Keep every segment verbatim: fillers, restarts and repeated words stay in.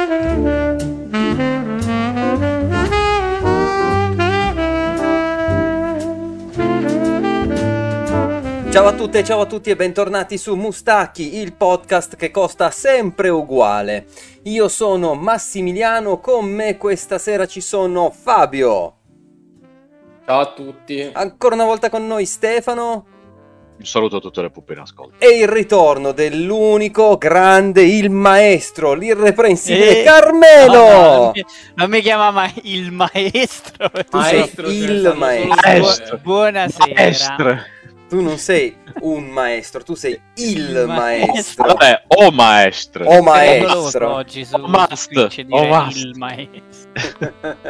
Ciao a tutte, ciao a tutti e bentornati su Mustacchi, il podcast che costa sempre uguale. Io sono Massimiliano, con me questa sera ci sono Fabio. Ciao a tutti. Ancora una volta con noi Stefano. Un saluto a tutte le puppe in ascolto. E il ritorno dell'unico grande, il maestro, l'irreprensibile Eh, Carmelo. No, no, non, mi, non mi chiama mai il maestro. Tu Maestro, sei cioè, il stanno maestro. solo Maestro. due. Buonasera. Maestro. Tu non sei un maestro, tu sei il Il maestro. maestro. Vabbè, o maestro. O Secondo maestro. loro oggi su, Oh, must. su Twitch dire Oh, must. il maestro.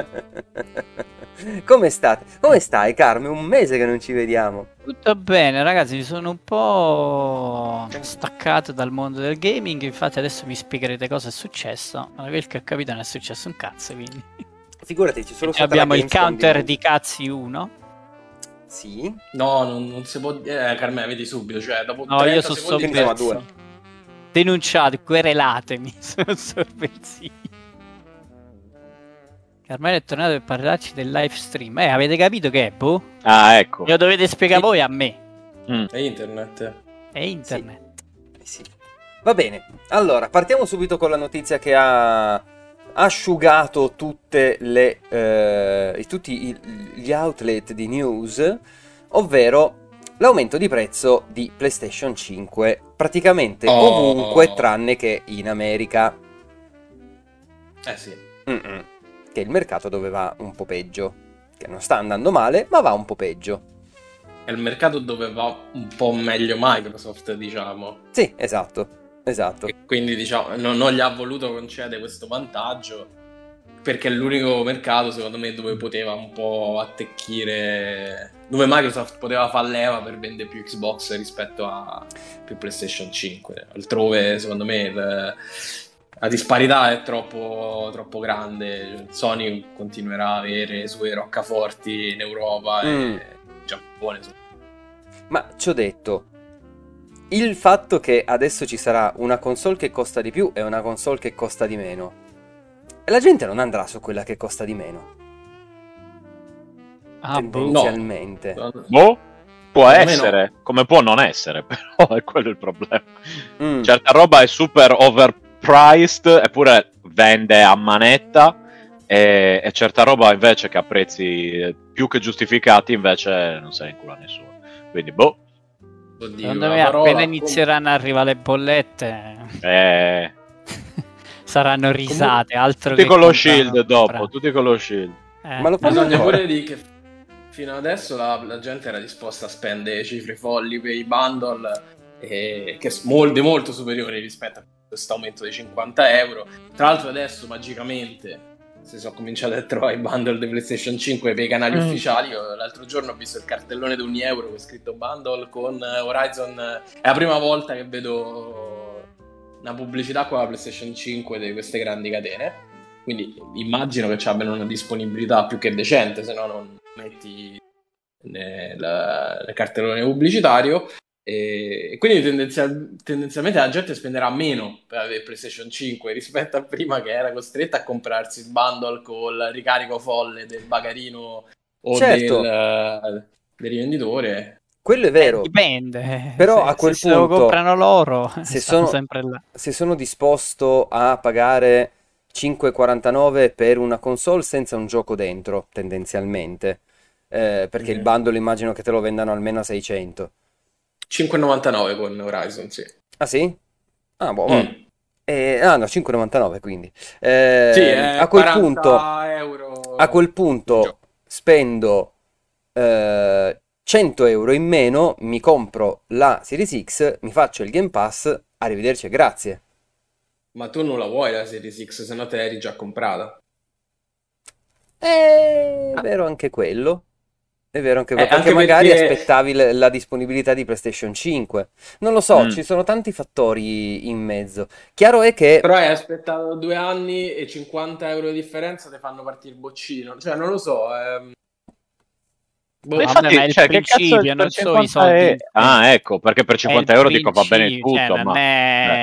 Come state? Come stai, Carme? Un mese che non ci vediamo. Tutto bene, ragazzi, mi sono un po' staccato dal mondo del gaming, infatti adesso mi spiegherete cosa è successo, ma quel che ho capito non è successo un cazzo, quindi Figurati, ci sono e abbiamo il Gamescom counter di... di cazzi uno. Sì. No, non, non si può dire. Eh, Carmela, vedi subito. Cioè, dopo No, io trenta sono secondi Quindi siamo a sovversivo. due. Denunciate, querelatemi, sono sovversivo. Carmelo è tornato per parlarci del live stream. Eh, avete capito che è, boh? Ah, ecco. Lo dovete spiegare Sì. voi a me. Mm. È internet. È internet. Eh sì. Va bene. Allora, partiamo subito con la notizia che ha asciugato tutte le eh, tutti i- gli outlet di news, ovvero l'aumento di prezzo di PlayStation cinque praticamente Oh. ovunque tranne che in America. Eh sì. Mm-mm. Che è il mercato dove va un po' peggio, che non sta andando male, ma va un po' peggio. È il mercato dove va un po' meglio Microsoft, diciamo. Sì, esatto, esatto. E quindi, diciamo, non, non gli ha voluto concedere questo vantaggio perché è l'unico mercato, secondo me, dove poteva un po' attecchire, dove Microsoft poteva far leva per vendere più Xbox rispetto a più PlayStation cinque. Altrove, secondo me, il- la disparità è troppo, troppo grande. Sony continuerà a avere i suoi roccaforti in Europa Mm. e in Giappone. Ma ci ho detto, il fatto che adesso ci sarà una console che costa di più e una console che costa di meno, la gente non andrà su quella che costa di meno, Ah, boh. tendenzialmente. Boh, può Secondo me essere, come può non essere, però è quello il problema. Mm. Certa roba è super overpriced, eppure vende a manetta, e, e certa roba invece che a prezzi più che giustificati invece non se ne incula nessuno. Quindi boh, Oddio, Secondo la me parola appena com- inizieranno a arrivare le bollette eh, saranno risate, altro tutti che con lo comprare shield o dopo, comprare. tutti con lo shield. Eh. Ma lo fanno Bisogna ancora? pure dire che fino adesso la, la gente era disposta a spendere cifre folli per i bundle eh, che sono molto, molto superiori rispetto a questo aumento di cinquanta euro. Tra l'altro adesso magicamente si sono cominciati a trovare i bundle di PlayStation cinque per i canali Mm. ufficiali. Io l'altro giorno ho visto il cartellone di ogni euro con scritto bundle con eh, Horizon. È la prima volta che vedo una pubblicità con la PlayStation cinque di queste grandi catene. Quindi immagino che ci abbiano una disponibilità più che decente, se no non metti nel, nel cartellone pubblicitario. E, e quindi tendenzial- tendenzialmente la gente spenderà meno per avere PlayStation cinque rispetto a prima, che era costretta a comprarsi il bundle con il ricarico folle del bagarino o Certo. del, del rivenditore. Quello è Eh, vero. dipende. Però se, a quel se se lo punto, comprano loro, se stanno sono- sempre là. Se sono disposto a pagare cinque e quarantanove per una console senza un gioco dentro, tendenzialmente, eh, perché il Mm. bundle immagino che te lo vendano almeno a seicento. cinque e novantanove con Horizon, sì. Ah sì? Ah, boh, Mm. vabbè. Eh, ah no, cinque e novantanove quindi. Eh, Sì, è a quel quaranta punto, euro. a quel il punto gioco. spendo eh, cento euro in meno, mi compro la Series X, mi faccio il Game Pass, arrivederci e grazie. Ma tu non la vuoi la Series X, se no te l'eri già comprata. È vero anche quello. È vero anche quello, Eh, perché anche magari perché- aspettavi le- la disponibilità di PlayStation cinque. Non lo so, Mm. ci sono tanti fattori in mezzo. Chiaro è che Però hai aspettato due anni e cinquanta euro di differenza ti fanno partire il boccino. Cioè, non lo so. Ehm... Boh, Ma Vabbè, infatti, ma è il cioè, che cazzo principio, per non so i cinquanta soldi. e- Ah, ecco, perché per È cinquanta il euro dico va bene principio, tutto, cioè, non ma... è...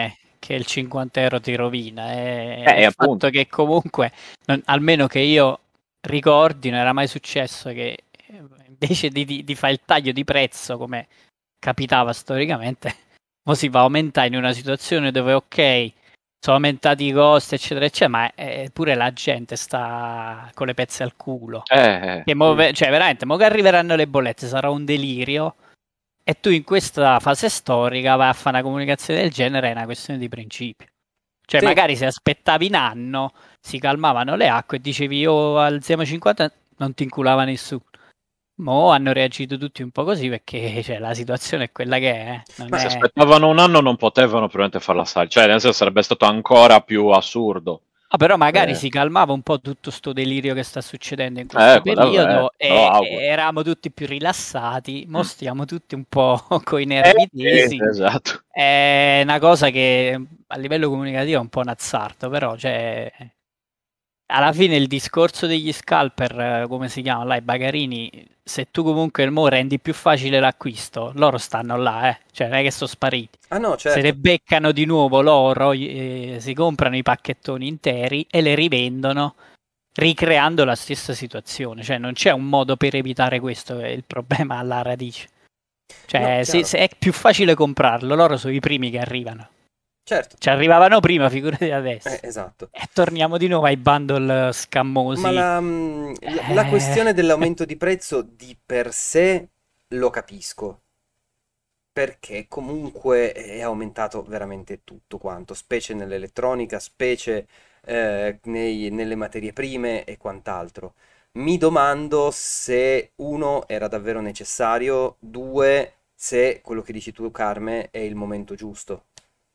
che il cinquanta euro ti rovina, è Eh, il appunto. fatto che comunque, non- almeno che io ricordi, non era mai successo che eh, invece di, di, di fare il taglio di prezzo come capitava storicamente, mo si va a aumentare in una situazione dove ok, sono aumentati i costi, eccetera, eccetera, ma eh, pure la gente sta con le pezze al culo. Eh, eh. Che mo ve- cioè, veramente, mo che arriveranno le bollette sarà un delirio. E tu in questa fase storica vai a fare una comunicazione del genere, è una questione di principio. Cioè, Sì, magari se aspettavi un anno, si calmavano le acque e dicevi io alziamo cinquanta, non ti inculava nessuno. Mo hanno reagito tutti un po' così perché cioè, la situazione è quella che è. eh. Non ma Se è... aspettavano un anno non potevano probabilmente farla salire, cioè nel senso sarebbe stato ancora più assurdo. Ah, però magari Eh, si calmava un po' tutto sto delirio che sta succedendo in questo eh, quello è vero, periodo me lo e, e auguro. eravamo tutti più rilassati, mo Mm. stiamo tutti un po' con i Eh, nervi sì, tesi. esatto. È una cosa che a livello comunicativo è un po' un azzardo, però cioè, alla fine il discorso degli scalper, eh, come si chiama là, i bagarini, se tu comunque mo rendi più facile l'acquisto, loro stanno là, eh. Cioè non è che sono spariti. ah no, Se le certo. beccano di nuovo loro, eh, si comprano i pacchettoni interi e le rivendono, ricreando la stessa situazione. Cioè non c'è un modo per evitare questo, è il problema alla radice. No, Cioè se, chiaro. se è più facile comprarlo, loro sono i primi che arrivano. Certo. Ci arrivavano prima, figurati Eh, adesso. esatto. E torniamo di nuovo ai bundle Ma scammosi. la, mm, la- la Eh, questione dell'aumento di prezzo di per sé lo capisco, perché comunque è aumentato veramente tutto quanto, specie nell'elettronica, specie eh, nei- nelle materie prime e quant'altro. Mi domando se uno era davvero necessario, due, se quello che dici tu, Carme, è il momento giusto.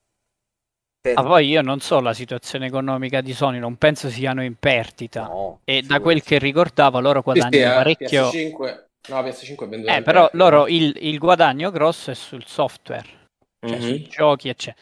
Ma Per... poi io non so la situazione economica di Sony, non penso siano in perdita. No, E da quel figurati. che ricordavo, loro Sì, sì, guadagnano eh, parecchio. P S cinque, no, P S cinque è venduta Eh, in però perdita, loro no? il, il guadagno grosso è sul software, cioè sui Mhm. giochi, eccetera.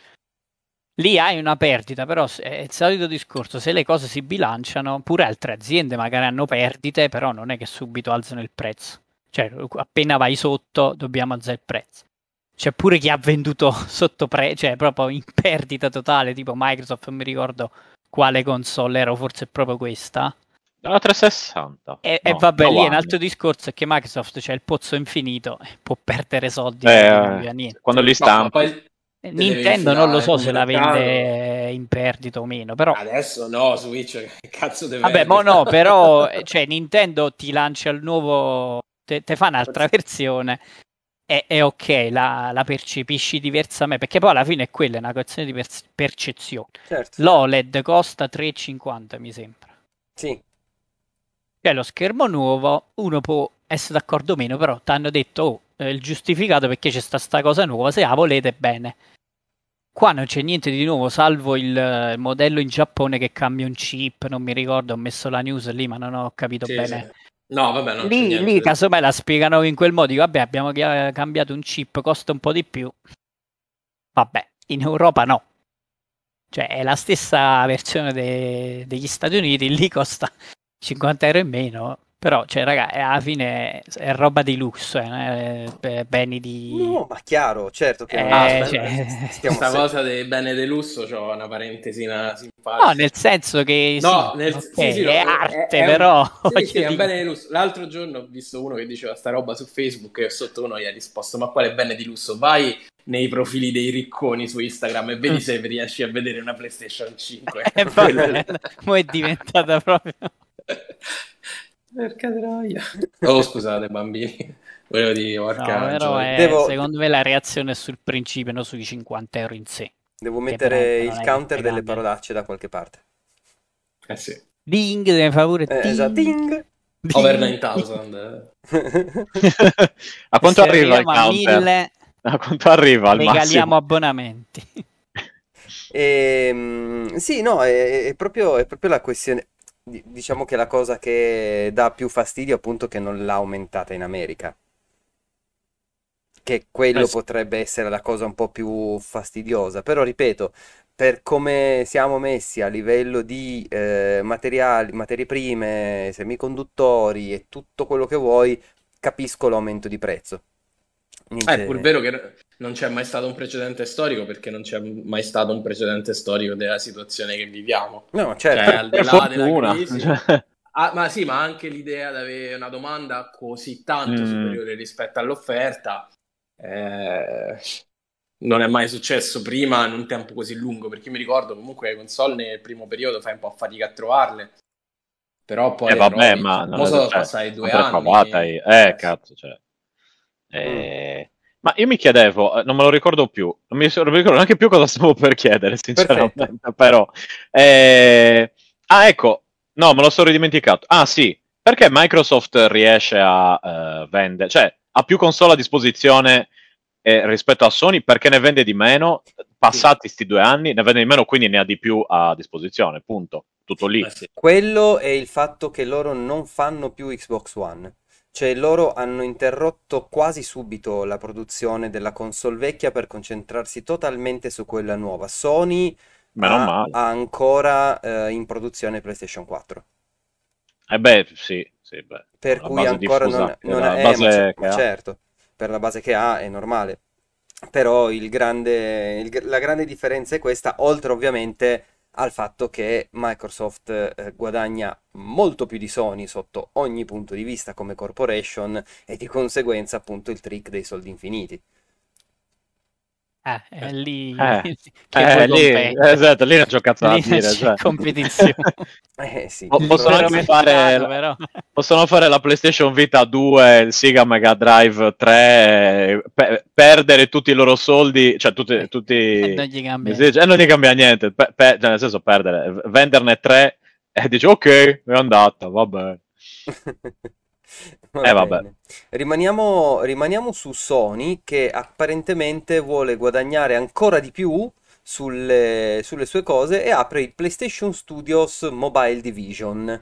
Lì hai una perdita, però se- è il solito discorso, se le cose si bilanciano, pure altre aziende magari hanno perdite, però non è che subito alzano il prezzo. Cioè, appena vai sotto, dobbiamo alzare il prezzo. C'è pure chi ha venduto sotto prezzo, cioè proprio in perdita totale, tipo Microsoft, non mi ricordo quale console era, o forse è proprio questa. Dalla trecentosessanta, E, e no, vabbè, da lì è un One. altro discorso, è che Microsoft c'è il pozzo infinito, e può perdere soldi, non gli Eh, cambia niente. quando li No, ma stampi. poi Eh, te devi Nintendo non lo infilare so sul se la mercato. vende in perdita o meno, però Adesso no, Switch, che cazzo di vabbè, mo perdita? no, però eh, cioè, Nintendo ti lancia il nuovo, te, te fa un'altra versione e, e ok, la, la percepisci diversamente, perché poi alla fine è quella, è una questione di per- percezione. Certo, L'O L E D costa tre e cinquanta, mi sembra. sì, Cioè lo schermo nuovo, uno può essere d'accordo o meno, però ti hanno detto, oh, eh, il giustificato perché c'è sta, sta cosa nuova, se la volete bene. Qua non c'è niente di nuovo, salvo il, eh, il modello in Giappone che cambia un chip, non mi ricordo, ho messo la news lì, ma non ho capito Sì, sì. bene. No, vabbè, non c'è Lì, lì niente. casomai la spiegano in quel modo, dico, vabbè, abbiamo chia- cambiato un chip, costa un po' di più. Vabbè, in Europa no. Cioè, è la stessa versione de- degli Stati Uniti, lì costa cinquanta euro in meno, però, cioè, raga, è- alla fine è roba di lusso, eh, non è be- beni di... no, ma chiaro, certo che Ah, non Eh, aspetta, s- cioè... stiamo sta se... cosa dei bene del lusso, c'ho una parentesina No, simpatica. nel senso che sì, No, nel, ok, sì, sì, è no, è, arte, è un, però, sì, sì, voglio è un dire... bene di lusso. L'altro giorno ho visto uno che diceva sta roba su Facebook e sotto uno gli ha risposto: ma quale bene di lusso? Vai nei profili dei ricconi su Instagram e vedi se riesci a vedere una PlayStation cinque. E Quello vabbè, è... mo è diventata proprio... Perché troia? Oh, scusate, bambini. Volevo dire, No, porca però gioia. è, Devo, secondo me la reazione è sul principio, non sui cinquanta euro in sé, devo che mettere veramente il non è che counter te delle cambia. parolacce da qualche parte. Eh sì. Ding, deve fare pure Eh, esatto, ding, ting! Over ding. novemila. A E quanto se arriva il arriviamo a counter? mille, A quanto arriva al regaliamo massimo? abbonamenti. Ehm, sì, no, è, è proprio, è proprio la questione. di- Diciamo che la cosa che dà più fastidio è appunto che non l'ha aumentata in America. Che Eh quello sì. potrebbe essere la cosa un po' più fastidiosa. Però ripeto, per come siamo messi a livello di eh, materiali, materie prime, semiconduttori e tutto quello che vuoi, capisco l'aumento di prezzo. Eh, È pur Niente. vero che non c'è mai stato un precedente storico perché non c'è mai stato un precedente storico della situazione che viviamo. No, Cioè, certo. al di Per là della fortuna. crisi, Cioè, ah, ma sì, ma anche l'idea di avere una domanda così tanto mm, superiore rispetto all'offerta eh, non è mai successo prima in un tempo così lungo, perché io mi ricordo comunque le console nel primo periodo fai un po' fatica a trovarle, però eh, poi le vabbè, trovi. ma non Mo è, sono cioè, passati due sempre trovata. anni. Eh, eh, Eh, sì. cazzo, cioè. Mm. Eh, ma io mi chiedevo, eh, non me lo ricordo più, non mi, non mi ricordo neanche più cosa stavo per chiedere, Perfetto. sinceramente, però. Eh, ah, ecco, no, me lo sono ridimenticato. Ah, sì, perché Microsoft riesce a eh, vendere, cioè ha più console a disposizione eh, rispetto a Sony, perché ne vende di meno, Sì, passati sti due anni, ne vende di meno, quindi ne ha di più a disposizione, punto, tutto lì. ma sì. Quello è il fatto che loro non fanno più Xbox One. Cioè loro hanno interrotto quasi subito la produzione della console vecchia per concentrarsi totalmente su quella nuova. Sony Meno ha, male. ha ancora eh, in produzione PlayStation quattro. Eh beh, sì, sì, beh, Per la cui base ancora non, diffusa, che non ha... la Eh, ma, ce- base ma che ha. certo, per la base che ha è normale. Però il grande, il- la grande differenza è questa, oltre ovviamente al fatto che Microsoft eh, guadagna molto più di Sony sotto ogni punto di vista come corporation e di conseguenza appunto il trick dei soldi infiniti. Eh, è lì Eh, che vuoi eh, lì, competere. esatto, lì non c'ho cazzo da Lì non dire, c'è cioè. competizione. Eh sì, Po- possono Libero anche purtroppo. fare, mercato, la- però. possono fare la PlayStation Vita due, il Sega Mega Drive tre, eh, pe- perdere tutti i loro soldi, cioè tutti, Eh. E tutti non gli come cambia si dice? niente. E non gli cambia niente, pe- pe- cioè nel senso perdere, venderne tre e dici ok, è andata, vabbè. Va Eh vabbè. bene. Rimaniamo, rimaniamo su Sony che apparentemente vuole guadagnare ancora di più sulle, sulle sue cose e apre il PlayStation Studios Mobile Division.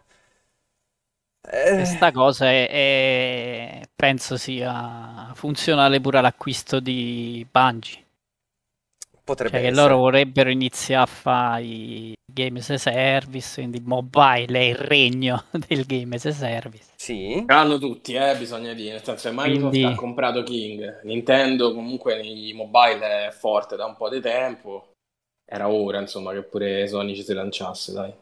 E Eh, sta cosa è, è- penso sia funzionale pure all'acquisto di Bungie. potrebbe Cioè che loro essere. vorrebbero iniziare a fare i game as a service, quindi mobile è il regno del game as a service. Sì? Hanno tutti, eh, bisogna dire, nel senso che Microsoft ha Quindi comprato King, Nintendo comunque nei mobile è forte da un po' di tempo, era ora insomma che pure Sony ci si lanciasse, dai.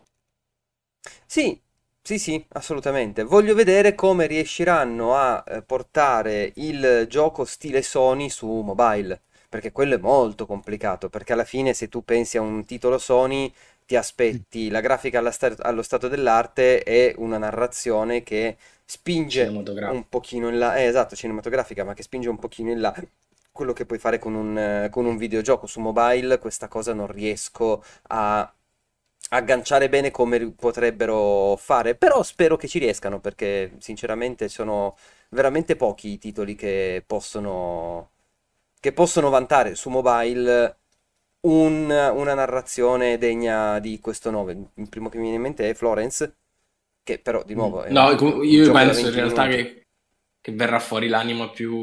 Sì, sì, sì, assolutamente. Voglio vedere come riusciranno a eh, portare il gioco stile Sony su mobile, perché quello è molto complicato, perché alla fine se tu pensi a un titolo Sony, ti aspetti la grafica alla sta- allo stato dell'arte e una narrazione che spinge Cinematografico. un pochino in là, eh, esatto, cinematografica, ma che spinge un pochino in là. Quello che puoi fare con un, eh, con un videogioco su mobile, questa cosa non riesco a agganciare bene come ri- potrebbero fare, però spero che ci riescano perché sinceramente sono veramente pochi i titoli che possono, che possono vantare su mobile un- una narrazione degna di questo nome. Il primo che mi viene in mente è Florence, che però di Mm. nuovo è No, un, com- un io gioco da penso in venti realtà minuti. che, che verrà fuori l'anima più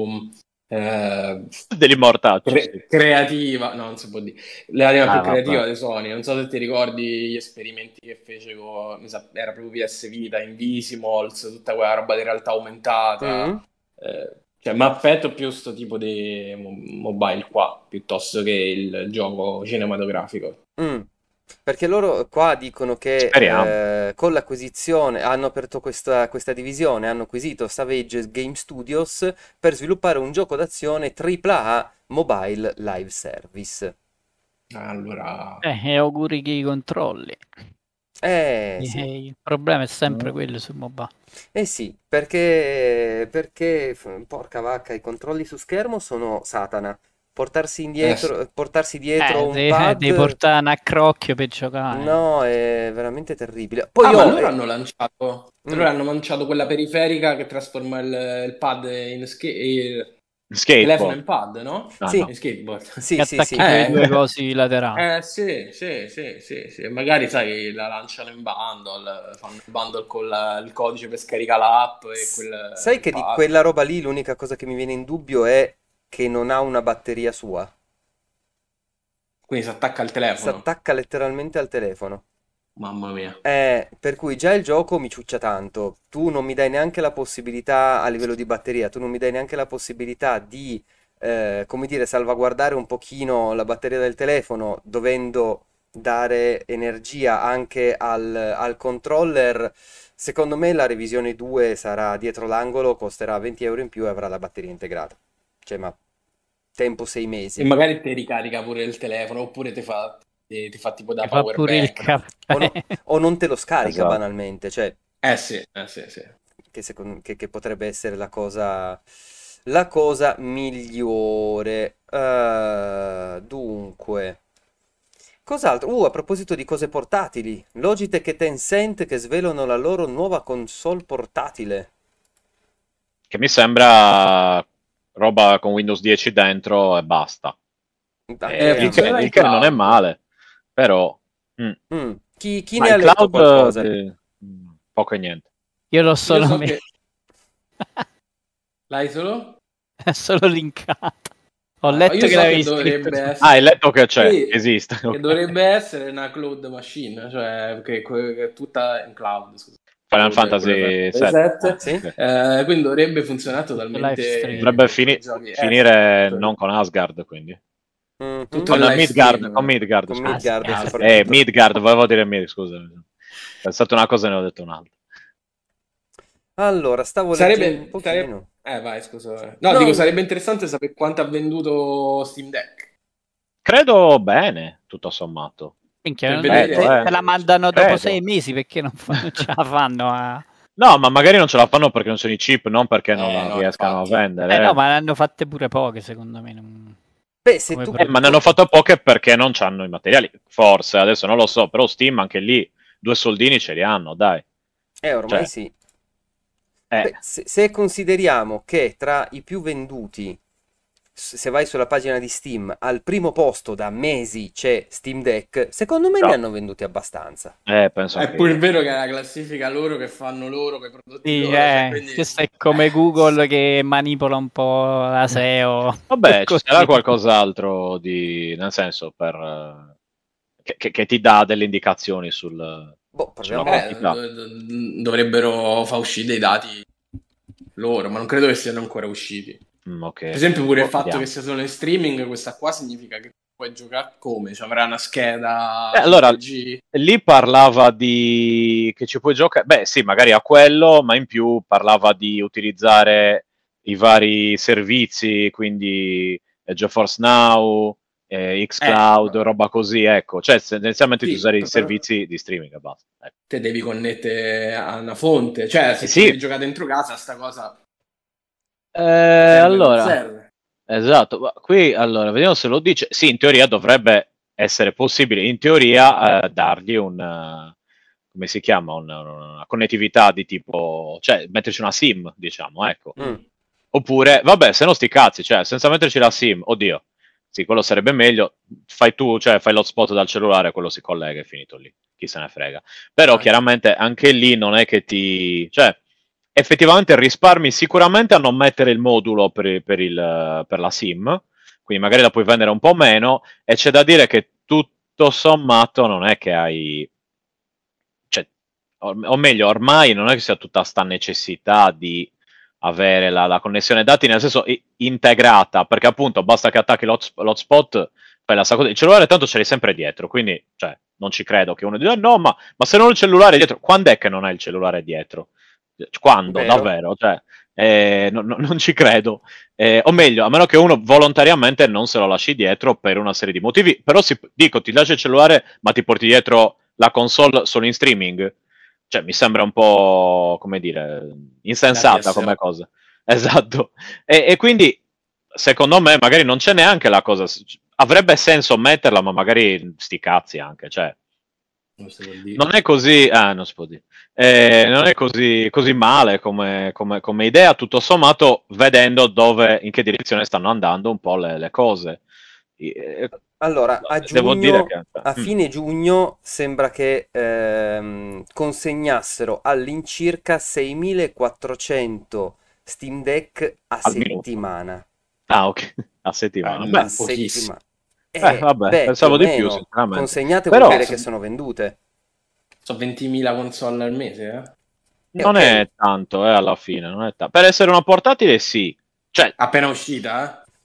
eh, Degli mortacci, sì. cre- creativa, no, non si può dire, l'anima più Ah, vabbè. creativa di Sony. Non so se ti ricordi gli esperimenti che fece con, mi sa, era proprio P S Vita, Invisimals, tutta quella roba di realtà aumentata. Mm? Eh, cioè, mi affetto più sto tipo di mo- mobile qua, piuttosto che il gioco cinematografico. Mm. Perché loro qua dicono Speriamo. che eh, con l'acquisizione hanno aperto questa, questa divisione, hanno acquisito Savage Game Studios per sviluppare un gioco d'azione tripla A mobile live service. Allora, eh, e auguri che i controlli. Eh sì, Eh, il problema è sempre Mm. quello su mobile. eh sì, perché, perché, f- porca vacca, i controlli su schermo sono Satana. Portarsi eh sì. indietro, portarsi dietro Eh, un devi, devi pad, portare un accrocchio per giocare. no, è veramente terribile. Poi Ah, ma io... loro eh, hanno lanciato, mm, loro hanno lanciato quella periferica che trasforma il, il pad in ske- il telefono Skateboard. in pad, no? Ah, sì, In skateboard. Che sì, sì, attacchi sì. quei Eh, due cosi laterali. eh, sì, sì, sì, sì, sì. Magari sai, la lanciano in bundle, fanno il bundle con la- il codice per scaricare l'app e S- quel, Sai il che di pad. quella roba lì l'unica cosa che mi viene in dubbio è che non ha una batteria sua. Quindi si attacca al Si telefono. attacca letteralmente al telefono. Mamma mia. Eh, per cui già il gioco mi ciuccia tanto. Tu non mi dai neanche la possibilità a livello di batteria, tu non mi dai neanche la possibilità di eh, come dire, salvaguardare un pochino la batteria del telefono, dovendo dare energia anche al, al controller. Secondo me la revisione due sarà dietro l'angolo, costerà venti euro in più e avrà la batteria integrata. Cioè, ma tempo sei E mesi. magari ti ricarica pure il telefono, oppure ti fa, ti, ti fa tipo da Che fa power pure il bank. caffè. O, no- o non te lo scarica Esatto. banalmente, cioè, Eh sì, eh sì, sì. che, secon- che- che potrebbe essere la cosa, la cosa migliore. Eh, dunque, cos'altro? Uh, a proposito di cose portatili, Logitech e Tencent che svelano la loro nuova console portatile. Che mi sembra roba con Windows dieci dentro e basta. Anche Eh, Eh, il, a che, funziona me. in il che non è cloud. male, però... mm. Mm, Chi, chi Ma ne ha il letto cloud... qualcosa? eh, mm, poco e niente. Io l'ho Io solo, so me- che... L'hai solo? solo linkato. Ho Ah, letto io che so che l'avevi scritto. dovrebbe Ah, hai essere... letto che c'è, Sì, esiste. che Ok. dovrebbe essere una cloud machine, cioè che, che è tutta in cloud, scusa. Final Cloud è quella Fantasy per sette. Ah, sette. Sì? ok. Eh, quindi dovrebbe funzionare Tutto live totalmente stream. Dovrebbe con, con i fini- giochi. Eh, sì, finire tutto, non con Asgard, quindi. Mhm. tutto in Con live Midgard, con stream. Midgard, Con scusa. Midgard Ah, Asgard. Eh, soprattutto. Midgard, volevo dire Midgard, scusa. Ho pensato una cosa e ne ho detto un'altra. Allora, stavo leggendo un Sarebbe, sarebbe... pochino. Eh, vai, scusa. No, No, dico, no. sarebbe interessante sapere quanto ha venduto Steam Deck. Credo bene, tutto sommato. Minchia, Per non- vedere Credo, se eh. te la se... mandano dopo Credo. sei mesi perché non, fa- non ce la fanno a... No, ma magari non ce la fanno perché non sono i chip, non perché non Eh, la no, riescano a infatti. vendere. Eh no, eh. ma ne hanno fatte pure poche secondo me. non- Beh, se Come tu... Eh, ma ne hanno prodotto. fatto poche perché non hanno i materiali. Forse, adesso non lo so, però Steam anche lì due soldini ce li hanno, dai. Eh, ormai Cioè, sì. eh, Beh, se, se consideriamo che tra i più venduti, s- se vai sulla pagina di Steam, al primo posto da mesi c'è Steam Deck, secondo me ne no, hanno venduti abbastanza. eh, penso È anche pure io. vero che è la classifica loro che fanno loro, che prodotti Sì, loro, cioè, eh, quindi... questo è come Google che manipola un po' la S E O. Vabbè, ci sarà Così. qualcos'altro di, nel senso, per, eh, che, che- che ti dà delle indicazioni sul, Boh, sulla proviamo. Eh, quantità. do- do- dovrebbero far uscire dei dati loro, ma non credo che siano ancora usciti. Mm, ok. Per esempio, pure il Boh, fatto vediamo. che sia solo in streaming, questa qua significa che puoi giocare come? Cioè, avrà una scheda Eh, allora, cinque G? lì parlava di che ci puoi giocare, beh sì, magari a quello, ma in più parlava di utilizzare i vari servizi, quindi eh, GeForce Now, eh, Eh, xCloud, roba così, ecco, cioè tendenzialmente di sì, usare i però servizi di streaming e basta. Ecco. te devi connettere a una fonte. Cioè, Eh se ci sì, devi giocare dentro casa, sta cosa eh, serve o non allora, serve? esatto, ma qui allora, vediamo se lo dice. Sì, in teoria dovrebbe essere possibile, in teoria, eh, dargli un, eh, come si chiama, un- una connettività di tipo, cioè metterci una SIM, diciamo, ecco. Mm. Mm. Oppure, vabbè, se no sti cazzi, cioè, senza metterci la SIM, oddio, sì, quello sarebbe meglio, fai tu, cioè, fai l'hotspot dal cellulare, quello si collega e è finito lì, chi se ne frega. Però Ah, chiaramente anche lì non è che ti, cioè, effettivamente risparmi sicuramente a non mettere il modulo per, per il, per la SIM, quindi magari la puoi vendere un po' meno, e c'è da dire che tutto sommato non è che hai, cioè, o, o meglio, ormai non è che sia tutta sta necessità di avere la, la connessione dati nel senso i- integrata, perché appunto basta che attacchi l'hots- l'hotspot, fai la stessa cosa. Il cellulare tanto ce l'hai sempre dietro, quindi cioè, non ci credo che uno dica no, ma, ma se non ho il cellulare dietro, quando è che non hai il cellulare dietro? Quando, Vero? davvero? Cioè, eh, no- no- non ci credo. Eh, o meglio, a meno che uno volontariamente non se lo lasci dietro per una serie di motivi, però si, dico, ti lasci il cellulare, ma ti porti dietro la console solo in streaming? Cioè, mi sembra un po', come dire, insensata come l'A D S L. cosa. Esatto. E, e quindi, secondo me, magari non c'è neanche la cosa. Avrebbe senso metterla, ma magari sti cazzi anche. Cioè, Non si può dire. non è così. Ah, non si può dire. Eh, non è così, così male come, come- come idea, tutto sommato, vedendo dove, in che direzione stanno andando un po' le, le cose. Eh, Allora, a Devo dire giugno, che. a Mm, fine giugno, sembra che ehm, consegnassero all'incirca seimilaquattrocento Steam Deck a al minuto. settimana. Ah, ok. A Eh, settimana. non Beh, A è pochissimo. settimana. eh, Eh, vabbè, beh, più o pensavo di più, meno. sinceramente. Consegnate vuol Però. dire So, che sono vendute. so ventimila console al mese, eh? E Non ok. è tanto, eh, alla fine, non è ta- per essere una portatile sì. Cioè, Appena uscita,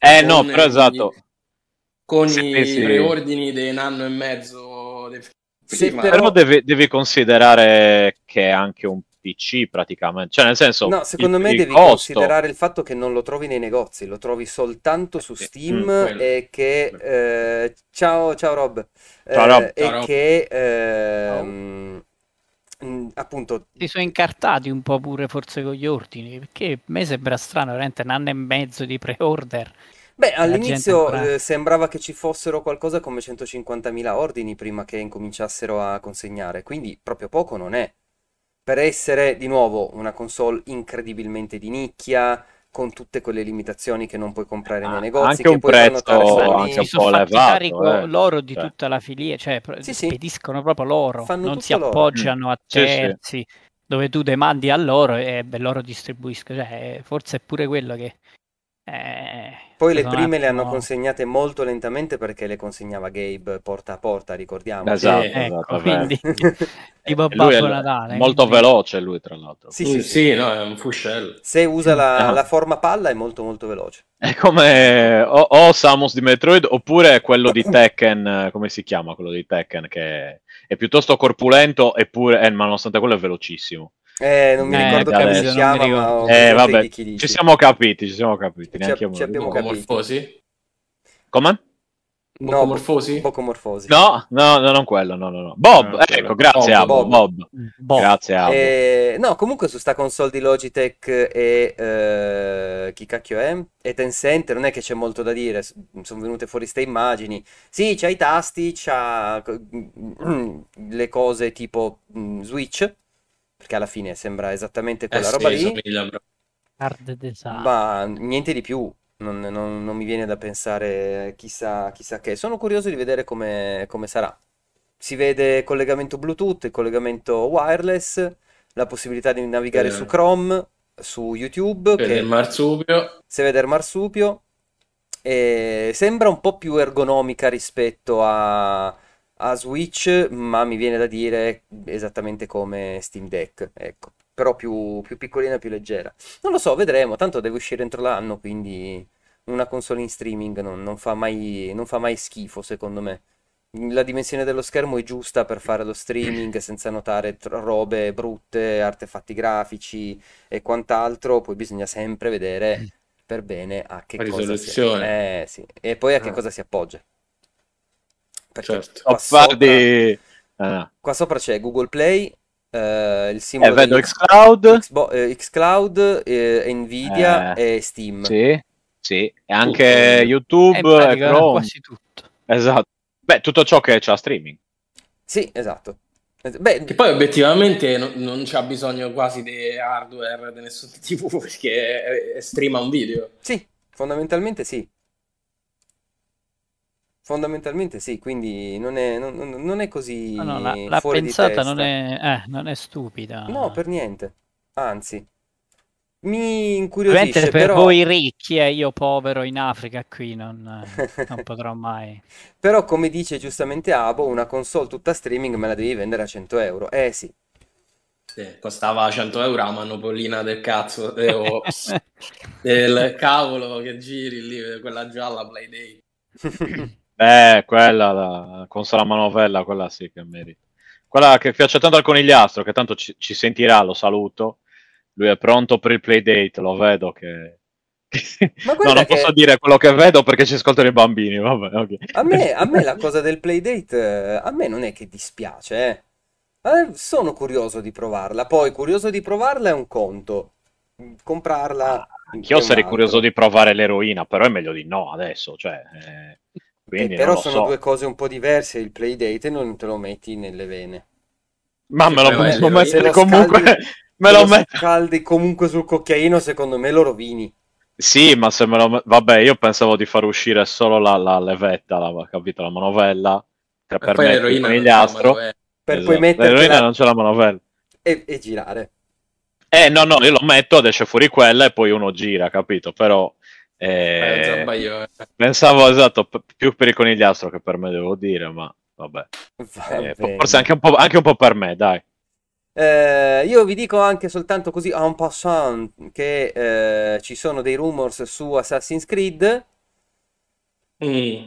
Eh con no, però gli- esatto. con Sì, i sì. preordini di un anno e mezzo de- Se prima. però- Però devi, devi considerare che è anche un P C praticamente, cioè nel senso No, il, secondo me il devi costo. considerare il fatto che non lo trovi nei negozi, lo trovi soltanto su Sì. Steam Mm. Quello. e che... eh, ciao, ciao Rob. Ciao, Eh, Rob. e Ciao, Rob. che... ehm, mh, appunto... Si sono incartati un po' pure forse con gli ordini, perché a me sembra strano, veramente un anno e mezzo di pre-order. Beh, e la gente all'inizio ancora... eh, sembrava che ci fossero qualcosa come centocinquantamila ordini prima che incominciassero a consegnare, quindi proprio poco non è. Per essere di nuovo una console incredibilmente di nicchia, con tutte quelle limitazioni che non puoi comprare nei Ha negozi, anche che un puoi prenotare prezzo solo Ma anche si un lì. sono po' fatti elevato, carico eh. loro di Cioè, tutta la filiera, cioè pro- Sì, sì, spediscono proprio loro, fanno non si tutto loro. mm. appoggiano a Sì, sì. terzi, dove tu demandi a loro e beh, loro distribuiscono. Cioè, forse è pure quello che eh, Poi si le sono un prime le hanno attimo... consegnate molto lentamente perché le consegnava Gabe porta a porta, ricordiamoci. Sì. Esatto, esatto, Ecco, è vero. quindi Eh, tipo E lui è Babbo l- Natale, molto quindi... veloce, lui tra l'altro. Sì, Mm, sì, sì. sì, no, è un fuscello. Se usa la, Ah, la forma palla è molto molto veloce. è come o, o Samus di Metroid oppure quello di Tekken, eh, come si chiama quello di Tekken, che è piuttosto corpulento eppure, eh, ma nonostante quello è velocissimo. Eh, non mi Mi viene Eh, ricordo da come si capito, non adesso. mi chiama, ma ricordo. ho Eh, presente vabbè, di chi ci dici. siamo capiti, ci siamo capiti, Ci, neanche io me ci lo abbiamo ricordo. capito. Bocomorfosi? Come? No, bo- Bocomorfosi? bocomorfosi. No, no, no, non quello, no, no, no. Bob, Ah, ecco, quello. grazie Bob. Abo, Bob. Bob. Boh. Grazie Abo. Eh, no, comunque su sta console di Logitech e eh, chi cacchio è? E Tencent non è che c'è molto da dire, sono venute fuori ste immagini. Sì, c'ha i tasti, c'ha le cose tipo mm, Switch, perché alla fine sembra esattamente Eh quella roba sì, lì, somiglia proprio. Hard design. ma niente di più. Non, non- non mi viene da pensare chissà, chissà che. Sono curioso di vedere come, come sarà. Si vede collegamento Bluetooth, il collegamento wireless, la possibilità di navigare su Eh, Chrome, su YouTube, vede il che marsupio. si vede il marsupio, e sembra un po' più ergonomica rispetto a, a Switch, ma mi viene da dire esattamente come Steam Deck, ecco. Però più, più piccolina, più leggera. Non lo so, vedremo, tanto deve uscire entro l'anno, quindi una console in streaming non, non fa mai, non fa mai schifo, secondo me. La dimensione dello schermo è giusta per fare lo streaming senza notare tro- robe brutte, artefatti grafici e quant'altro. Poi bisogna sempre vedere per bene a che cosa si... Risoluzione. Eh sì, e poi a che Ah, cosa si appoggia. Perché certo. qua Ho par sopra, di... ah. qua sopra c'è Google Play, eh, il Eh, simbolo vedo degli xCloud. Xbo- eh, xCloud, eh, Nvidia Eh, e Steam. sì, sì. E anche Tutto, quindi. E in YouTube e pratica Chrome. quasi tutto. Esatto. Beh, tutto ciò che c'ha streaming. Sì, esatto. Eh, Che Beh, poi obiettivamente non, non c'ha bisogno quasi di hardware di nessun tipo perché è- è- streama un video. sì, fondamentalmente sì. Fondamentalmente sì, quindi non è, non- non- non è No, no, la- così l'ha fuori di pensata, non testa. è, eh, non è No, stupida. per niente. Anzi, mi Ovviamente incuriosisce, per però... voi ricchi e io povero in Africa qui non, eh, non potrò mai. Però come dice giustamente Abo, una console tutta streaming me la devi vendere a cento euro. Eh sì. Sì, costava cento euro la manopolina del cazzo, eh, ops, del cavolo che giri lì, quella gialla Playdate. Eh, quella, la, console a manovella, quella sì che merita. Quella che piace tanto al conigliastro, che tanto ci, ci sentirà, lo saluto. Lui è pronto per il playdate, lo vedo che... Ma No, guarda non posso che dire quello che vedo perché ci ascoltano i bambini, vabbè, ok. a me, a me la cosa del Playdate, eh, a me non è che dispiace, eh. Eh, sono curioso di provarla. Poi, curioso di provarla è un conto. Ah, Comprarla è anch'io un sarei curioso altro. di provare l'eroina, però è meglio di no adesso, cioè... eh, E quindi non però lo sono due so. cose un po' diverse. Il Playdate non te lo metti nelle vene. Ma Che me lo problema è Secondo me, posso se l'eroina? mettere lo comunque, scaldi, me se lo lo metto... scaldi comunque sul cucchiaino, secondo me lo rovini. Sì, ma se me lo... Vabbè, io pensavo di far uscire solo la, la levetta, la, capito, la manovella, che E poi permette il l'eroina non c'è la conigliastro. manovella. Per poi Esatto. L'eroina mettertela non c'è la manovella. e, e girare. Eh, no, no, io lo metto, ed esce fuori quella e poi uno gira, capito? Però... Fai un eh, zabbaglione. pensavo, esatto, p- più per il conigliastro che per me, devo dire, ma vabbè. Va Eh, fo- forse bene. anche un po', anche un po' per me, dai. Eh, io vi dico anche soltanto così en passant che eh, ci sono dei rumors su Assassin's Creed. Mm.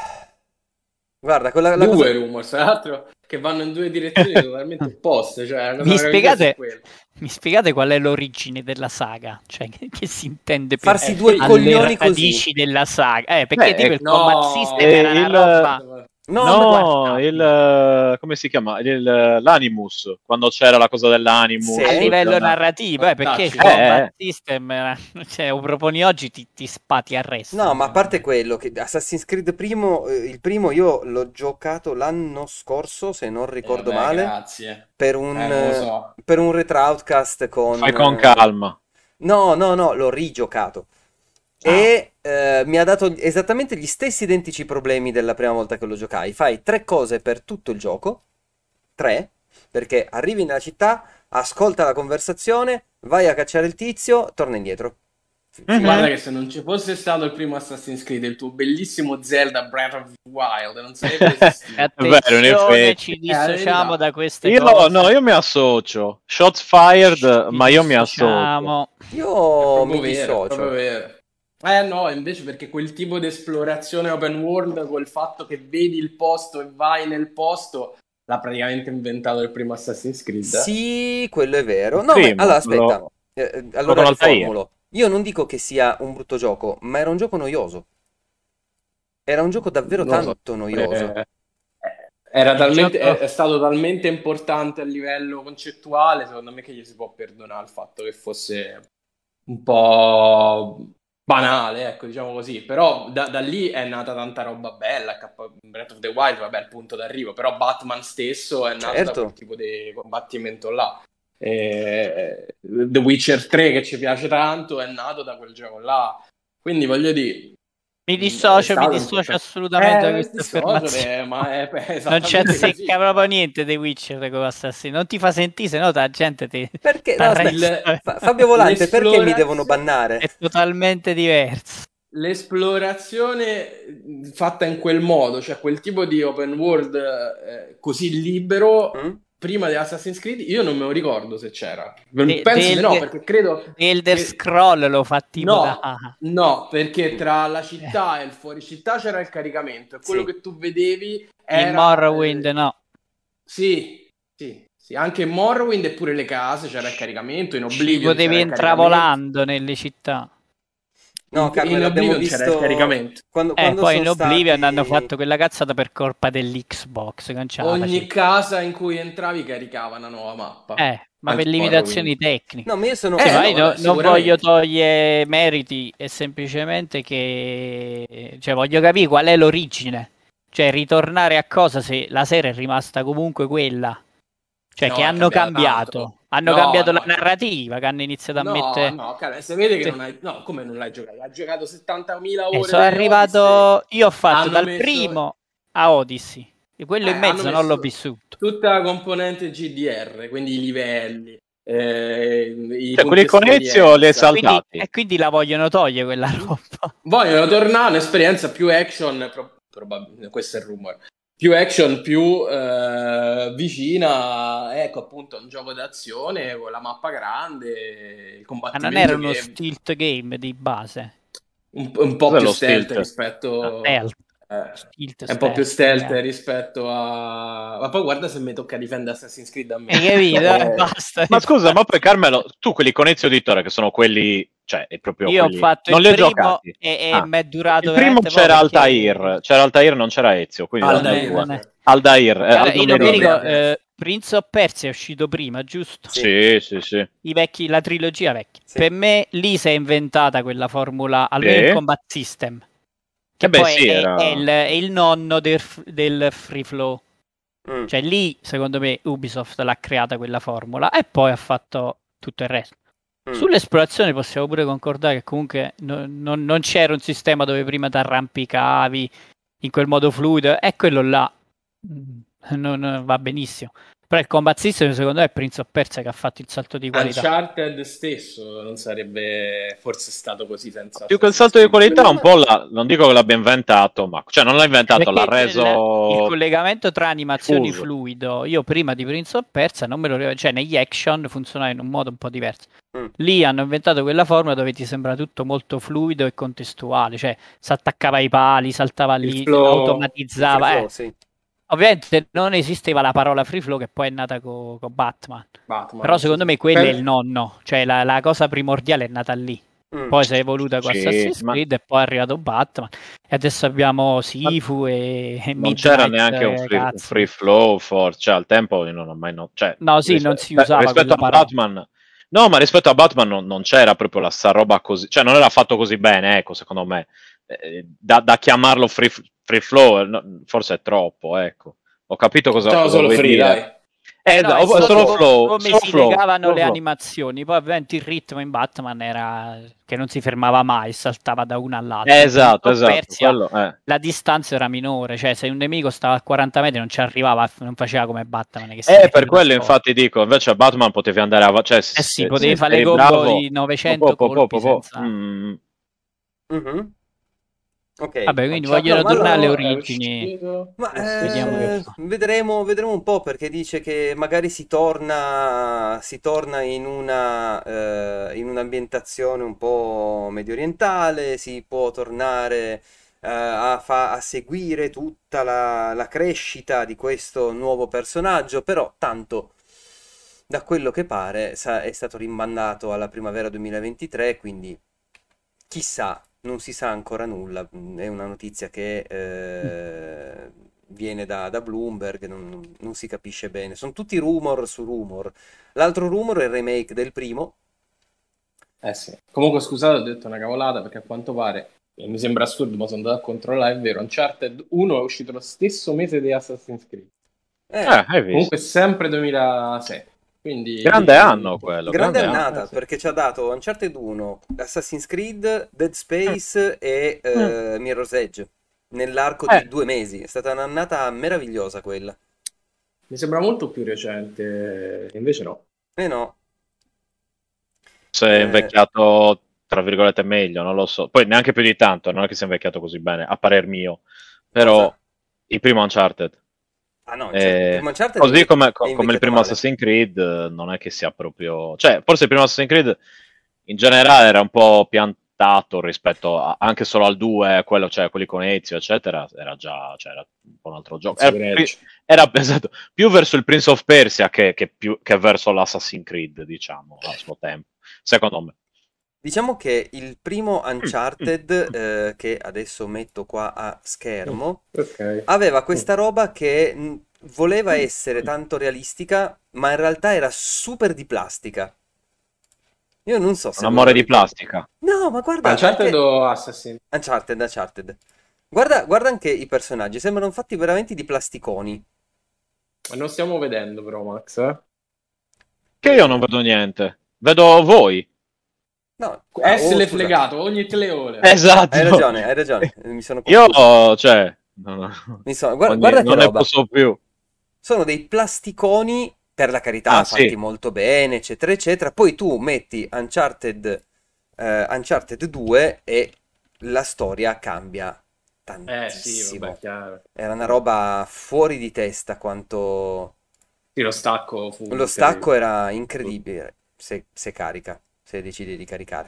Guarda, quella, la Due cosa... rumors, tra l'altro, che vanno in due direzioni totalmente opposte. Cioè, la cosa Mi meravigliosa è spiegate, quella. mi spiegate qual è l'origine della saga? Cioè, che, che si intende per Farsi È due figo. alle coglioni così. radici della saga? Eh, perché Beh, tipo è- il Combat No, System è era una il... roba No, ma... No, il... inguardabile. come si chiama? Il- l'Animus, quando c'era la cosa Sì. A dell'Animus. livello del- narrativo, eh, perché il Mortacci. Eh, Combat eh, System, era- cioè, lo proponi oggi ti, ti spati No, arrestano, ma a parte secondo me. quello, che Assassin's Creed primo, eh, il primo io l'ho giocato l'anno scorso, se non E ricordo vabbè, male, grazie. per Eh, un, non lo eh, so. per un retro outcast con... fai con eh, calma. No, no, no, l'ho rigiocato. Ah, E eh, mi ha dato esattamente gli stessi identici problemi della prima volta che lo giocai. Fai tre cose per tutto il gioco, tre, perché arrivi nella città, ascolta la conversazione, vai a cacciare il tizio, torna indietro. Fi- guarda Mhm. Finito. che se non ci fosse stato il primo Assassin's Creed, il tuo bellissimo Zelda Breath of the Wild non sarebbe esistito. È vero, in Attenzione, effetti. ci È la dissociamo verità. da queste Io, no, cose. io mi associo. Shots fired, Ci ma io mi associo. dissociamo. È Io proprio mi vero, è proprio dissocio. vero. Eh no, invece perché quel tipo di esplorazione open world, col fatto che vedi il posto e vai nel posto, l'ha praticamente inventato il primo Assassin's Creed. eh. Sì, quello è vero. Il No, ma allora primo, aspetta. quello, Eh, eh, quello allora con Altair. riformulo. Io non dico che sia un brutto gioco, ma era un gioco noioso. Era un gioco davvero Non lo so. tanto noioso. Eh, era Il talmente, è, gioco... è stato talmente importante a livello concettuale, secondo me, che gli si può perdonare il fatto che fosse un po' banale, ecco, diciamo così. Però da, da lì è nata tanta roba bella. K- Breath of the Wild, vabbè, è il punto d'arrivo. Però Batman stesso è nato da quel Certo. tipo di combattimento là. E The Witcher tre, che ci piace tanto, è nato da quel gioco là. Quindi voglio dire, Mi mh, è dissocio, mi stato dissocio importante. assolutamente da Eh, questa dissocio, affermazione. eh, ma è, è Non ci esattamente azzecca così. proprio niente dei Witcher con Assassino. Non ti fa sentire, se no la gente ti Perché? No, aspetta. t'arresta. Il- Fa- Fabio Volante, perché mi devono l'esplorazione bannare? È totalmente diverso. L'esplorazione mh, fatta in quel modo, cioè quel tipo di open world eh, così libero, Mm? prima di Assassin's Creed, io non me lo ricordo se c'era. De- Penso di del, no, perché credo Elder che... Scroll lo fa tipo da... No, no, perché tra la Eh, città e il fuori città c'era il caricamento e quello Sì. che tu vedevi in era... Morrowind eh, no. sì, sì, sì, anche in Morrowind e pure le case c'era il caricamento, in Ci Oblivion c'era potevi il entrare caricamento. volando nelle città. No, In, Carmen, in l'abbiamo Oblivion c'era il visto caricamento. quando, Eh, quando poi sono in Oblivion hanno stati... fatto quella cazzata per colpa dell'Xbox, che non ce la Ogni facevi. casa in cui entravi caricava una nuova mappa. Eh, ma per Anche limitazioni Morrowind. tecniche. No, ma io sono... Sì, Eh ma no, io no- vabbè, non voglio sicuramente. togliere meriti, è semplicemente che... Cioè, voglio capire qual è l'origine. Cioè, ritornare a cosa se la serie è rimasta comunque quella. Cioè, che No, è hanno cambiata tanto. cambiato. Hanno No, cambiato la no, è cam- narrativa, che hanno iniziato a no, mettere... no, cara, se vede che Sì. non hai... No, come non l'hai giocato? Hai giocato settantamila Eh, ore sono di Odyssey. arrivato... Io ho fatto Hanno dal messo... Eh, primo a Odyssey. E quello in hanno mezzo non l'ho messo vissuto. tutta la componente G D R, quindi i livelli, eh, i Cioè, punti quelli con Ezio li hai esperienza. Quindi, saltati. e quindi la vogliono togliere quella roba. Vogliono tornare a un'esperienza più action, pro- probabilmente, questo è il rumore, più action, più eh, vicina, ecco appunto un gioco d'azione con la mappa grande, il Ma non era combattimento uno che è stealth game di base. un, un po' Cos'è più lo stealth stealth? rispetto... Stealth. eh, Stealth, è un po' più stealth, stealth magari. rispetto a... Ma poi guarda se mi tocca difendere Assassin's Creed a me. Hai capito? Eh, Eh, basta. Ma scusa, ma poi Carmelo, tu quelli con Ezio Auditore, che sono quelli, cioè, è proprio Io ho quelli, fatto non il li ho primo giocati. e, e Ah. mi è durato Il primo veramente poco c'era perché... Altair, c'era Altair, non c'era Ezio, quindi non mi Eh, non ricordo. è... Aldair. Aldair, eh, Allora, Aldo io mi non mi Proprio ricordo. ricordo... Aldair. eh, Prince of Persia è uscito prima, giusto? Sì, Sì, sì, sì. I vecchi, la trilogia vecchia. sì. Per me lì si è inventata quella formula, almeno il Sì. combat system, che Eh beh, poi sì, è, era... è il, è il nonno del, f- del free flow. Mm. Cioè lì, secondo me, Ubisoft l'ha creata quella formula e poi ha fatto tutto il resto. Mm. Sull'esplorazione possiamo pure concordare che comunque no- non, non c'era un sistema dove prima ti arrampicavi in quel modo fluido e quello là mm, non, non va benissimo. Però il combat system secondo me è Prince of Persia che ha fatto il salto di qualità. Uncharted stesso non sarebbe forse stato così senza Più che il Assassin's salto di Creed. qualità, un Ma- po' la- non dico che l'abbia inventato, ma cioè non l'ha inventato, l'ha Perché il, il reso collegamento tra animazioni diffuso. fluido, io prima di Prince of Persia non me lo ricordo, cioè negli action funzionava in un modo un po' diverso. Mm. Lì hanno inventato quella forma dove ti sembra tutto molto fluido e contestuale, cioè si attaccava ai pali, saltava Il lì, flow, Il free automatizzava. flow, eh. sì. Ovviamente non esisteva la parola free flow che poi è nata con Batman, Batman, però sì, secondo sì. me quello è il Per- nonno, cioè la, la cosa primordiale è nata lì. Mm. Poi si è evoluta con Sì, Assassin's ma Creed e poi è arrivato Batman. E adesso abbiamo ma Sifu e, e non c'era Midnight neanche un eh, free, un cazzo. free flow, forse, cioè al tempo io non ho mai no- cioè, No, sì, non rispe- si beh, usava rispetto quella a parola. Batman, no, ma rispetto a Batman non, non c'era proprio la sta roba così, cioè non era fatto così bene, ecco, secondo me. Eh, da, da chiamarlo free, free flow, eh, no, forse è troppo, ecco. Ho capito cosa, Facciamo cosa solo vuoi free, dire. dai. Eh, Eh no, da- è o- Solo solo solo flow. flow, come solo si flow, legavano solo le flow. animazioni. Poi ovviamente il ritmo in Batman era che non si fermava mai, saltava da una all'altra. Eh, In Prince esatto, of esatto, Persia quello, eh. la distanza era minore, cioè se un nemico stava a quaranta metri non ci arrivava, non faceva come Batman che si Eh, per metteva da quello sopra. infatti dico, invece a Batman potevi andare a... cioè Eh sì, se, potevi se fare le eri combo bravo... di Po, po, novecento po, po, colpi po, po. senza... Mm. Mhm. Ok. Vabbè, quindi Uncharted No, vogliono ma tornare alle allora... uno è origini, uscito Ma lo stesso vediamo che eh, fa. mese. vedremo, vedremo un po' perché dice che magari si torna, si torna in una, eh, in un'ambientazione un po' medio orientale, si può tornare eh, a, fa- a seguire tutta la, la crescita di questo nuovo personaggio, però tanto da quello che pare sa- è stato rinmandato alla primavera duemilaventitré, quindi chissà, non si sa ancora nulla, mm, è una notizia che eh, viene da, da Bloomberg, non, non- non si capisce bene, sono tutti rumor su rumor. L'altro rumor è il remake del primo. Eh sì. Comunque scusate, ho detto una cavolata perché a quanto pare, e mi sembra assurdo, ma sono andato a controllare, è vero, Uncharted uno è uscito lo stesso mese di Assassin's Creed. Eh, Eh, hai Comunque visto. sempre duemilasei. Grande Quindi anno quello, grande grande anno. eh annata sì. perché ci ha dato Uncharted uno, Assassin's Creed, Dead Space e Mm. eh, Mirror's Edge nell'arco Eh, di due mesi. È stata un'annata meravigliosa quella. Mi sembra molto più recente, invece no. Eh no, se è eh, invecchiato, tra virgolette, meglio, non lo so. Poi neanche più di tanto, non è che sia invecchiato così bene, a parer mio. Però cosa? il primo Uncharted, Ah no, Uncharted- il eh, primo Uncharted è, così inve- come, è co- come il invecchiato primo male. Assassin's Creed, eh, non è che sia proprio... Cioè, forse il primo Assassin's Creed in generale era un po' piantato rispetto a- anche solo al due, quello, cioè quelli con Ezio, eccetera, era già cioè, era un po' un altro gioco. Ezio Era, pri- Greggio. era, esatto, più verso il Prince of Persia che, che più, che verso l'Assassin's Creed, diciamo, a suo tempo, secondo me. Diciamo che il primo Mm, mm, Uncharted, mm. eh, che adesso metto qua a Mm, schermo, ok. aveva Mm. questa roba che mh, voleva essere tanto realistica, ma in realtà era super di plastica. Io non so se Un ve lo amore di ricordate. plastica. No, ma guarda, Uncharted anche o Assassin? Uncharted, Uncharted. Guarda, guarda anche i personaggi, sembrano fatti veramente di plasticoni. Non stiamo vedendo però, Max. Eh? Che io non vedo niente. Vedo voi. No, ah, oh, Essere scusa. flegato ogni tre ore. Hai Esatto. ragione, hai ragione, mi sono confuso. Io, cioè, no, no, Mi sono- guarda, ogni- guarda che non ne roba. posso più. Sono dei plasticoni, per la carità, Ah, fatti sì. molto bene, eccetera, eccetera. Poi tu metti Uncharted, eh, Uncharted due e la storia cambia Eh sì, vabbè, tantissimo. chiaro. Era una Chiaro. roba fuori di testa quanto... Sì, lo stacco Lo fu stacco terribile. era incredibile se, se carica, se decidi di caricare.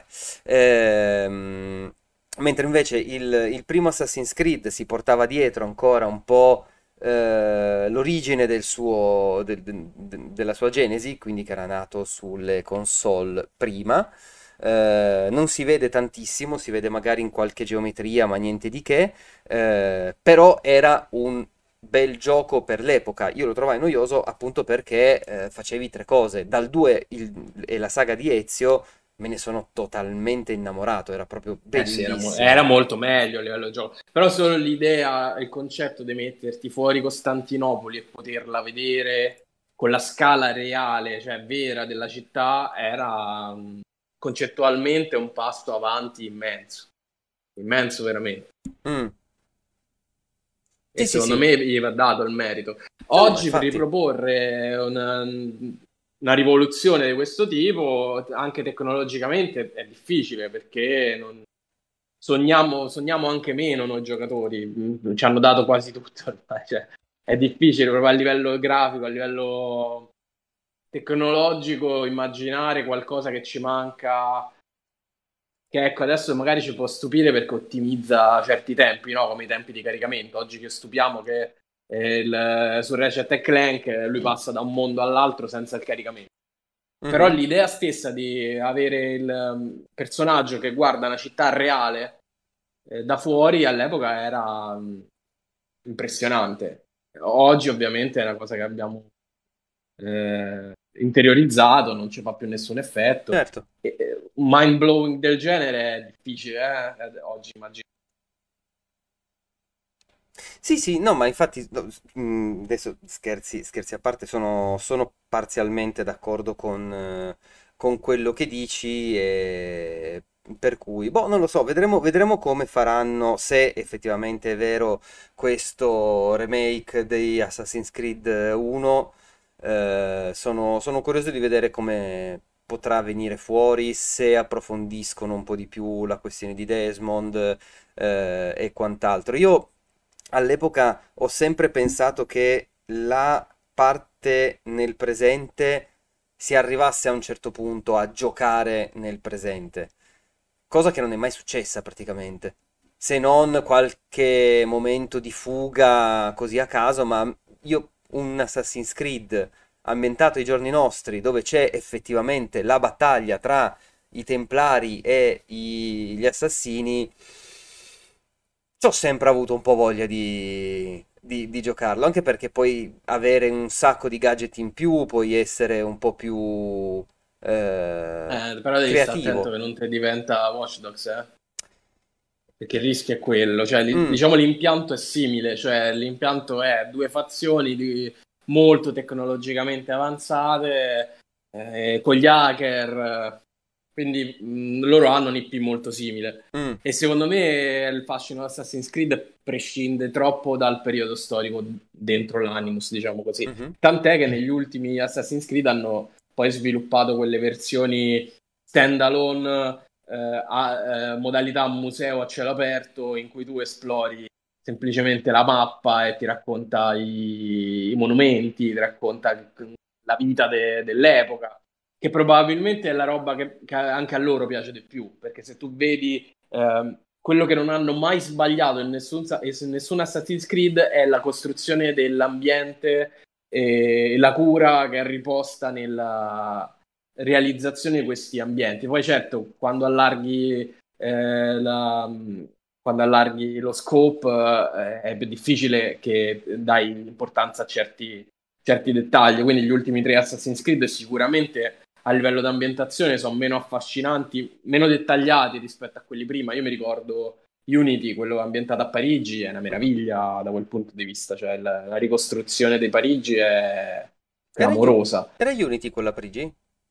Ehm, mentre invece il, il primo Assassin's Creed si portava dietro ancora un po' eh, l'origine del suo, del- de- de- della sua genesi, quindi che era nato sulle console prima. Eh, non si vede tantissimo, si vede magari in qualche geometria, ma niente di che. Eh, però era un bel gioco per l'epoca. Io lo trovai noioso appunto perché eh, facevi tre cose. Dal due il- e la saga di Ezio me ne sono totalmente innamorato, era proprio Eh sì, era, mo- era bellissimo. molto meglio a livello di gioco. Però solo l'idea, il concetto di metterti fuori Costantinopoli e poterla vedere con la scala reale, cioè vera della città, era mm, concettualmente un passo avanti immenso. Immenso veramente. Mm. e Sì, sì, secondo sì. me gli va dato il merito. No, Oggi per infatti. riproporre una, una rivoluzione di questo tipo, anche tecnologicamente, è difficile perché non, sogniamo, sogniamo anche meno noi giocatori, ci hanno dato quasi tutto ormai, cioè, è difficile proprio a livello grafico, a livello tecnologico immaginare qualcosa che ci manca, che ecco adesso magari ci può stupire perché ottimizza certi tempi, no? Come i tempi di caricamento. Oggi che stupiamo che eh, il, su Ratchet e Clank eh, lui passa da un mondo all'altro senza il caricamento. Però Mhm. l'idea stessa di avere il um, personaggio che guarda una città reale eh, da fuori all'epoca era um, impressionante. Oggi ovviamente è una cosa che abbiamo eh, interiorizzato, non ci fa più nessun effetto. Certo. E, eh, un mind blowing del genere è difficile, eh? Oggi immagino. Sì, sì, no, ma infatti, no, s- mh, adesso scherzi, scherzi a parte, sono, sono parzialmente d'accordo con, eh, con quello che dici, e per cui, boh, non lo so, vedremo, vedremo come faranno, se effettivamente è vero questo remake di Assassin's Creed uno, eh, sono, sono curioso di vedere come potrà venire fuori, se approfondiscono un po' di più la questione di Desmond, eh, e quant'altro. Io all'epoca ho sempre pensato che la parte nel presente si arrivasse a un certo punto a giocare nel presente, cosa che non è mai successa praticamente, se non qualche momento di fuga così a caso, ma io un Assassin's Creed ambientato ai giorni nostri, dove c'è effettivamente la battaglia tra i Templari e i- gli Assassini, ci ho sempre avuto un po' voglia di, di- di giocarlo, anche perché puoi avere un sacco di gadget in più, puoi essere un po' più eh, Eh, però devi stare attento creativo. che non ti diventa Watch Dogs, eh? Perché il rischio è quello. Cioè, li- Mm, diciamo l'impianto è simile, cioè l'impianto è due fazioni di- molto tecnologicamente avanzate, eh, con gli hacker, quindi mh, loro hanno un I P molto simile. mm, E secondo me il fascino di Assassin's Creed prescinde troppo dal periodo storico dentro l'Animus, diciamo così. mhm. Tant'è che negli ultimi Assassin's Creed hanno poi sviluppato quelle versioni standalone eh, a eh, modalità museo a cielo aperto in cui tu esplori semplicemente la mappa e ti racconta i, i monumenti, ti racconta la vita de- dell'epoca, che probabilmente è la roba che, che anche a loro piace di più, perché se tu vedi ehm, quello che non hanno mai sbagliato in nessun, sa- in nessun Assassin's Creed è la costruzione dell'ambiente e la cura che è riposta nella realizzazione di questi ambienti. Poi certo, quando allarghi, eh, la- quando allarghi lo scope, eh, è più difficile che dai importanza a certi, certi dettagli. Quindi gli ultimi tre Assassin's Creed sicuramente a livello di ambientazione sono meno affascinanti, meno dettagliati rispetto a quelli prima. Io mi ricordo Unity, quello ambientato a Parigi, è una meraviglia da quel punto di vista, cioè la, la ricostruzione di Parigi è Era, Uni- clamorosa. era Unity quella per i G?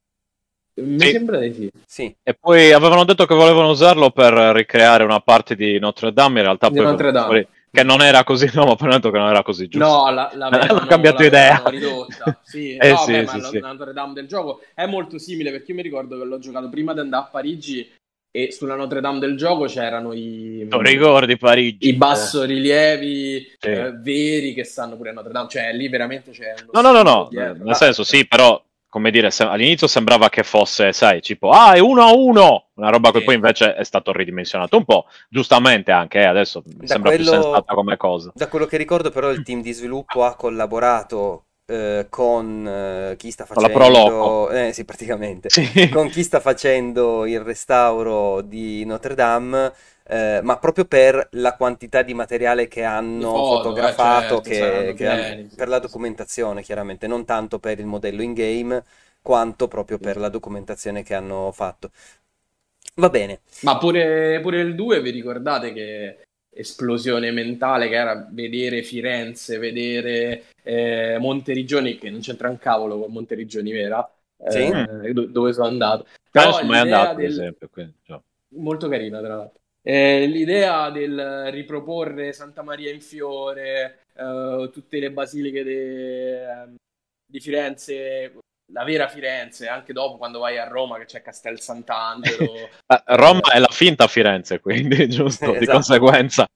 Mi Sì. sembra di sì. Sì. E poi avevano detto che volevano usarlo per ricreare una parte di Notre Dame, in realtà Di poi è Notre venuto Dame. fuori che non era così, no, ma poi hanno detto che non era così, giusto? No, la- Hanno l'avevano, cambiato idea. l'avevano ridotta. Sì, Eh no, vabbè, sì, ma sì, la, sì. la Notre Dame del gioco è molto simile perché io mi ricordo che l'ho giocato prima di andare a Parigi e sulla Notre Dame del gioco c'erano i, Non mh, ricordi i Parigi? Eh, bassorilievi sì. eh, veri che stanno pure a Notre Dame. Cioè, lì veramente c'è uno No, no, no, studio no, dietro. nel La- senso sì, però, come dire, se- all'inizio sembrava che fosse, sai, tipo, ah, è uno a uno, una roba che sì. poi invece è stato ridimensionato un po', giustamente anche, eh, adesso mi Da sembra più quello, sensata come cosa. da quello che ricordo, però, il team di sviluppo ha collaborato eh, con eh, chi sta Con la Pro Loco. facendo, eh, sì, praticamente, Sì. con chi sta facendo il restauro di Notre Dame, eh, ma proprio per la quantità di materiale che Di hanno foto, eh, fotografato, certo, che, saranno che han- pieni. Sì, per la sì, sì. documentazione, chiaramente, non tanto per il modello in game, quanto proprio Sì. per la documentazione che hanno fatto. Va bene. Ma pure, pure il due, vi ricordate che esplosione mentale che era vedere Firenze, vedere eh, Monteriggioni, che non c'entra un cavolo con Monteriggioni vera, Sì? Mm. eh, do- dove sono andato. Ah, non Però sono mai l'idea andato, ad del... esempio. Quindi, cioè. Molto carina, tra l'altro. Eh, l'idea del riproporre Santa Maria in Fiore, eh, tutte le basiliche de- di Firenze, la vera Firenze, anche dopo quando vai a Roma che c'è Castel Sant'Angelo. Eh, Roma eh, è la finta Firenze, quindi, giusto, di Esatto. conseguenza.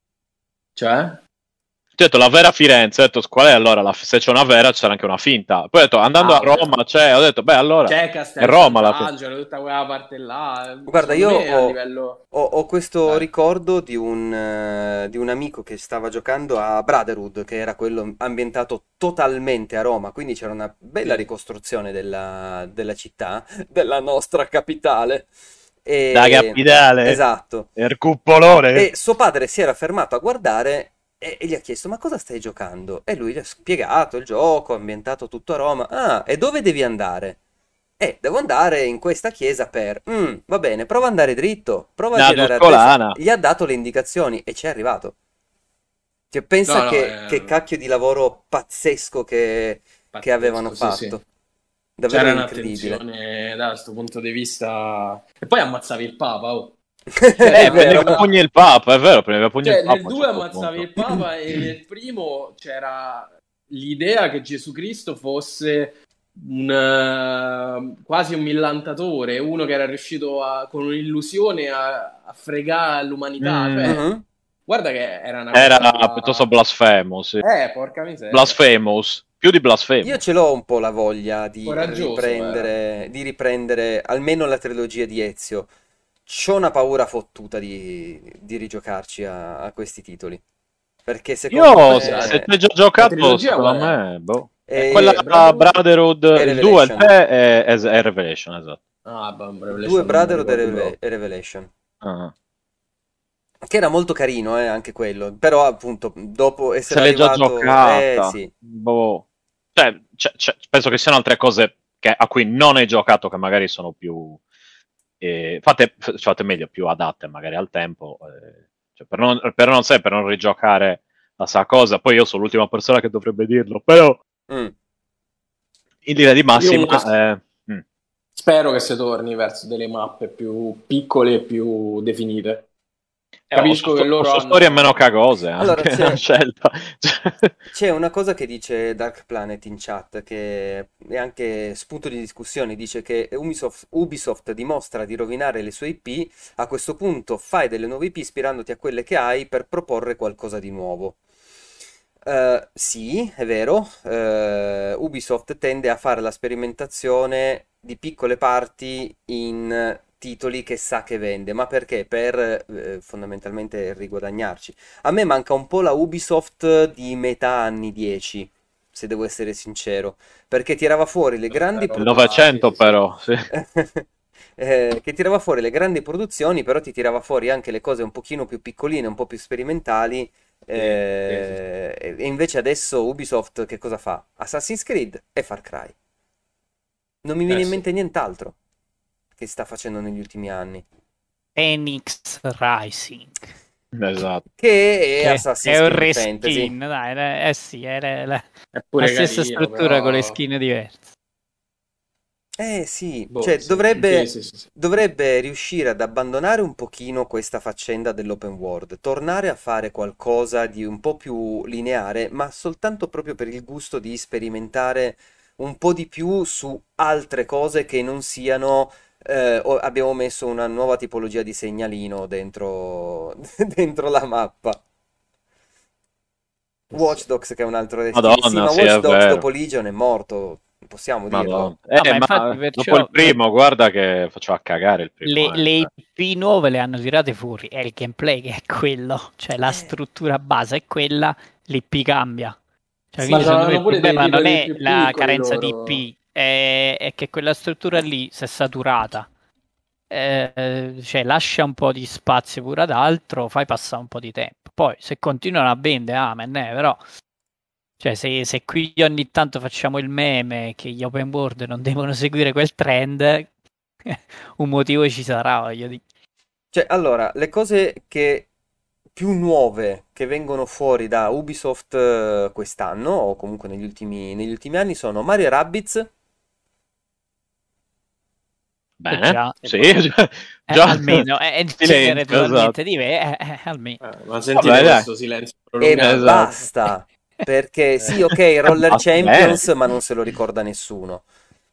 cioè? Ho detto la vera Firenze, ho detto qual è allora la, se c'è una vera c'era anche una finta. Poi ho detto andando Ah, a vabbè. Roma c'è, ho detto beh allora C'è è Castel Roma la finta. Sant'Angelo, tutta quella parte là. Guarda, Secondo io me a ho, livello... ho- ho questo Dai. ricordo di un, eh, di un amico che stava giocando a Brotherhood, che era quello ambientato totalmente a Roma, quindi c'era una bella Sì. ricostruzione della, della città, della nostra capitale. Da E, capitale, esatto. il cuppolone. E suo padre si era fermato a guardare e, e gli ha chiesto: Ma cosa stai giocando? E lui gli ha spiegato il gioco, ambientato tutto a Roma. Ah, e dove devi andare? Eh, devo andare in questa chiesa per... "Mm, va bene, prova ad andare dritto, prova a Una girare a destra." tuscolana. Gli ha dato le indicazioni e ci è arrivato. Cioè, No, pensa no, che, che è cacchio di lavoro pazzesco che, che avevano pazzesco, sì, sì. fatto. Davvero C'era incredibile. un'attenzione da questo punto di vista. E poi ammazzavi il Papa, oh. È Eh, C'era vero. prendeva a pugni una... il Papa, è vero, prendeva a pugni il Cioè, Papa nel a un due certo ammazzavi punto. il Papa e nel primo c'era l'idea che Gesù Cristo fosse un, eh, quasi un millantatore, uno che era riuscito a- con un'illusione a, a fregare l'umanità. Mm, Cioè, Mhm. guarda che era una era piuttosto cosa... blasfemo, sì. Eh, porca miseria. Blasphemous, più di Io blasfemo. ce l'ho un po' la voglia di Coraggioso era. riprendere, di riprendere almeno la trilogia di Ezio. C'ho una paura fottuta di, di rigiocarci a, a questi titoli. Perché secondo Io, se se me ti hai già La giocato, trilogia secondo qual è? me, boh. È quella è, È Brotherhood? è Brotherhood, il due, il Revelation. tre è, è, è Revelation, esatto. Ah, beh, Due Revelation non mi Brotherhood e ricordo Reve- proprio. e Revelation. Ah. Che era molto carino, eh, anche quello. Però, appunto, dopo Se essere l'hai già arrivato... Eh, giocata, sì. boh. Cioè, c'è- c'è- penso che siano altre cose che- a cui non hai giocato che magari sono più eh, fatte, f- fatte meglio, più adatte magari al tempo. eh. Cioè, per non, per non sé, per non rigiocare la sa cosa. Poi io sono l'ultima persona che dovrebbe dirlo, però Mm. in linea di Io comunque massima... s- eh, mm. spero che si torni verso delle mappe più piccole e più definite. Eh, o so, Capisco che o loro so storie meno hanno... cagose Allora, anche, è una c'è scelta. Cioè, c'è una cosa che dice Dark Planet in chat, che è anche spunto di discussione. Dice che Ubisoft, Ubisoft dimostra di rovinare le sue I P. A questo punto fai delle nuove I P ispirandoti a quelle che hai per proporre qualcosa di nuovo. Eh, sì, è vero, eh, Ubisoft tende a fare la sperimentazione di piccole parti in titoli che sa che vende, ma perché? Per eh, fondamentalmente riguadagnarci. A me manca un po' la Ubisoft di metà anni dieci, se devo essere sincero, perché tirava fuori le grandi il roba... Sì, Novecento sì, sì. però, sì. eh, che tirava fuori le grandi produzioni, però ti tirava fuori anche le cose un pochino più piccoline, un po' più sperimentali. Sì, sì, sì, sì. eh, e e invece adesso Ubisoft che cosa fa? Assassin's Creed e Far Cry. Non mi viene Eh in sì. mente nient'altro che sta facendo negli ultimi anni. Phoenix Rising, Esatto. Che è che è Assassin's un Creed Fantasy. reskin, dai, eh eh sì, è la, la- È la pure stessa carino, struttura con le però... skin diverse. Eh sì, Boh, cioè sì. Sì, dovrebbe, sì, sì, sì. dovrebbe riuscire ad abbandonare un pochino questa faccenda dell'open world, tornare a fare qualcosa di un po' più lineare, ma soltanto proprio per il gusto di sperimentare un po' di più su altre cose che non siano... eh, o- abbiamo messo una nuova tipologia di segnalino dentro, dentro la mappa. Eh sì. Watch Dogs che è un altro destino. Sì, Madonna, ma sì, Watch è Dogs vero. dopo Legion è morto, possiamo Madonna. dirlo. No, Eh, ma infatti ma dopo perciò il primo, guarda che faceva cagare il primo le, le anche. I P nuove le hanno tirate fuori, è il gameplay che è quello, cioè la Eh, struttura base è quella, l'I P cambia. Cioè, sì, Ma quindi secondo me c'hanno il pure dei problema non titoli è più la piccoli carenza di loro. I P, è, è che quella struttura lì si è saturata. Eh, cioè lascia un po' di spazio pure ad altro, fai passare un po' di tempo. Poi se continuano a vendere, amen, eh, però cioè, se, se qui ogni tanto facciamo il meme che gli open world non devono seguire quel trend, un motivo ci sarà, voglio dire. cioè, allora, le cose che più nuove che vengono fuori da Ubisoft eh, quest'anno, o comunque negli ultimi, negli ultimi anni, sono Mario e Rabbids, Bene, già. sì, E già, Eh, già- almeno è è un genere silenzio, esatto. totalmente diverso. Eh, eh, almeno. Eh, ma sentite Vabbè, dai. questo silenzio E prolungato. Esatto. basta, perché sì, ok, Roller basta, Champions, bene. ma non se lo ricorda nessuno.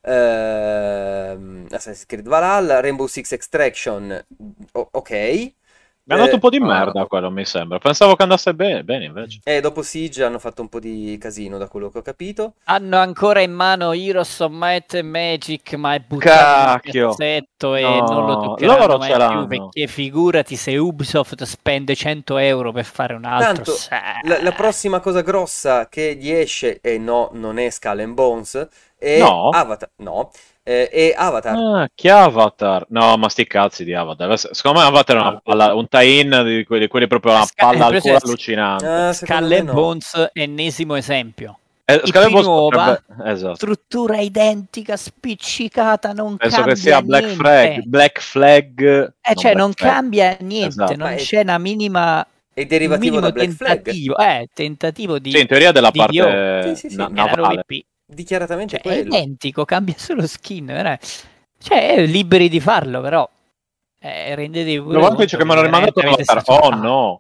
Ehm, Assassin's Creed Valhalla, Rainbow Six Extraction, o- ok. Mi ha dato un Eh, po' di Ah. merda quello, mi sembra. Pensavo che andasse bene, bene invece. e dopo Siege hanno fatto un po' di casino, da quello che ho capito. Hanno ancora in mano Heroes of Might and Magic, ma è buttato in un Cacchio. cassetto e non lo No, toccheranno loro mai ce più, l'hanno. perché figurati se Ubisoft spende cento euro per fare un altro. Tanto, sa- la, la prossima cosa grossa che gli esce, e no, non è Skull and Bones, è No? Avatar. No, eh, è Avatar. Ah, che Avatar? No, ma sti cazzi di Avatar. Secondo me Avatar è una palla- un tie-in di quelli, quelli proprio una Sca- palla eh, al però culo se- allucinante. Ah, secondo Skull me and no. Bones, ennesimo esempio. Eh, I Skull and P Bones nuova, potrebbe... Esatto. struttura identica, spiccicata, non Penso che cambia sia Black Flag. niente. Black Flag... Eh, non cioè, Black non Flag. cambia niente, Esatto. non Ma è, c'è una minima, è un derivativo da minimo Black Flag? tentativo, eh, tentativo Sì, di, in teoria della di D O. Sì, parte sì, na- sì, È la nuova navale. I P. dichiaratamente Cioè, è quello. identico, cambia solo skin, veramente. Cioè, eh, liberi di farlo, però eh, rendetevi pure Giovanni conto dice che mi che hanno rimandato veramente avete Avatar. Oh esagerato. no.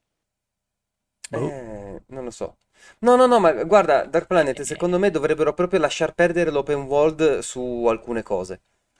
Boh. Eh, non lo so. No, no, no, ma guarda, Dark Planet, Eh, secondo me dovrebbero proprio lasciar perdere l'open world su alcune cose.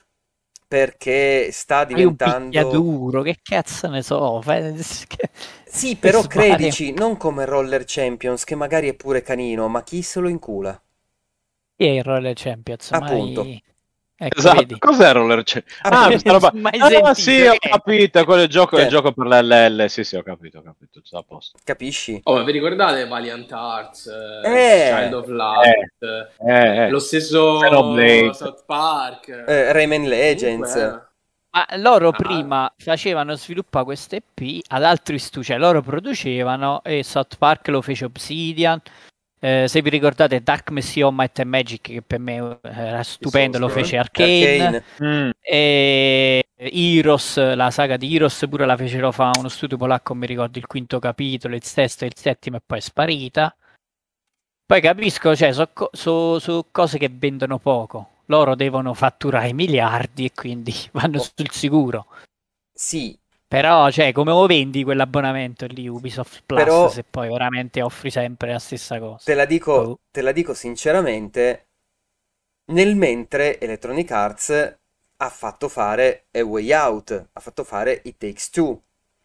Perché sta Fai un diventando... picchiaduro, che cazzo ne so, fai, che, Sì, che però sbaglia. credici, non come Roller Champions, che magari è pure canino, ma chi se lo incula? Chi è il Roller Champions? Appunto. Mai... Ecco, Esatto, vedi? cos'è Roller Champions? Ah, Appunto. questa roba. Mai Ah, sì, sentito, ho che è? capito, quello è il gioco, è il Cioè, gioco per l'L L. Sì, sì, ho capito, ho capito, sta a posto. capisci? Oh, ma vi ricordate Valiant Arts, eh, Child Eh, of Light, Eh, eh, eh. lo stesso Xenoblade. South Park? eh, Rayman Comunque, Legends. eh. Ma loro Ah, prima facevano sviluppare queste E P ad altri studi, cioè loro producevano e South Park lo fece Obsidian. Eh, se vi ricordate Dark Messiah of Might and Magic, che per me era stupendo, lo fece Arcane. Arcane. Mm. E Heroes, la saga di Heroes pure la fecero fa uno studio polacco, mi ricordo il quinto capitolo, il sesto e il settimo e poi è sparita. Poi capisco, cioè, sono co- so- so cose che vendono poco. Loro devono fatturare miliardi e quindi vanno Oh, sul sicuro. sì, Però, cioè, come lo vendi quell'abbonamento lì Ubisoft Plus però se poi veramente offri sempre la stessa cosa? te la dico, Boh. te la dico sinceramente, nel mentre Electronic Arts ha fatto fare A Way Out, ha fatto fare It Takes Two.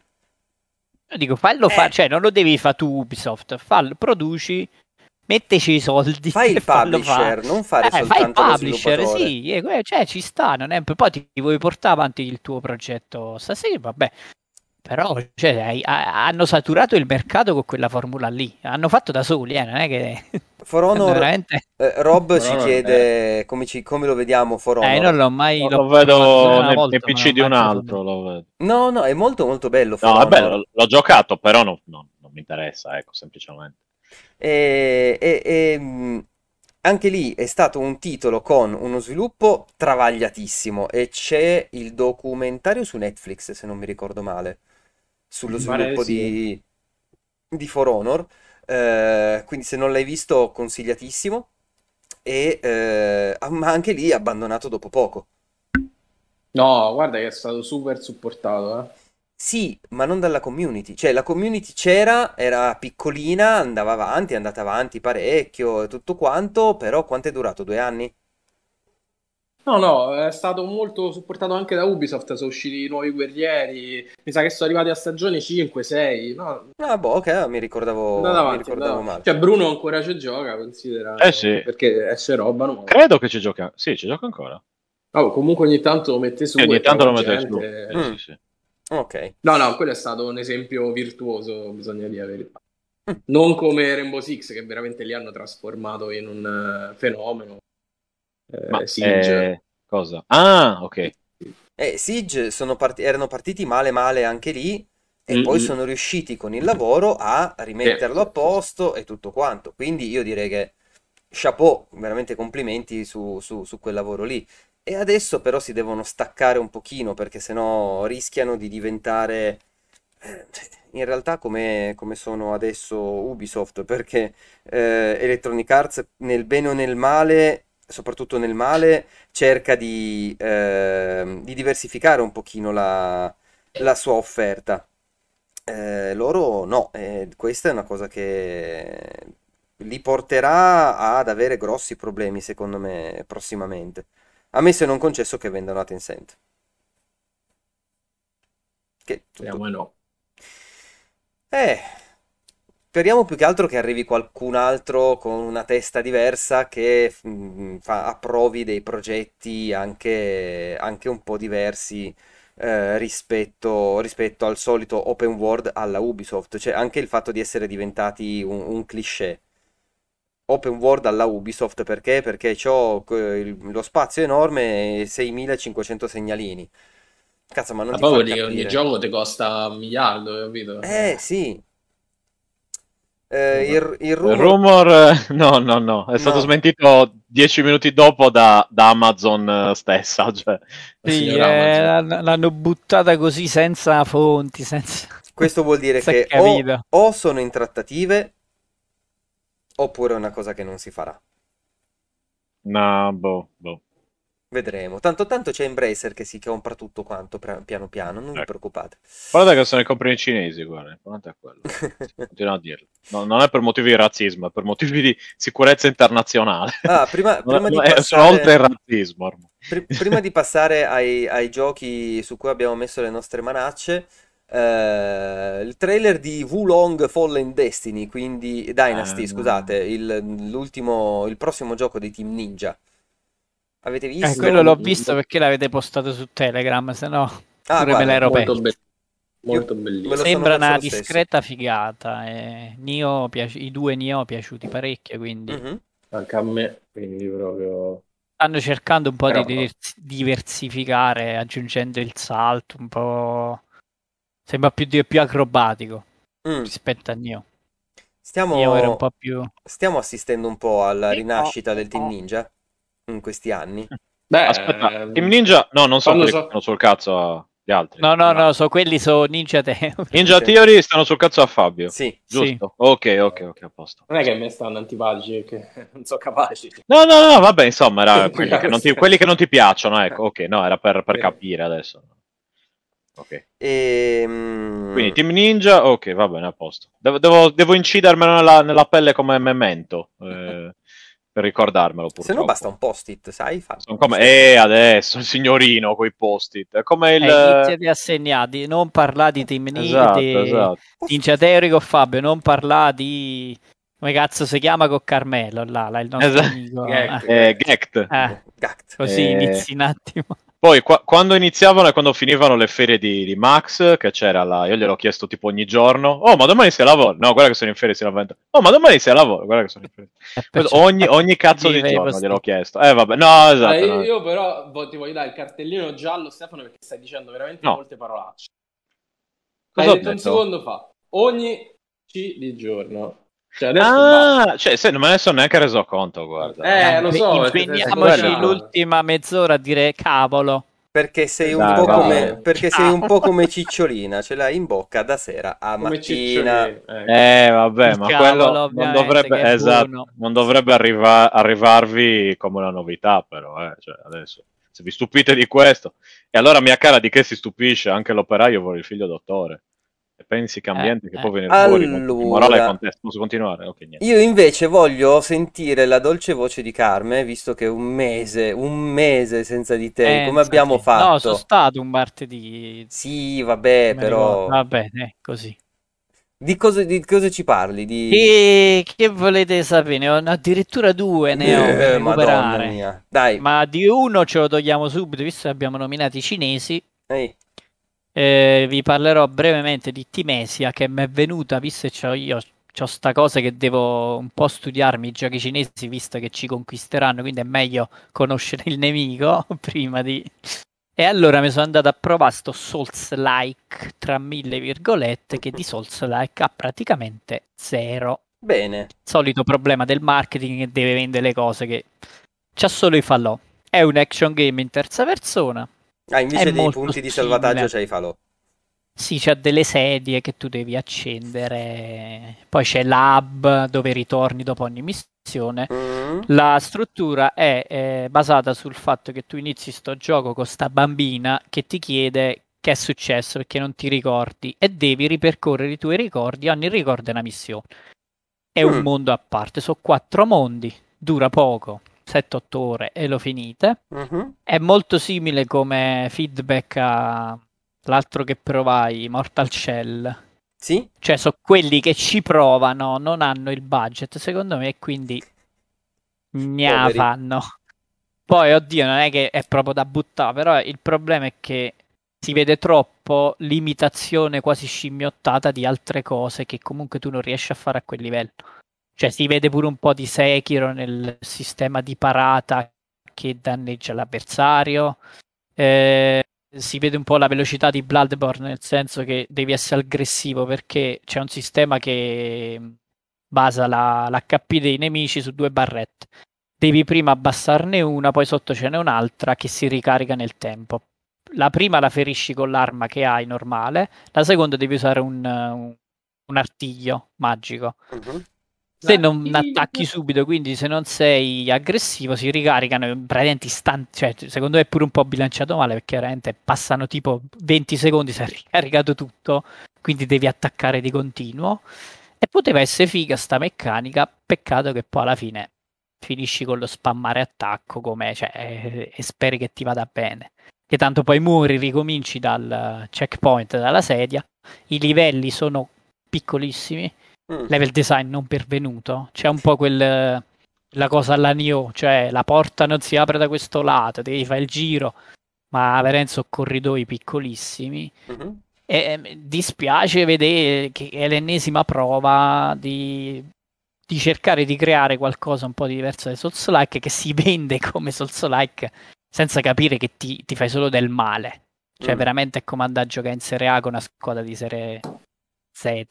Io dico, fallo Eh, fare, cioè, non lo devi fare tu Ubisoft, fallo, produci, metteci i soldi fai e il fallo fare. publisher, non fare Eh, fai il soltanto lo publisher, sviluppatore. sì, e que- cioè, ci sta, non è... poi ti vuoi portare avanti il tuo progetto stasera, vabbè. Però, cioè, hai- ha- hanno saturato il mercato con quella formula lì, hanno fatto da soli, eh, non è che... For hanno Honor, veramente... eh, Rob però ci non è. chiede come, ci- come lo vediamo For Eh, non Honor. l'ho mai... Lo, l'ho lo provato solo vedo una nei, nei volta, ma non P C ho di mai un altro, approfondito. lo vedo. No, no, è molto molto bello For No, è bello, Honor. l'ho giocato, però non, non- non mi interessa, ecco, semplicemente. E, e- e, mh, anche lì è stato un titolo con uno sviluppo travagliatissimo e c'è il documentario su Netflix, se non mi ricordo male, sullo Mi pare sviluppo di sì. di, di For Honor. Eh, quindi se non l'hai visto, consigliatissimo. E, eh, ah, ma anche lì abbandonato dopo poco. No, guarda che è stato super supportato, eh. Sì, ma non dalla community. Cioè, la community c'era, era piccolina, andava avanti, è andata avanti parecchio e tutto quanto, però quanto è durato? Due anni? No, no, è stato molto supportato anche da Ubisoft, sono usciti nuovi guerrieri, mi sa che sono arrivati a stagione cinque sei, no, Ah, boh, ok, mi è ricordavo, andato mi avanti, è andato ricordavo avanti. male. Cioè Bruno ancora ci gioca, considera, Eh sì, perché esce roba nuova. credo che ci gioca. Sì, ci gioca ancora. Oh, comunque ogni tanto lo mette su E ogni e tanto trova lo mette su. gente. Sì, Mm, sì, sì. ok. No, no, quello è stato un esempio virtuoso, bisogna dire la verità. Mm. Non come Rainbow Six, che veramente li hanno trasformato in un eh, fenomeno. Ma Eh, Siege. eh, cosa? Ah, ok. Eh, Siege sono parti- erano partiti male male anche lì e poi Mm-mm. sono riusciti con il lavoro a Sì, rimetterlo sì, a sì, sì. posto e tutto quanto. Quindi io direi che chapeau, veramente complimenti su, su- su quel lavoro lì. E adesso però si devono staccare un pochino perché sennò rischiano di diventare eh, in realtà come, come sono adesso Ubisoft, perché eh, Electronic Arts nel bene o nel male soprattutto nel male, cerca di, eh, di diversificare un pochino la, la sua offerta. Eh, loro no, eh, questa è una cosa che li porterà ad avere grossi problemi, secondo me, prossimamente. Ammesso e non concesso che vendano a Tencent. Che tutto... Speriamo di no. Eh, speriamo più che altro che arrivi qualcun altro con una testa diversa che mm, fa- approvi dei progetti anche, anche un po' diversi eh, rispetto, rispetto al solito open world alla Ubisoft. Cioè, anche il fatto di essere diventati un, un cliché. Open world alla Ubisoft perché? Perché c'ho eh, il- lo spazio enorme e seimilacinquecento segnalini. Cazzo, ma non Ma ti poi fa vuol dire che ogni capire. gioco ti costa un miliardo, capito? Eh, Eh, sì. Eh, vabbè. il, il Il rumor... rumor, eh, no, no, no, è stato No. smentito dieci minuti dopo da, da Amazon eh, stessa. Cioè. Il Sì, signor eh, Amazon. l'hanno l'hanno buttata così senza fonti, senza... Questo vuol dire senza che o, capito. o sono in trattative oppure è una cosa che non si farà. No, boh, boh. Vedremo. Tanto tanto c'è Embracer che si compra tutto quanto pra- piano piano, non vi Ecco. preoccupate. Guarda che sono i compri cinesi, guarda, guarda a quello. Sì, continuo a dirlo. No, non è per motivi di razzismo, è per motivi di sicurezza internazionale. Ah, prima, Non è- prima di non è- sono oltre il passare, razzismo ormai. pri- prima di passare ai, ai giochi su cui abbiamo messo le nostre manacce, eh, il trailer di Wulong Fallen Destiny, quindi Dynasty, Eh, scusate, il, l'ultimo, il prossimo gioco di Team Ninja. Avete Eh, visto? quello l'ho Mm, visto perché l'avete postato su Telegram, se no Ah, pure me guarda, l'ero molto, perso. be- io molto me lo bellissimo. sono Sembra perso una lo stesso. discreta figata. E Nioh piace- I due Nioh piaciuti parecchio, quindi Mhm. Anche a me, quindi proprio... stanno cercando un po' di Però, divers- diversificare, aggiungendo il salto, un po'... Sembra più, di- più acrobatico Mm. rispetto a Nioh. Nioh era un Stiamo, po' più... stiamo assistendo un po' alla rinascita del Team Ninja in questi anni. Aspetta, beh, Team Ninja? No, non sono quando quelli che so... stanno sul cazzo agli altri. No, no, No. no, so, quelli sono Ninja Theory. Ninja Sì. Theory stanno sul cazzo a Fabio. Sì. Sì. Giusto? Ok, ok, ok, a posto. Non è che a me stanno antipatici, perché non sono capaci. No, no, no, vabbè, insomma, era quelli che non ti, quelli che non ti piacciono, ecco, ok, no, era per, per Sì. capire adesso. Ok. E, mm, Quindi Team Ninja, ok, va bene, a posto. Devo, devo, devo incidermelo nella, nella pelle come memento, eh, per ricordarmelo se purtroppo. no basta un post-it, sai? Fa- Sono come, eh, adesso, il signorino, coi post-it. È come il... Eh, iniziati a segnati, non parla di Team Ninja, Esatto, di esatto. Ninja Theory con Fabio, non parla di... come cazzo si chiama con Carmelo, là, là, il nostro Esatto. amico. Gek. Eh, Eh, Gect. eh, Gact. così Eh, inizi un attimo. Poi qua- quando iniziavano e quando finivano le ferie di, di Max, che c'era là, io gliel'ho chiesto tipo ogni giorno, oh ma domani sei a lavoro? No, guarda che sono in ferie, si lamenta. Oh ma domani sei a lavoro? Guarda che sono in ferie. E perciò- Ogni, ogni cazzo di Vive i giorno posti. gliel'ho chiesto. Eh vabbè, no, esatto. Eh, no. io, io però vo- ti voglio dare il cartellino giallo, Stefano, perché stai dicendo veramente No. molte parolacce. Cosa L'hai ho detto un detto? secondo fa. Ogni C di giorno. Cioè adesso basta. Ah, cioè, se non me ne sono neanche reso conto, guarda. Eh, lo so, perché sei Impegniamoci scocciato. l'ultima mezz'ora a dire cavolo. Perché sei un Dai, po' dai. come, perché sei un po' Cavolo. come Cicciolina, ce l'hai in bocca da sera a Come mattina. cicciolini. Eh. Eh, vabbè, Il ma cavolo, quello non ovviamente, dovrebbe, che è esatto, buono. non dovrebbe arriva- arrivarvi come una novità, però, eh. Cioè, adesso, se vi stupite di questo, e allora mia cara, di che si stupisce? Anche l'operaio vuole il figlio dottore. E pensi che ambiente Eh, che eh. può venire fuori, non so che morale Allora, contesto. Posso continuare? Ok, niente. io invece voglio sentire la dolce voce di Carme, visto che un mese, un mese senza di te, come Pensati. abbiamo No, sono fatto? stato un martedì. Sì, vabbè, mi ricordo. però Va bene, così. di cosa, di cosa ci parli? Di... E che volete sapere? Ne ho addirittura due ne ho per Eh, Madonna recuperare. mia. Dai, Ma di uno ce lo togliamo subito, visto che abbiamo nominato i cinesi. ehi, Eh, vi parlerò brevemente di Timesia, che mi è venuta, visto che c'ho io c'ho sta cosa che devo un po' studiarmi i giochi cinesi, visto che ci conquisteranno, quindi è meglio conoscere il nemico prima di... E allora mi sono andato a provare sto Souls-like, tra mille virgolette, che di Souls-like ha praticamente zero. bene. Solito problema del marketing che deve vendere le cose che c'ha solo i falò. È un action game in terza persona. Ah, invece È dei molto punti di simile. salvataggio c'hai i falò. Sì, c'ha delle sedie che tu devi accendere. Poi c'è l'hub dove ritorni dopo ogni missione. Mm. La struttura è eh, basata sul fatto che tu inizi sto gioco con sta bambina che ti chiede che è successo perché non ti ricordi e devi ripercorrere i tuoi ricordi. Ogni ricordo è una missione. È mm. un mondo a parte, sono quattro mondi, dura poco, sette otto ore e lo finite. Mm-hmm. È molto simile come feedback all'altro che provai, Mortal Shell. Sì? Cioè, sono quelli che ci provano, non hanno il budget, secondo me, e quindi ne fanno. Poi, oddio, non è che è proprio da buttare, però il problema è che si vede troppo l'imitazione quasi scimmiottata di altre cose che comunque tu non riesci a fare a quel livello. Cioè, si vede pure un po' di Sekiro nel sistema di parata che danneggia l'avversario. Eh, si vede un po' la velocità di Bloodborne, nel senso che devi essere aggressivo perché c'è un sistema che basa la, l'H P dei nemici su due barrette. Devi prima abbassarne una, poi sotto ce n'è un'altra che si ricarica nel tempo. La prima la ferisci con l'arma che hai normale, la seconda devi usare un, un, un artiglio magico. Uh-huh. Se non attacchi subito, quindi se non sei aggressivo, si ricaricano praticamente istanti. Cioè, secondo me è pure un po' bilanciato male perché veramente passano tipo venti secondi, si è ricaricato tutto, quindi devi attaccare di continuo. E poteva essere figa sta meccanica, peccato che poi alla fine finisci con lo spammare attacco come, cioè, e, e speri che ti vada bene. Che tanto poi muori, ricominci dal checkpoint, dalla sedia. I livelli sono piccolissimi. Level design non pervenuto, c'è un po' quel la cosa alla Nioh, cioè la porta non si apre da questo lato, devi fare il giro, ma veramente sono corridoi piccolissimi. Uh-huh. E eh, dispiace vedere che è l'ennesima prova di, di cercare di creare qualcosa un po' di diverso dai Souls-like, che si vende come Souls-like senza capire che ti, ti fai solo del male. Cioè, mm. veramente è come andare a giocare in Serie A con una squadra di Serie Z.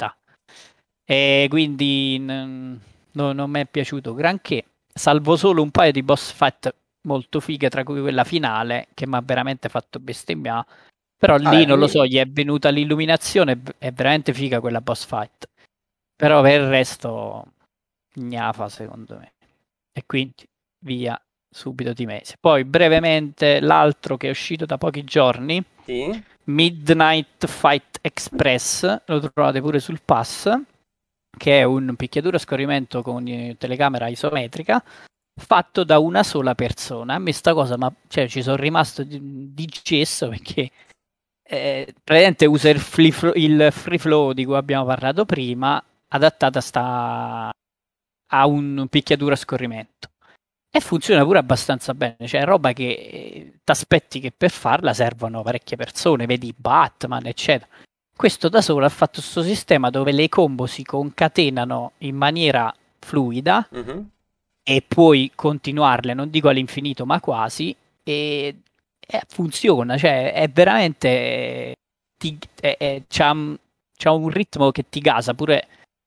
E quindi n- no, non mi è piaciuto granché, salvo solo un paio di boss fight molto fighe, tra cui quella finale che mi ha veramente fatto bestemmiare. Però lì ah, non quindi... lo so, gli è venuta l'illuminazione, è veramente figa quella boss fight. Però per il resto gnafa secondo me. E quindi via subito di mese. Poi brevemente l'altro che è uscito da pochi giorni, sì. Midnight Fight Express, lo trovate pure sul pass, che è un picchiaduro a scorrimento con telecamera isometrica fatto da una sola persona. A me sta cosa, ma cioè, ci sono rimasto di, di gesso perché eh, praticamente usa il free, flow, il free flow di cui abbiamo parlato prima, adattata sta a un picchiaduro a scorrimento. E funziona pure abbastanza bene, cioè è roba che eh, ti aspetti che per farla servono parecchie persone, vedi Batman, eccetera. Questo da solo ha fatto questo sistema dove le combo si concatenano in maniera fluida uh-huh. e puoi continuarle, non dico all'infinito, ma quasi, e, e funziona, cioè è veramente ti, è, è, c'ha, c'ha un ritmo che ti gasa, pure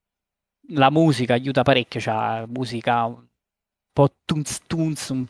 la musica aiuta parecchio, c'ha musica un po' tunz tunz, un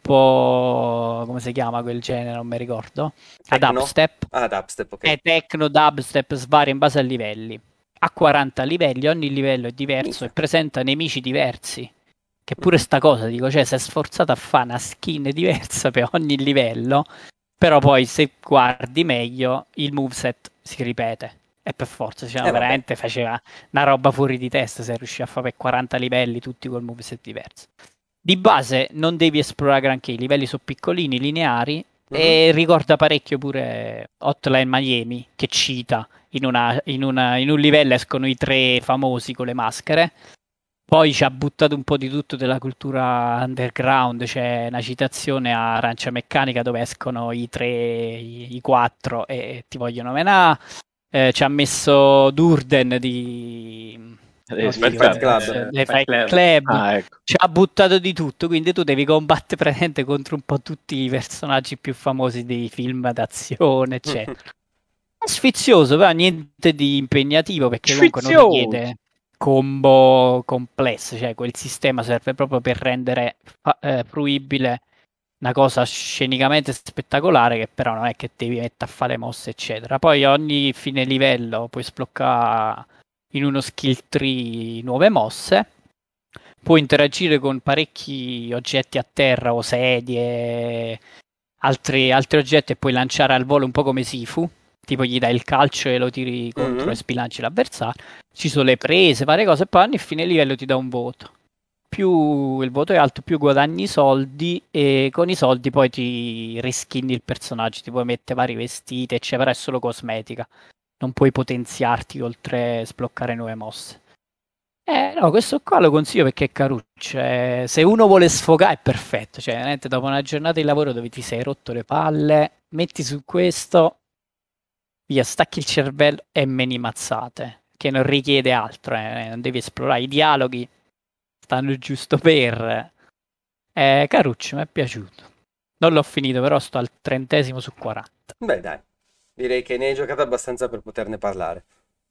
po' come si chiama quel genere, non mi ricordo. A dubstep. Ah, dubstep, ok. È techno, dubstep, svaria in base ai livelli. Ha quaranta livelli, ogni livello è diverso Misa. E presenta nemici diversi. Che pure sta cosa, dico, cioè si è sforzato a fare una skin diversa per ogni livello, però poi se guardi meglio il moveset si ripete. E per forza, cioè, eh, veramente vabbè. Faceva una roba fuori di testa se riusciva a fare per quaranta livelli tutti col moveset diverso. Di base non devi esplorare granché, i livelli sono piccolini, lineari, uh-huh. e ricorda parecchio pure Hotline Miami, che cita in, una, in, una, in un livello escono i tre famosi con le maschere, poi ci ha buttato un po' di tutto della cultura underground, c'è una citazione a Arancia Meccanica dove escono i tre, i, i quattro e ti vogliono menare, eh, ci ha messo Durden di... Oddio, Fight Club, eh, Fight Club, Club. Ah, ecco. Ci ha buttato di tutto, quindi tu devi combattere praticamente contro un po' tutti i personaggi più famosi dei film d'azione, eccetera. È sfizioso, però niente di impegnativo perché comunque non richiede combo complesse, cioè quel sistema serve proprio per rendere eh, fruibile una cosa scenicamente spettacolare che però non è che devi mettere a fare mosse eccetera. Poi ogni fine livello puoi sbloccare in uno skill tree nuove mosse, può interagire con parecchi oggetti a terra o sedie, altri, altri oggetti, e puoi lanciare al volo un po' come Sifu, tipo gli dai il calcio e lo tiri contro Mhm. e sbilanci l'avversario. Ci sono le prese, varie cose, e poi ogni fine livello ti dà un voto. Più il voto è alto, più guadagni soldi, e con i soldi poi ti riskinni il personaggio, ti puoi mettere vari vestiti, eccetera, è solo cosmetica. Non puoi potenziarti oltre a sbloccare nuove mosse. Eh, no, questo qua lo consiglio perché è caruccio. eh, Se uno vuole sfogare è perfetto. Cioè, veramente dopo una giornata di lavoro dove ti sei rotto le palle, metti su questo, via, stacchi il cervello e meni mazzate. Che non richiede altro, eh, non devi esplorare. I dialoghi stanno giusto per. È caruccio, mi è piaciuto. Non l'ho finito, però sto al trentesimo su quaranta. Beh, dai, direi che ne hai giocato abbastanza per poterne parlare.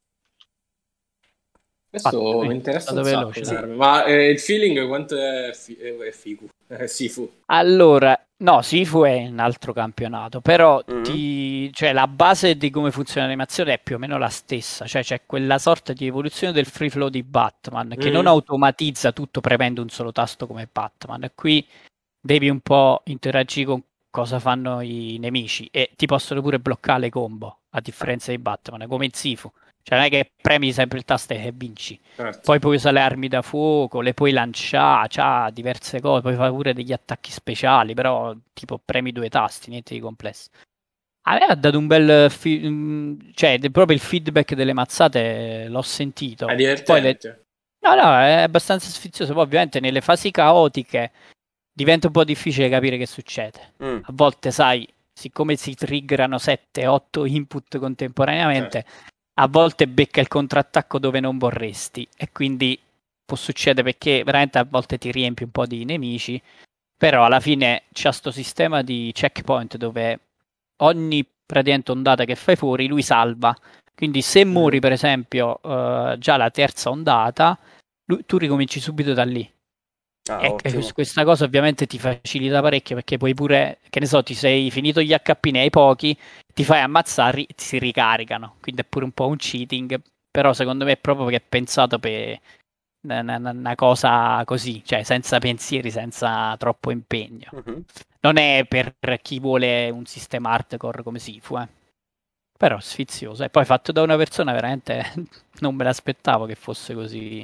Questo mi Infatti, è interessa stato un sacco, veloce. Sì. Carme. Ma eh, il feeling quanto è, fi- è, è figu? È Sifu. Allora, no, Sifu è un altro campionato, però Mhm. ti, cioè, la base di come funziona l'animazione è più o meno la stessa, cioè c'è quella sorta di evoluzione del free flow di Batman che non Mm. automatizza tutto premendo un solo tasto come Batman. E qui devi un po' interagire con cosa fanno i nemici e ti possono pure bloccare le combo, a differenza di Batman, come in Sifu. Cioè non è che premi sempre il tasto e vinci. Certo. Poi puoi usare le armi da fuoco, le puoi lanciare, c'ha diverse cose, puoi fare pure degli attacchi speciali, però tipo premi due tasti, niente di complesso. A me ha dato un bel, fi- mm, cioè de- proprio il feedback delle mazzate l'ho È sentito. Poi le. divertente. No, no, è abbastanza sfizioso, poi ovviamente nelle fasi caotiche diventa un po' difficile capire che succede. Mm. A volte, sai, siccome si triggerano sette otto input contemporaneamente, Certo. a volte becca il contrattacco dove non vorresti e quindi può succedere perché veramente a volte ti riempi un po' di nemici, però alla fine c'è sto sistema di checkpoint dove ogni praticamente ondata che fai fuori lui salva, quindi se muori Mm. per esempio eh, già la terza ondata, lui- tu ricominci subito da lì. Ah, E e ottimo. questa cosa ovviamente ti facilita parecchio perché puoi pure, che ne so, ti sei finito gli H P, ne hai pochi, ti fai ammazzare, ri- si ricaricano. Quindi è pure un po' un cheating, però secondo me è proprio che è pensato per una, una- una cosa così, cioè senza pensieri, senza troppo impegno. Mhm. Non è per chi vuole un sistema hardcore come Sifu, eh. Però sfizioso. E poi fatto da una persona veramente non me l'aspettavo che fosse così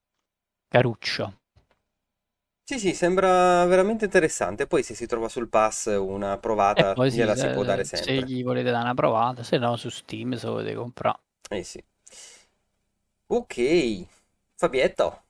caruccio. Sì, sì, sembra veramente interessante. Poi se si trova sul pass una E provata poi sì, gliela si può dare se, se sempre. gli volete dare una provata, se no su Steam se lo potete comprare. Eh sì. Ok, Fabietto.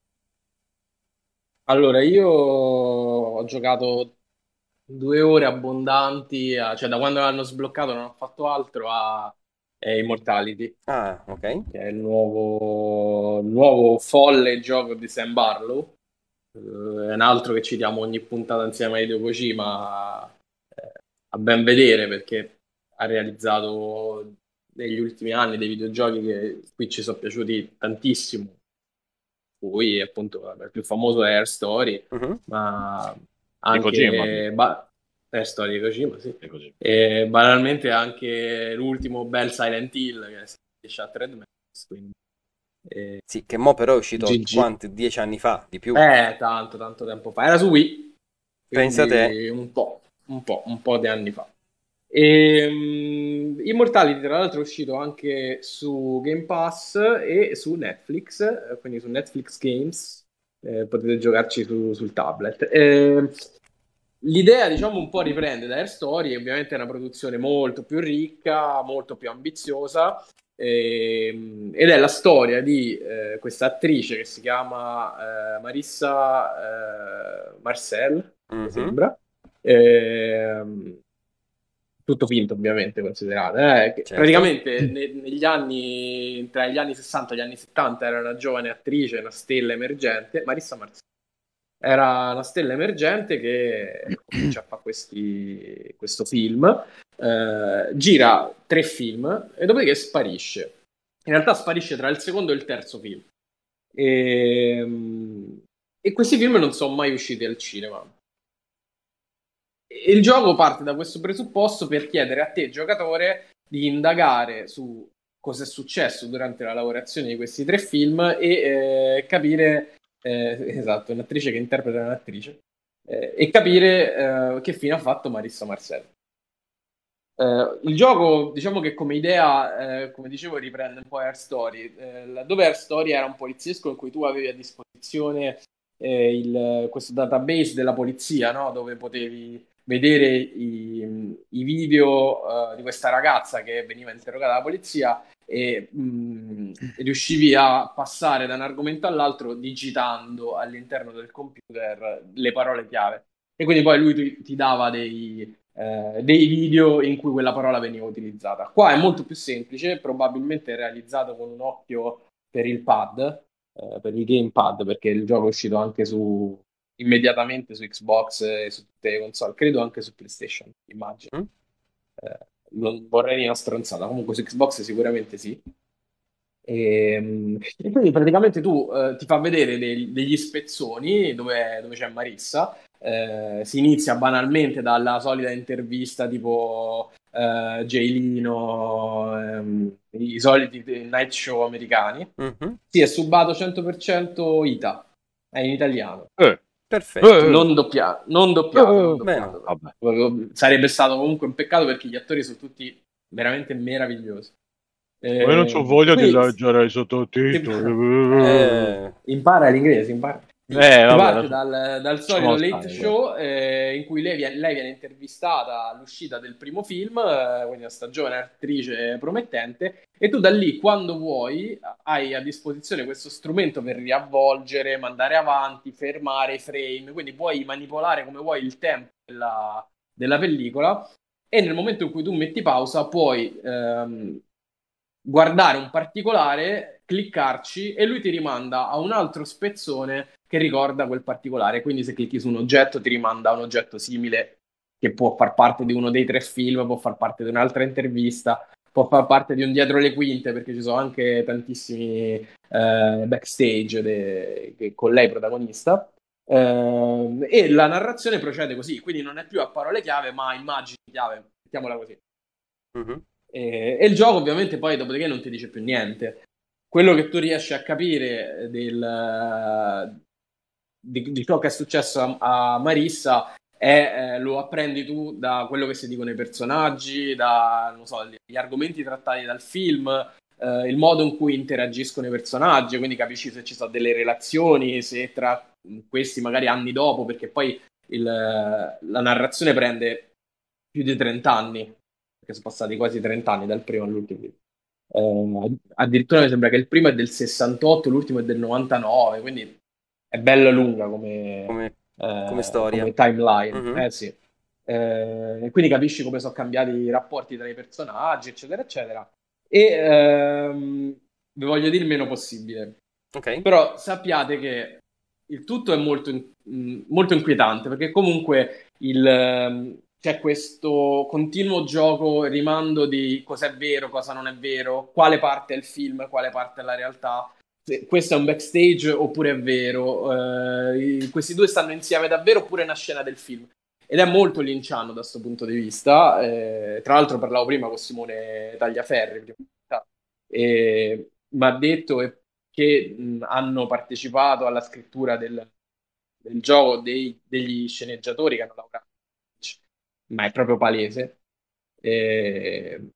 Allora, io ho giocato due ore abbondanti, a- cioè da quando l'hanno sbloccato non ho fatto altro a eh, Immortality, Ah, ok. che è il nuovo, il nuovo folle gioco di Sam Barlow. Eh, è un altro che citiamo ogni puntata insieme a Hideo Kojima, eh, a ben vedere perché ha realizzato negli ultimi anni dei videogiochi che qui ci sono piaciuti tantissimo, cui appunto vabbè, il più famoso è Air Story, Mhm. ma Di Kojima. anche ba- Air Story di Kojima, sì. Di Kojima. E banalmente anche l'ultimo bel Silent Hill che è Shattered Memories, quindi eh, Sì, che mo però è uscito G G. quanti? Dieci anni fa, di più. Eh, tanto, tanto tempo fa. Era su Wii, Pensa te. quindi un po', un po', un po' di anni fa. E, um, Immortality, tra l'altro, è uscito anche su Game Pass e su Netflix, eh, quindi su Netflix Games, eh, potete giocarci su- sul tablet. Eh, l'idea, diciamo, un po' riprende da Air Story, ovviamente è una produzione molto più ricca, molto più ambiziosa, ehm, ed è la storia di eh, questa attrice che si chiama eh, Marissa eh, Marcel, mi Mhm. sembra. Ehm, tutto finto, ovviamente, considerate. eh, che Certo. praticamente ne- negli anni, tra gli anni sessanta e gli anni settanta era una giovane attrice, una stella emergente, Marissa Marcel. Era una stella emergente che comincia a fare questi, questo film, eh, gira tre film e dopodiché sparisce. In realtà sparisce tra il secondo e il terzo film. E, e questi film non sono mai usciti al cinema. E il gioco parte da questo presupposto per chiedere a te, giocatore, di indagare su cosa è successo durante la lavorazione di questi tre film e eh, capire eh, esatto, un'attrice che interpreta un'attrice, eh, e capire eh, che fine ha fatto Marissa Marcel. Eh, il gioco, diciamo che come idea, eh, come dicevo, riprende un po' Air Story, eh, laddove Air Story era un poliziesco in cui tu avevi a disposizione eh, il- questo database della polizia, no? Dove potevi vedere i, i video eh, di questa ragazza che veniva interrogata dalla polizia e mh, riuscivi a passare da un argomento all'altro digitando all'interno del computer le parole chiave. E quindi poi lui ti, ti dava dei, eh, dei video in cui quella parola veniva utilizzata. Qua è molto più semplice, probabilmente è realizzato con un occhio per il pad, eh, per il gamepad, perché il gioco è uscito anche su immediatamente su Xbox e su tutte le console, credo anche su PlayStation, immagino. Mm? Eh, non vorrei dire una stronzata, comunque su Xbox sicuramente sì. E, e quindi praticamente tu eh, ti fa vedere dei- degli spezzoni dove, dove c'è Marissa. Eh, si inizia banalmente dalla solita intervista tipo eh, Jay Leno, ehm, i soliti night show americani. Mhm. Sì, è subato cento per cento Ita, è in italiano. Eh, Perfetto. eh, Non doppia- non doppiato, non eh, Bene. doppiato. vabbè. Sarebbe stato comunque un peccato perché gli attori sono tutti veramente meravigliosi. Ma io non ho Eh, voglia di quindi leggere i si- sottotitoli. Eh, impara l'inglese, impara. Si, Eh, si vabbè, parte adesso dal, dal solito lasciamo late stare quello. show eh, in cui lei viene, lei viene intervistata all'uscita del primo film, eh, quindi una stagione attrice promettente, e tu da lì, quando vuoi, hai a disposizione questo strumento per riavvolgere, mandare avanti, fermare i frame, quindi puoi manipolare come vuoi il tempo della, della pellicola e nel momento in cui tu metti pausa puoi ehm, guardare un particolare, cliccarci e lui ti rimanda a un altro spezzone che ricorda quel particolare. Quindi se clicchi su un oggetto ti rimanda a un oggetto simile che può far parte di uno dei tre film, può far parte di un'altra intervista, può far parte di un dietro le quinte perché ci sono anche tantissimi eh, backstage de- che- con lei protagonista. Ehm, e la narrazione procede così, quindi non è più a parole chiave, ma a immagini chiave, mettiamola così. mhm. E, e il gioco ovviamente poi dopodiché non ti dice più niente. Quello che tu riesci a capire del, di, di ciò che è successo a, a Marissa è, eh, lo apprendi tu da quello che si dicono i personaggi, da non so, gli argomenti trattati dal film, eh, il modo in cui interagiscono i personaggi, quindi capisci se ci sono delle relazioni, se tra questi magari anni dopo, perché poi il, la narrazione prende più di trenta anni, perché sono passati quasi trenta anni dal primo all'ultimo film. Eh, addirittura mi sembra che il primo è del sessantotto, l'ultimo è del novantanove, quindi è bella lunga come, Come, come eh, storia. come timeline. Mhm. Eh sì. Eh, e quindi capisci come sono cambiati i rapporti tra i personaggi, eccetera, eccetera. E ehm, vi voglio dire il meno possibile. Ok. Però sappiate che il tutto è molto, in- mh, molto inquietante perché comunque il, ehm, c'è questo continuo gioco, rimando di cosa è vero, cosa non è vero, quale parte è il film, quale parte è la realtà. Se questo è un backstage oppure è vero, eh, i- questi due stanno insieme davvero oppure è una scena del film. Ed è molto linciano da questo punto di vista. Eh, tra l'altro parlavo prima con Simone Tagliaferri, prima, e mi ha detto e che mh, hanno partecipato alla scrittura del, del gioco dei- degli sceneggiatori che hanno lavorato, ma è proprio palese. E-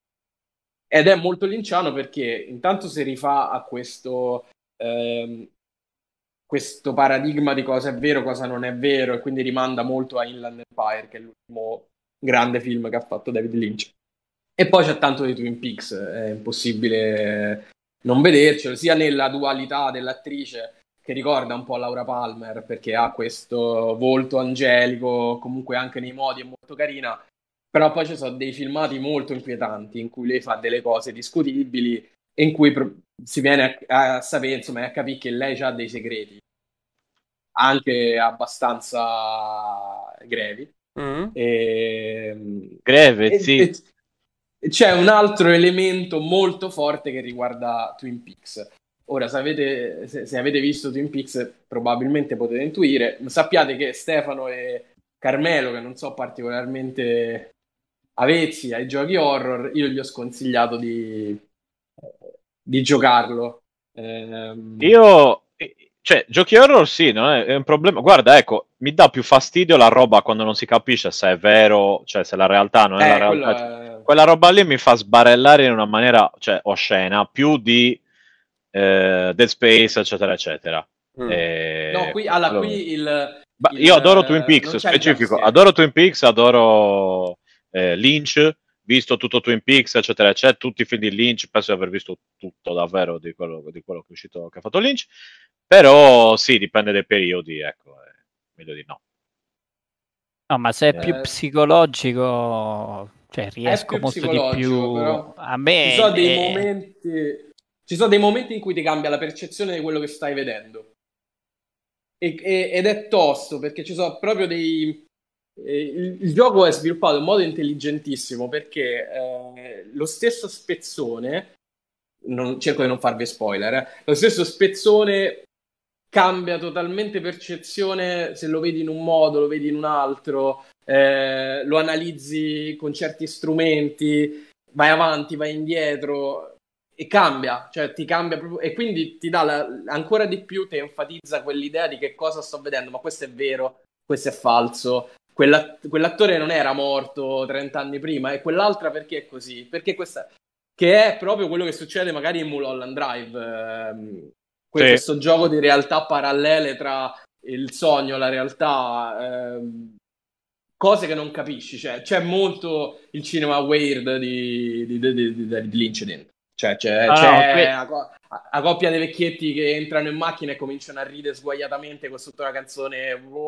ed è molto linciano perché intanto si rifà a questo, ehm, questo paradigma di cosa è vero, cosa non è vero, e quindi rimanda molto a Inland Empire, che è l'ultimo grande film che ha fatto David Lynch. E poi c'è tanto di Twin Peaks, è impossibile non vedercelo, sia nella dualità dell'attrice che ricorda un po' Laura Palmer perché ha questo volto angelico, comunque anche nei modi è molto carina, però poi ci sono dei filmati molto inquietanti in cui lei fa delle cose discutibili e in cui pro- si viene a, a sapere, insomma, e a capire che lei ha dei segreti, anche abbastanza grevi. Mhm. E, Greve, e- sì. e c'è un altro elemento molto forte che riguarda Twin Peaks. Ora, se avete, se, se avete visto Twin Peaks, probabilmente potete intuire. Sappiate che Stefano e Carmelo, che non so particolarmente avezzi ai giochi horror, io gli ho sconsigliato di, di giocarlo. Ehm, Io Cioè, giochi horror sì, non è, è un problema. Guarda, ecco, mi dà più fastidio la roba quando non si capisce se è vero, cioè se la realtà non è la Eh, realtà. quello Cioè, è... quella roba lì mi fa sbarellare in una maniera, cioè, oscena, più di eh, Dead Space, eccetera, eccetera. Mm. No, E qui, allora, quello- qui il, Ma il, io adoro Twin eh, Peaks, non c'è il specifico. jumpscare. Adoro Twin Peaks, adoro eh, Lynch, visto tutto Twin Peaks, eccetera, eccetera, tutti i film di Lynch, penso di aver visto tutto davvero di quello, di quello che è uscito, che ha fatto Lynch. Però sì, dipende dai periodi, ecco, è meglio di no. No, ma se è più Eh, psicologico, cioè è riesco più molto di psicologico, più. però A ci me sono dei è- momenti, ci sono dei momenti in cui ti cambia la percezione di quello che stai vedendo. E- e- ed è tosto perché ci sono proprio dei. eh, Il, il gioco è sviluppato in modo intelligentissimo perché eh, lo stesso spezzone, non- cerco di non farvi spoiler, eh, lo stesso spezzone cambia totalmente percezione se lo vedi in un modo, lo vedi in un altro, eh, lo analizzi con certi strumenti, vai avanti, vai indietro e cambia, cioè ti cambia proprio e quindi ti dà la- ancora di più, ti enfatizza quell'idea di che cosa sto vedendo, ma questo è vero, questo è falso. Quella- quell'attore non era morto trenta anni prima e quell'altra perché è così? Perché questa che è proprio quello che succede magari in Mulholland Drive, ehm, que- Sì, questo gioco sì. di realtà parallele tra il sogno e la realtà, ehm, cose che non capisci, cioè c'è molto il cinema weird di, di, di, di, di Lynch dentro. Cioè, c'è, no, no, c'è que- la, co- la coppia dei vecchietti che entrano in macchina e cominciano a ridere sguaiatamente con sotto una canzone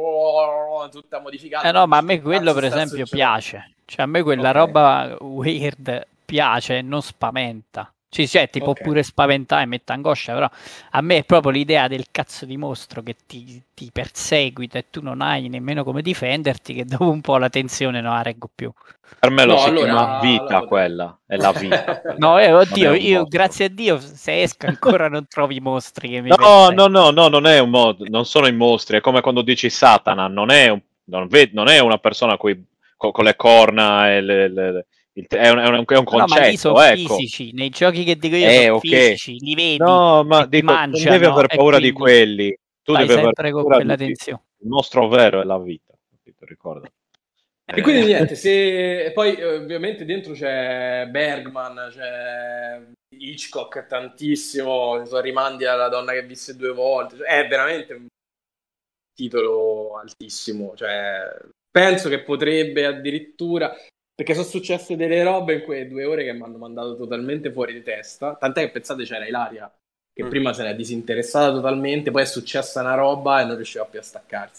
oh, tutta modificata eh e tu no, ma a dici me che quello cazzo per sta esempio succedendo? piace. Cioè a me quella Ok, roba weird piace, non spaventa. Sì, cioè, ti può ok. pure spaventare e mette angoscia, però a me è proprio l'idea del cazzo di mostro che ti, ti perseguita e tu non hai nemmeno come difenderti, che dopo un po' la tensione non la reggo più. Per me lo No, si chiama allora la vita potrei. quella, è la vita quella, No, eh, non è oddio, un io mostro. grazie a Dio se esco ancora non trovi mostri che mi No, no, perseguono. no, no, non è un mod, non sono i mostri, è come quando dici Satana, non è, un- non ve- non è una persona coi- co- con le corna, e le- le- le- il- è, un, è un- è un No, no, ma lì sono concetto, ecco. fisici, nei giochi che dico io sono Eh, ok. fisici, li vedi No, ma e ti dico, non devi mangiano aver e paura di quindi quelli, tu stai devi aver sempre con paura quella di... tensione. Il mostro vero è la vita, capito? Ricorda. E Eh, quindi niente, se... e poi eh, ovviamente dentro c'è Bergman, c'è Hitchcock tantissimo, ci sono rimandi alla donna che visse due volte, cioè, è veramente un titolo altissimo, cioè, penso che potrebbe addirittura, perché sono successe delle robe in quelle due ore che mi hanno mandato totalmente fuori di testa, tant'è che pensate c'era Ilaria, che Mm. prima se n'è disinteressata totalmente, poi è successa una roba e non riusciva più a staccarsi.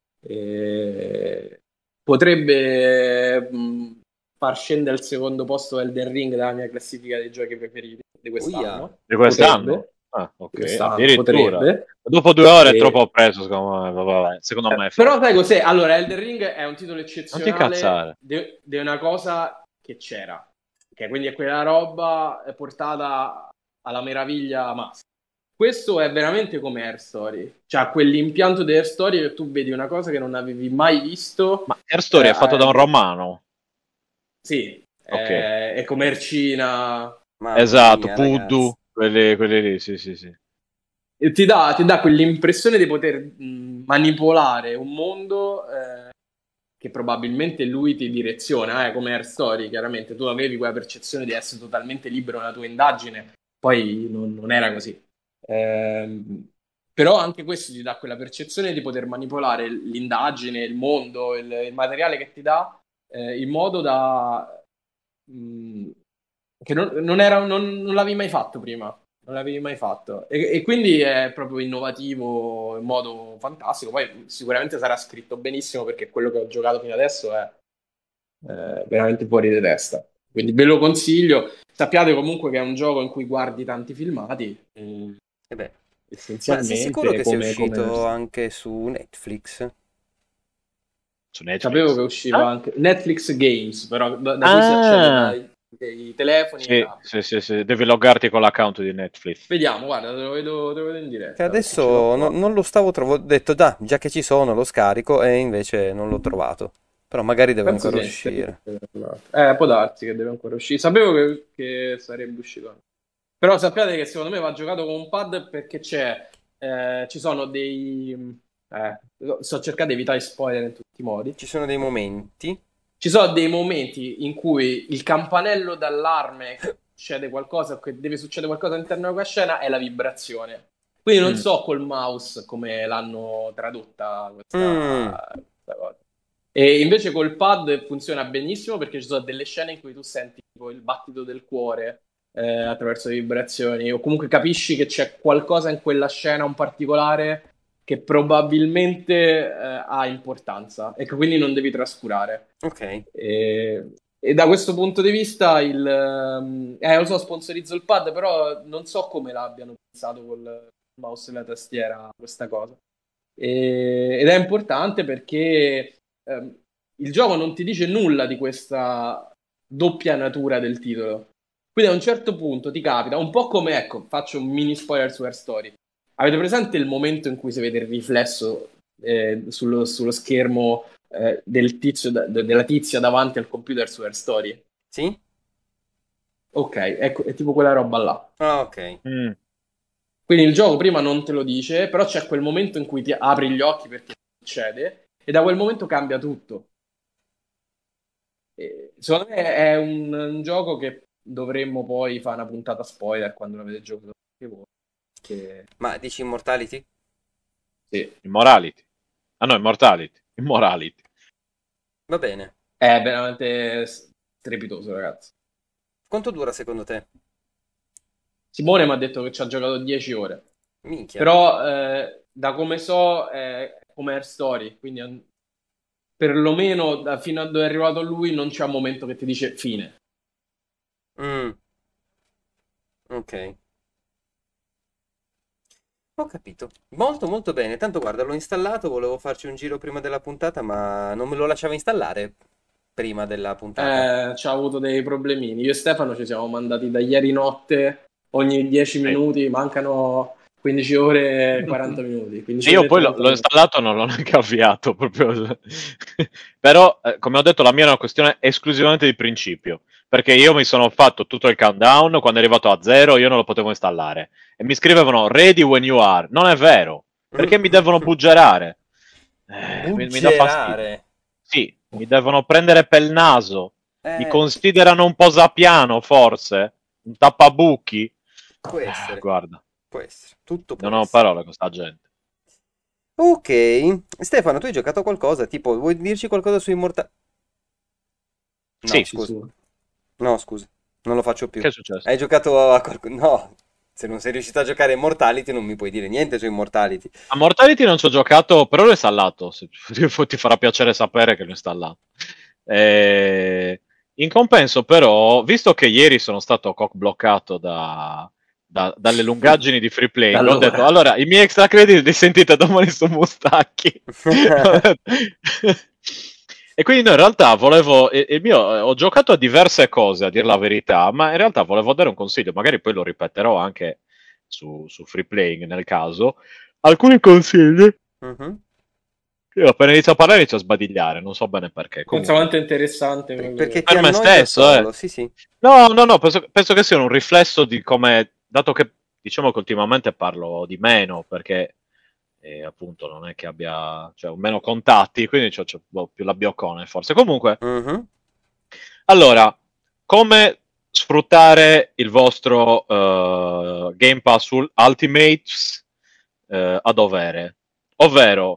E potrebbe mh, far scendere al secondo posto Elden Ring dalla mia classifica dei giochi preferiti di Uia. quest'anno. di quest'anno? Potrebbe, Ah, di ok, quest'anno, addirittura. potrebbe. Dopo due ore è E- troppo preso, secondo me, vabbè, secondo me è Però forte. sai cos'è? Allora, Elden Ring è un titolo Non ti eccezionale incazzare. di una cosa che c'era. Che quindi è quella roba portata alla meraviglia massima. Questo è veramente come Air Story. Cioè, quell'impianto di Air Story che tu vedi una cosa che non avevi mai visto. Ma Air eh, Story è fatto da un eh, romano? sì, Ok. è, è comercina. Mamma Esatto, mia, Voodoo, ragazzi. quelli, quelli lì, sì, sì, sì. E ti dà, ti dà quell'impressione di poter mh, manipolare un mondo eh, che probabilmente lui ti direziona, eh, come Air Story, chiaramente. Tu avevi quella percezione di essere totalmente libero nella tua indagine, poi non, non era così. Ehm, però anche questo ti dà quella percezione di poter manipolare l'indagine, il mondo, il, il materiale che ti dà eh, in modo da mh, che non, non era, non, non l'avevi mai fatto prima, non l'avevi mai fatto e, e quindi è proprio innovativo in modo fantastico. Poi sicuramente sarà scritto benissimo perché quello che ho giocato fino adesso è eh, veramente fuori di testa. Quindi ve lo consiglio. Sappiate comunque che è un gioco in cui guardi tanti filmati, eh, E beh. Ma sei sicuro essenzialmente che sia come, uscito come... anche su Netflix? Su Sapevo Netflix. che usciva Ah? anche Netflix Games, però da, da cui si accede Ah, dai, dai telefoni e sì, tablet. sì, sì, sì, devi loggarti con l'account di Netflix. Vediamo, guarda, te lo vedo, te lo vedo in Che diretta perché ce l'ho adesso no- qua. non lo stavo trovando. Ho detto, da, già che ci sono, lo scarico e invece non l'ho trovato. Però magari deve Penso ancora sia in streaming. uscire. Eh, può darsi che deve ancora uscire. Sapevo che, che sarebbe uscito. Però sappiate che secondo me va giocato con un pad perché c'è eh, ci sono dei... Eh, sto cercando di evitare spoiler in tutti i modi. Ci sono dei momenti. Ci sono dei momenti in cui il campanello d'allarme, succede qualcosa, che deve succedere qualcosa all'interno di quella scena, è la vibrazione. Quindi non Mm. so col mouse come l'hanno tradotta questa, Mm. questa cosa. E invece col pad funziona benissimo perché ci sono delle scene in cui tu senti tipo il battito del cuore eh, attraverso le vibrazioni, o comunque capisci che c'è qualcosa in quella scena, un particolare, che probabilmente eh, ha importanza e che quindi non devi trascurare. Ok. E, e da questo punto di vista, il, ehm, eh, lo so, sponsorizzo il pad, però non so come l'abbiano pensato col mouse e la tastiera questa cosa. E- ed è importante perché ehm, il gioco non ti dice nulla di questa doppia natura del titolo. Quindi a un certo punto ti capita, un po' come, ecco, faccio un mini spoiler su Air Story. Avete presente il momento in cui si vede il riflesso eh, sullo, sullo schermo eh, del tizio, da- de- della tizia davanti al computer su Air Story? Sì? Ok, ecco, è tipo quella roba là. Ah, ok. Mm. Quindi il gioco prima non te lo dice, però c'è quel momento in cui ti apri gli occhi perché succede, e da quel momento cambia tutto. E secondo me è un, un gioco che dovremmo poi fare una puntata spoiler quando l'avete giocato anche voi. Che... Ma dici Immortality? Sì, Immorality. Ah no, Immortality. Immorality. Va bene. è veramente strepitoso, ragazzi. Quanto dura secondo te? Simone mi ha detto che ci ha giocato dieci ore, Minchia. però eh, da come so è come Air Story, quindi è un- perlomeno da, fino a dove è arrivato lui non c'è un momento che ti dice fine. Mm. Ok. Ho capito. Molto molto bene. Tanto guarda, l'ho installato, volevo farci un giro prima della puntata, ma non me lo lasciava installare prima della puntata. Eh, ci ha avuto dei problemini. Io e Stefano ci siamo mandati da ieri notte, ogni dieci Sì. minuti, mancano quindici ore e quaranta minuti. quindici E io ore e poi l'ho, trenta l'ho minuti. installato, non l'ho neanche avviato proprio. Però, eh, come ho detto, la mia è una questione esclusivamente di principio. Perché io mi sono fatto tutto il countdown, quando è arrivato a zero io non lo potevo installare. E mi scrivevano ready when you are. Non è vero, perché mi devono buggerare. Eh, mi, mi dà fastidio. Buggerare. Sì, mi devono prendere pel naso. Mi Eh, considerano un posapiano, forse? Un tappabuchi? può Eh, essere. guarda, Può essere. Tutto può non ho essere. parole con sta gente. Ok. Stefano, tu hai giocato a qualcosa? Tipo, vuoi dirci qualcosa su Immortality? No, Sì, Sì, scusa. su. No, scusa. Non lo faccio più. che è successo? Hai giocato a qualcosa? No. Se non sei riuscito a giocare a Immortality non mi puoi dire niente su Immortality. A Mortality non ci ho giocato, però l'ho installato. Se ti farà piacere sapere che l'ho installato. Eh, in compenso, però, visto che ieri sono stato cock bloccato da, da- dalle lungaggini di free playing, ho detto: Allora. allora i miei extra credit li sentite domani su Mustacchi. E quindi no, in realtà volevo. e- e il mio, eh, ho giocato a diverse cose, a dire la verità, ma in realtà volevo dare un consiglio, magari poi lo ripeterò anche su, su free playing nel caso. Alcuni consigli. Mhm. Io appena inizio a parlare inizio a sbadigliare, non so bene perché. Penso Comunque, quanto è interessante Per- quello Perché che... ti per me annoi da stesso, eh. solo, sì, sì. No, no, no, penso, penso che sia un riflesso di come, dato che diciamo che ultimamente parlo di meno, perché eh, appunto non è che abbia, cioè, ho meno contatti, quindi c'ho, c'ho, boh, più la bioccone forse. Comunque, Mhm. allora, come sfruttare il vostro eh, Game Pass sul Ultimates eh, a dovere? Ovvero,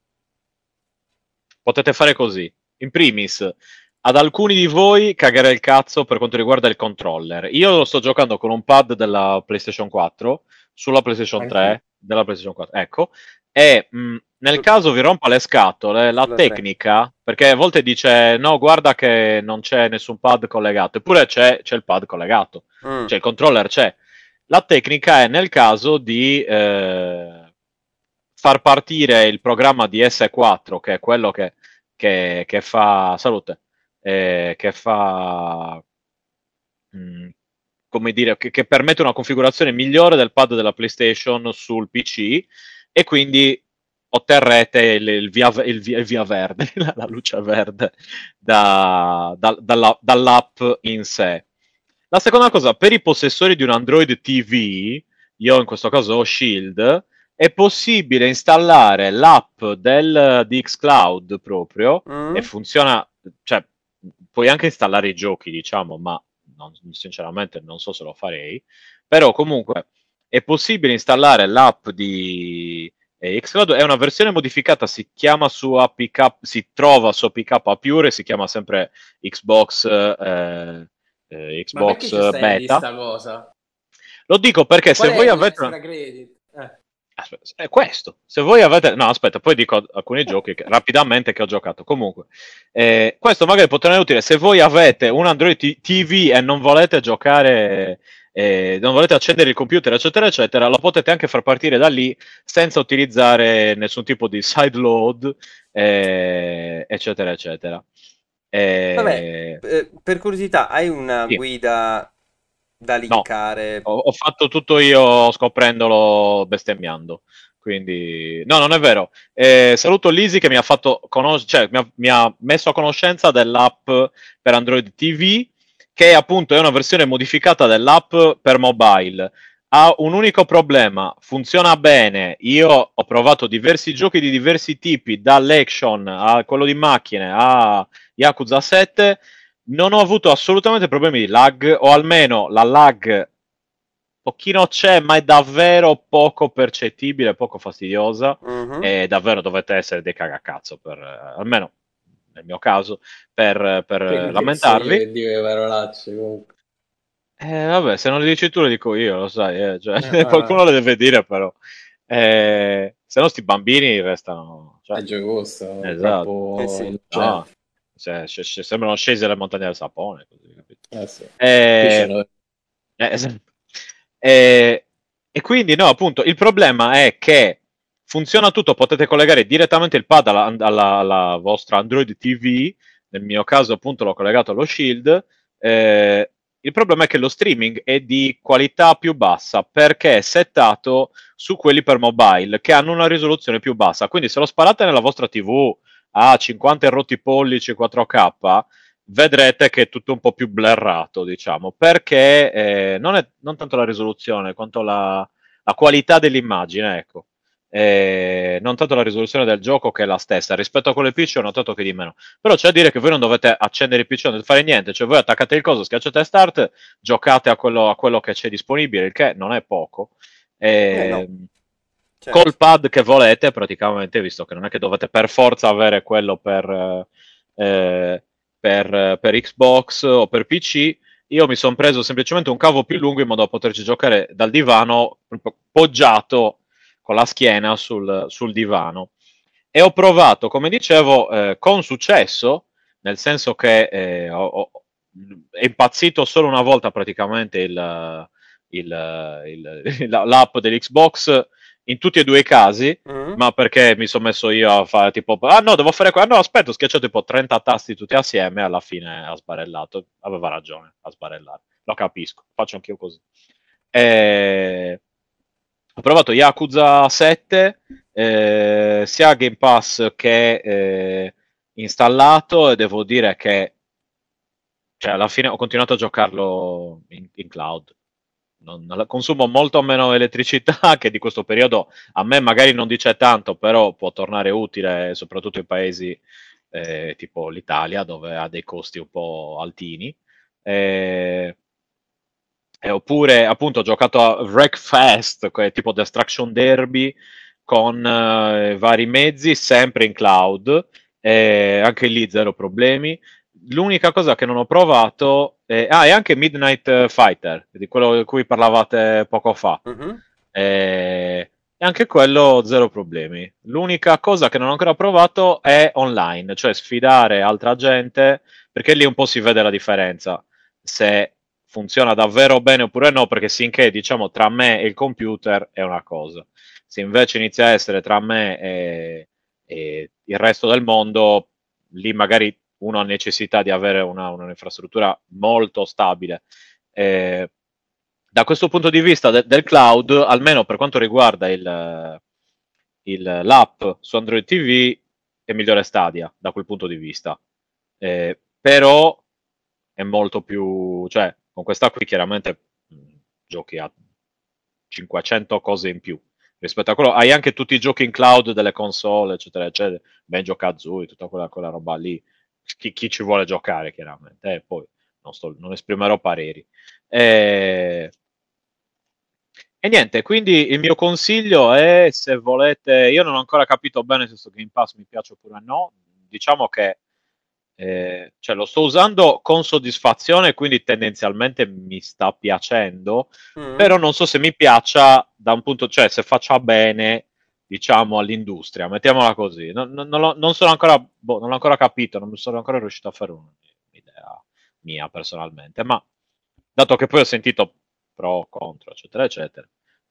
potete fare così. In primis, ad alcuni di voi cagare il cazzo per quanto riguarda il controller. Io lo sto giocando con un pad della PlayStation quattro sulla PlayStation Anch'io. tre della PlayStation quattro. Ecco. E mh, nel caso vi rompa le scatole, la Sulla tre. tecnica, perché a volte dice no, guarda che non c'è nessun pad collegato, eppure c'è, c'è il pad collegato, Mm. cioè il controller c'è. La tecnica è nel caso di eh, far partire il programma di S quattro, che è quello che, che- che fa salute, eh, che fa mh, come dire, che, che permette una configurazione migliore del pad della PlayStation sul P C e quindi otterrete il, il via, il via- il via verde, la luce verde da- da- dalla- dall'app in sé. La seconda cosa, per i possessori di un Android T V, io in questo caso ho Shield, è possibile installare l'app del, di xCloud proprio Mm? e funziona, cioè puoi anche installare i giochi, diciamo, ma non- sinceramente non so se lo farei, però comunque è possibile installare l'app di eh, xCloud, è una versione modificata, si chiama su A P K, si trova su A P K Pure, si chiama sempre Xbox, eh, eh, Ma perché ci Xbox stai di Beta. sta cosa? Lo dico perché se Qual voi è avete una... l'extra credit? Eh. Aspetta, è questo. Se voi avete... No, aspetta, poi dico alcuni giochi che- rapidamente che ho giocato. Comunque, eh, questo magari può tornare utile se voi avete un Android T- TV e non volete giocare, eh, non volete accendere il computer, eccetera, eccetera, lo potete anche far partire da lì senza utilizzare nessun tipo di sideload, eh, eccetera, eccetera. Vabbè, Eh, eh, per curiosità, hai una sì. guida da No, linkare? ho, ho fatto tutto io scoprendolo bestemmiando. Quindi, no, non è vero. Eh, saluto Lisi che mi ha fatto conos- cioè, mi ha, mi ha messo a conoscenza dell'app per Android T V, che appunto è una versione modificata dell'app per mobile. Ha un unico problema, funziona bene. Io ho provato diversi giochi di diversi tipi, dall'action a quello di macchine a Yakuza sette. Non ho avuto assolutamente problemi di lag, o almeno la lag pochino c'è, ma è davvero poco percettibile, poco fastidiosa. Mhm. E davvero dovete essere dei cagacazzo per, eh, almeno nel mio caso, per, per Che eh, ne so io lamentarvi. che dico le parolacce comunque. Eh, vabbè, se non le dici tu le dico io, lo sai, eh, cioè, Eh, ah, qualcuno le deve dire però. Eh, se no sti bambini restano... Cioè, è giocoso, esatto. Eh troppo sì. No, innocente. cioè, sc- sc- sembrano scesi dalle montagne del sapone, così, capito? Eh sì. Qui Eh, c'hanno... eh, esatto. Eh, e quindi, no, appunto, il problema è che funziona tutto, potete collegare direttamente il pad alla, alla- alla vostra Android T V, nel mio caso appunto l'ho collegato allo Shield. Eh, il problema è che lo streaming è di qualità più bassa perché è settato su quelli per mobile che hanno una risoluzione più bassa. Quindi se lo sparate nella vostra T V a cinquanta e rotti pollici quattro K, vedrete che è tutto un po' più blurrato, diciamo, perché eh, non è non tanto la risoluzione quanto la, la qualità dell'immagine, ecco. Eh, non tanto la risoluzione del gioco che è la stessa rispetto a quelle P C ho notato che di meno, però c'è da dire che voi non dovete accendere il P C, non dovete fare niente, cioè voi attaccate il coso, schiacciate start, giocate a quello, a quello che c'è disponibile, il che non è poco. Eh Eh, no, certo. col pad che volete praticamente, visto che non è che dovete per forza avere quello per, eh, eh, per, per Xbox o per P C, io mi sono preso semplicemente un cavo più lungo in modo da poterci giocare dal divano, poggiato con la schiena sul, sul divano. E ho provato, come dicevo, eh, con successo, nel senso che eh, ho, ho, è impazzito solo una volta praticamente il, il, il, l'app dell'Xbox in tutti e due i casi, Mhm. ma perché mi sono messo io a fare tipo, ah no, devo fare qua, no, aspetta, ho schiacciato tipo trenta tasti tutti assieme e alla fine ha sbarellato. Aveva ragione a sbarellare, lo capisco, faccio anch'io così. E... Ho provato Yakuza sette, eh, sia Game Pass che eh, installato, e devo dire che cioè, alla fine ho continuato a giocarlo in, in cloud. Non, non- consumo molto meno elettricità, che di questo periodo a me magari non dice tanto, però può tornare utile soprattutto in paesi eh, tipo l'Italia, dove ha dei costi un po' altini. Eh, eh, oppure appunto ho giocato a Wreckfest, che è tipo Destruction Derby, con eh, vari mezzi, sempre in cloud, eh, anche lì zero problemi. L'unica cosa che non ho provato è, ah, è anche Midnight Fighter, di quello di cui parlavate poco fa. Mhm. Eh, e anche quello zero problemi. L'unica cosa che non ho ancora provato è online, cioè sfidare altra gente, perché lì un po' si vede la differenza. Se funziona davvero bene oppure no, perché finché diciamo tra me e il computer è una cosa. Se invece inizia a essere tra me e, e il resto del mondo, lì magari uno ha necessità di avere una, un'infrastruttura molto stabile. Eh, da questo punto di vista de- del cloud, almeno per quanto riguarda il, il- l'app su Android T V, è migliore Stadia da quel punto di vista. Eh, però è molto più, cioè, con questa qui chiaramente mh, giochi a cinquecento cose in più rispetto a quello. Hai anche tutti i giochi in cloud delle console, eccetera, eccetera. Banjo-Kazooie, tutta quella, quella roba lì. Chi, chi ci vuole giocare, chiaramente. E poi non, sto, non esprimerò pareri. E... e niente, quindi il mio consiglio è, se volete, io non ho ancora capito bene se questo Game Pass mi piace oppure no, diciamo che eh, cioè, lo sto usando con soddisfazione, quindi tendenzialmente mi sta piacendo, Mm. però non so se mi piaccia da un punto, cioè se faccia bene, diciamo, all'industria, mettiamola così. Non, non- non l'ho- non sono ancora, boh, non l'ho ancora capito, non mi sono ancora riuscito a fare un'idea mia personalmente, ma dato che poi ho sentito pro, contro, eccetera, eccetera.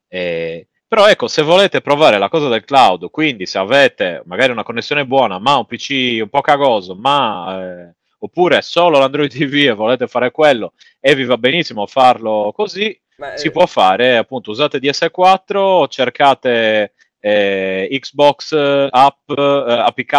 Eh, però ecco, se volete provare la cosa del cloud, quindi se avete magari una connessione buona, ma un P C un po' cagoso, ma eh, oppure solo l'Android T V e volete fare quello e vi va benissimo farlo così, Ma si eh, può fare, appunto, usate D S quattro, cercate eh, Xbox eh, app, eh, A P K,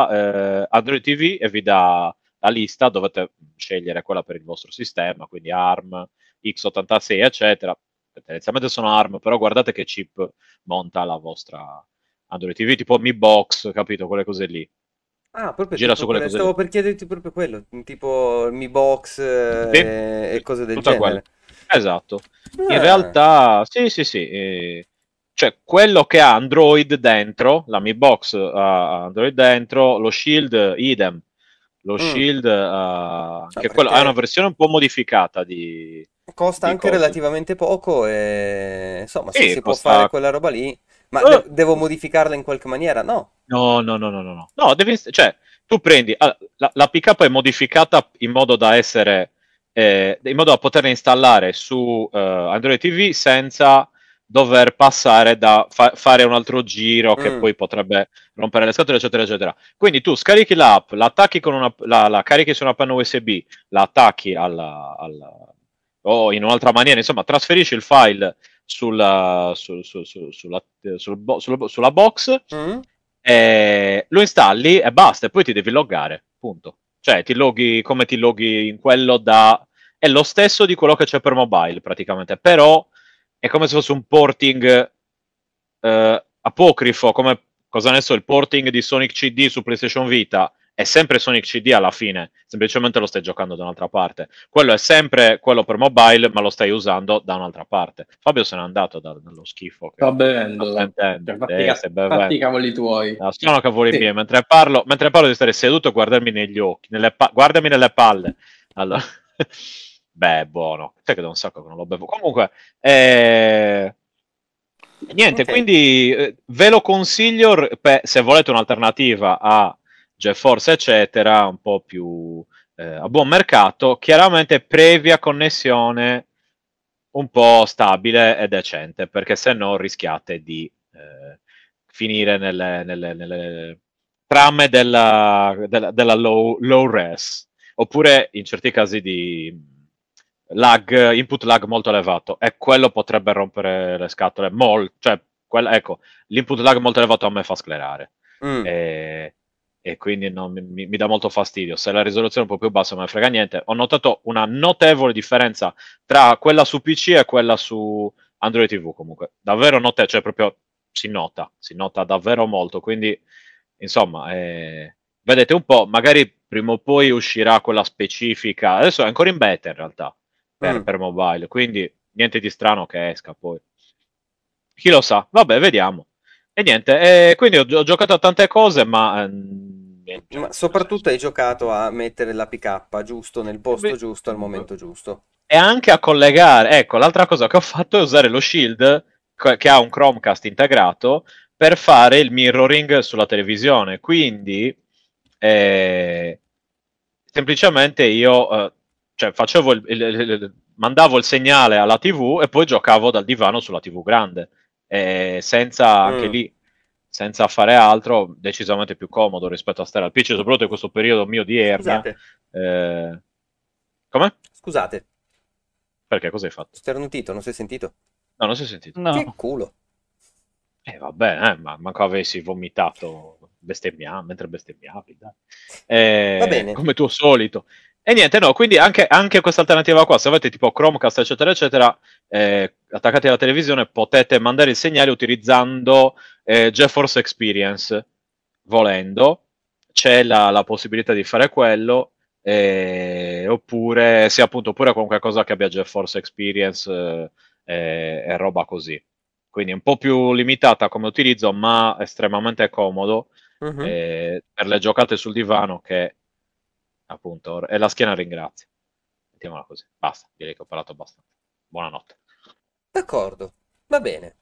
eh, Android T V e vi dà la lista, dovete scegliere quella per il vostro sistema, quindi ARM, X ottantasei, eccetera. Tendenzialmente sono ARM, però guardate che chip monta la vostra Android T V, tipo Mi Box, capito? Quelle cose lì. ah, proprio Gira tipo su quelle quelle, cose lì. stavo per chiederti proprio quello, tipo il Mi Box Sì, eh, e sì, cose del tutta quella. genere. Esatto. In Ah, realtà, sì, sì, sì. eh, cioè, quello che ha Android dentro, la Mi Box ha Android dentro, lo Shield, idem. Lo mm. Shield, ha Ah, anche quello, ha una perché versione un po' modificata di, costa di anche coso. relativamente poco e insomma, se Sì, si può fare costa... quella roba lì, ma eh, de- devo modificarla in qualche maniera? No. No, no, no, no, no, no. No, devi, cioè, tu prendi, ah, la, la P K è modificata in modo da essere, eh, in modo da poterla installare su eh, Android T V senza dover passare da fa- fare un altro giro che Mm, poi potrebbe rompere le scatole, eccetera, eccetera. Quindi tu scarichi l'app, la attacchi con una, la, la carichi su una penna U S B, la attacchi alla, alla- o in un'altra maniera, insomma, trasferisci il file sulla, su- su- su- sulla, sul bo- sul- sulla box, mm, eh, lo installi e basta, e poi ti devi loggare, punto. Cioè, ti loghi come ti loghi in quello da... È lo stesso di quello che c'è per mobile, praticamente, però è come se fosse un porting eh, apocrifo, come, cosa ne so, il porting di Sonic C D su PlayStation Vita. È sempre Sonic C D alla fine, semplicemente lo stai giocando da un'altra parte. Quello è sempre quello per mobile, ma lo stai usando da un'altra parte. Fabio se n'è andato da- dallo schifo che Sto sta bevendo, sentendo. cioè, fatti, Eh, ca- stai fatti bevendo. i cavoli tuoi. No, sono cavoli miei. Sì. Mentre parlo, mentre parlo di stare seduto e guardarmi negli occhi, nelle pa- guardami nelle palle. Allora, beh, è buono. Sai che da un sacco che non lo bevo. Comunque, eh, niente, ok. quindi eh, ve lo consiglio r- pe- se volete un'alternativa a GeForce, eccetera, un po' più eh, a buon mercato, chiaramente previa connessione un po' stabile e decente, perché se no rischiate di eh, finire nelle, nelle- nelle trame della, della- della low, low res, oppure in certi casi di lag, input lag molto elevato, e quello potrebbe rompere le scatole, mol- cioè, quella- ecco, l'input lag molto elevato a me fa sclerare. Mm, E, e quindi non- mi, mi dà molto fastidio. Se la risoluzione è un po' più bassa, non me ne frega niente. Ho notato una notevole differenza tra quella su P C e quella su Android T V, comunque. Davvero notevole, cioè proprio si nota, si nota davvero molto. Quindi, insomma, eh, vedete un po', magari prima o poi uscirà quella specifica. Adesso è ancora in beta in realtà per, mm. per mobile, quindi niente di strano che esca poi. Chi lo sa? Vabbè, vediamo. E niente, e quindi ho, ho giocato a tante cose, ma ehm, niente, cioè, Ma nel senso, soprattutto hai giocato a mettere la P K giusto nel posto giusto al momento giusto. e anche a collegare. Ecco, l'altra cosa che ho fatto è usare lo Shield, che che ha un Chromecast integrato, per fare il mirroring sulla televisione. Quindi, eh, semplicemente io eh, cioè, facevo il, il- il- il- mandavo il segnale alla T V e poi giocavo dal divano sulla T V grande. E senza anche Mm, lì, senza fare altro, decisamente più comodo rispetto a stare al P C, soprattutto in questo periodo mio di ernia. scusate, Eh, come? scusate, Perché? Cosa hai fatto? sternutito, non si è sentito? No, non si è sentito. Che No. culo. Eh, vabbè, eh, ma manco avessi vomitato bestemmia- mentre bestemmiavi, dai. Va Eh, bene. come tuo solito. E niente, no, quindi anche, anche questa alternativa qua, se avete tipo Chromecast, eccetera, eccetera, eh, attaccati alla televisione, potete mandare il segnale utilizzando eh, GeForce Experience, volendo. C'è la, la possibilità di fare quello, eh, oppure, sì, appunto, oppure qualunque cosa che abbia GeForce Experience eh, eh, e roba così. Quindi è un po' più limitata come utilizzo, ma estremamente comodo Mhm. eh, per le giocate sul divano che appunto e la schiena ringrazia. Mettiamola così. Basta, direi che ho parlato abbastanza. Buonanotte. D'accordo, va bene.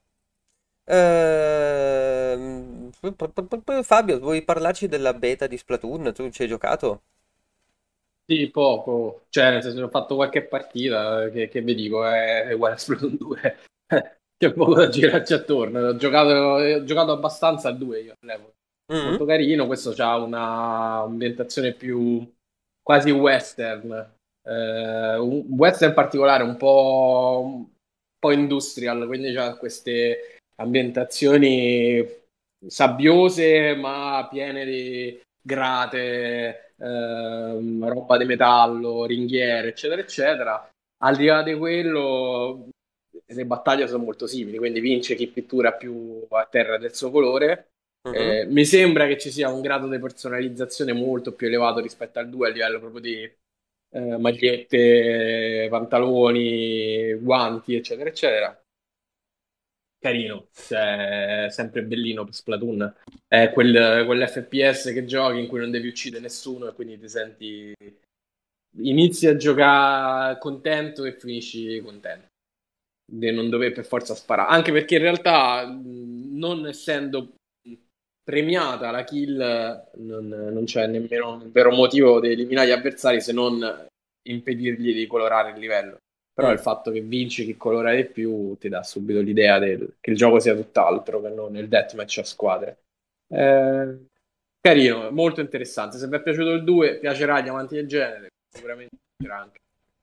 Ehm, p- p- p- p- Fabio, vuoi parlarci della beta di Splatoon? Tu ci hai giocato? Sì, poco, cioè nel senso ho fatto qualche partita che, che vi dico, è, è uguale a Splatoon due, c'è poco da girarci attorno, ho giocato, ho giocato abbastanza al due io all'epoca, Mm? molto carino, questo ha una ambientazione più quasi western, eh, un western particolare, un po', un po' industrial, quindi c'ha queste ambientazioni sabbiose ma piene di grate, ehm, roba di metallo, ringhiere, eccetera, eccetera. Al di là di quello, le battaglie sono molto simili, quindi vince chi pittura più a terra del suo colore. Mhm. Eh, mi sembra che ci sia un grado di personalizzazione molto più elevato rispetto al due a livello proprio di eh, magliette, pantaloni, guanti, eccetera, eccetera. Carino, cioè, è sempre bellino per Splatoon. È quel, quell'F P S che giochi in cui non devi uccidere nessuno e quindi ti senti. Inizi a giocare contento e finisci contento di non dover per forza sparare. Anche perché in realtà, mh, non essendo premiata la kill, non, non c'è nemmeno un vero motivo di eliminare gli avversari se non impedirgli di colorare il livello. Però il Mm. fatto che vinci chi colora di più ti dà subito l'idea del- che il gioco sia tutt'altro che non il deathmatch a squadre. Eh, carino, molto interessante. Se vi è piaciuto il due, piacerà agli amanti del genere. Sicuramente piacerà anche.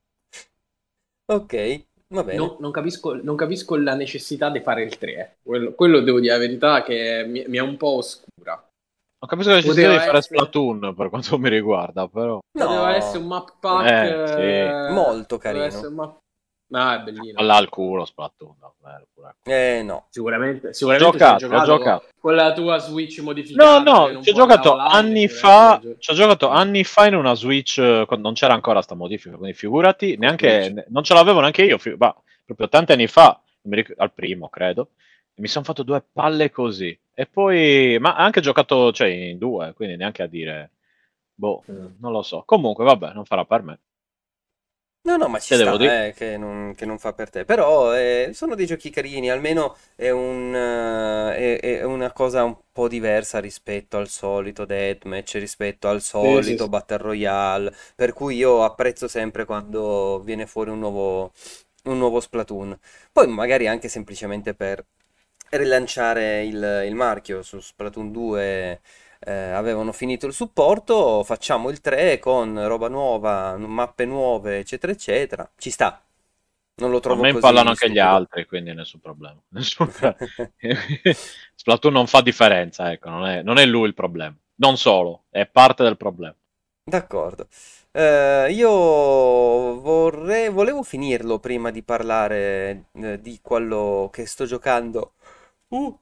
Ok, va bene. Non, non capisco, non capisco la necessità di fare il tre. eh. Quello, quello devo dire la verità che mi, mi è un po' oscura. Non capisco la necessità di Poteva fare essere, Splatoon per quanto mi riguarda, però. poteva essere No, un map pack. Eh, sì. eh, molto poteva essere carino. un map. Ah, è bellino. Alla al culo Splatoon, davvero, pure. Eh no. Sicuramente, L'ho sicuramente ci hai giocato, l'ho giocato giocato. con la tua Switch No, modificata che no, non ci ho può andare giocato online. anni Sicuramente ci hai fa. giocato. Ci ho giocato Mm. anni fa in una Switch, eh, quando non c'era ancora sta modifica, quindi figurati, Con neanche, Switch. ne- non ce l'avevo neanche io, fi- bah, proprio tanti anni fa, mi ric- al primo credo, e mi sono fatto due palle così. E poi, ma ha anche giocato, cioè, in due, quindi neanche a dire, boh, Mm. non lo so. Comunque, vabbè, non farà per me. No, no, ma ci Che devo dire? sta, eh, che non, che non fa per te. Però eh, sono dei giochi carini, almeno è un, eh, è, è una cosa un po' diversa rispetto al solito deathmatch, rispetto al Sì, sì, solito sì. Battle Royale. Per cui io apprezzo sempre quando viene fuori un nuovo, un nuovo Splatoon. Poi magari anche semplicemente per rilanciare il, il marchio su Splatoon due. Eh, avevano finito il supporto, facciamo il tre con roba nuova, mappe nuove, eccetera, eccetera. Ci sta, non lo A trovo me impallano così anche gli stupido. altri, quindi nessun problema. Nessun pro- Splatoon non fa differenza, ecco, non è, non è lui il problema. Non solo, è parte del problema. D'accordo. Eh, io vorrei, volevo finirlo prima di parlare eh, di quello che sto giocando. Uh,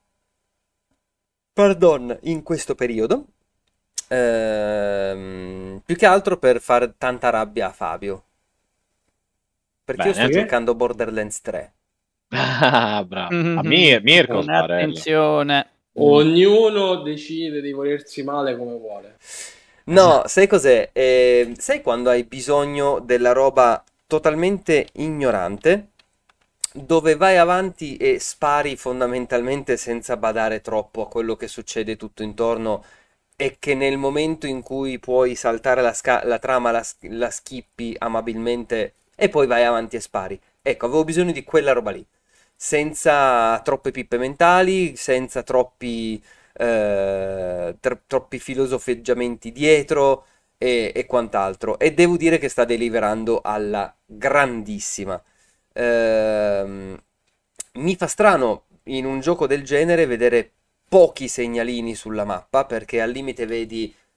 pardon, in questo periodo. Ehm, più che altro per far tanta rabbia a Fabio. Perché io sto Bene. Perché? giocando Borderlands tre. Ah, bravo. A Mhm. Mir- Mirko Sparello. Attenzione. Mm. Ognuno decide di volersi male come vuole. No, sai cos'è? Eh, sai quando hai bisogno della roba totalmente ignorante, dove vai avanti e spari fondamentalmente senza badare troppo a quello che succede tutto intorno e che nel momento in cui puoi saltare la, sca- la trama la, s- la skippi amabilmente e poi vai avanti e spari. Ecco, avevo bisogno di quella roba lì, senza troppe pippe mentali, senza troppi eh, tr- troppi filosofeggiamenti dietro e, e quant'altro. E devo dire che sta deliverando alla grandissima. Ehm, Mi fa strano in un gioco del genere vedere pochi segnalini sulla mappa perché al limite vedi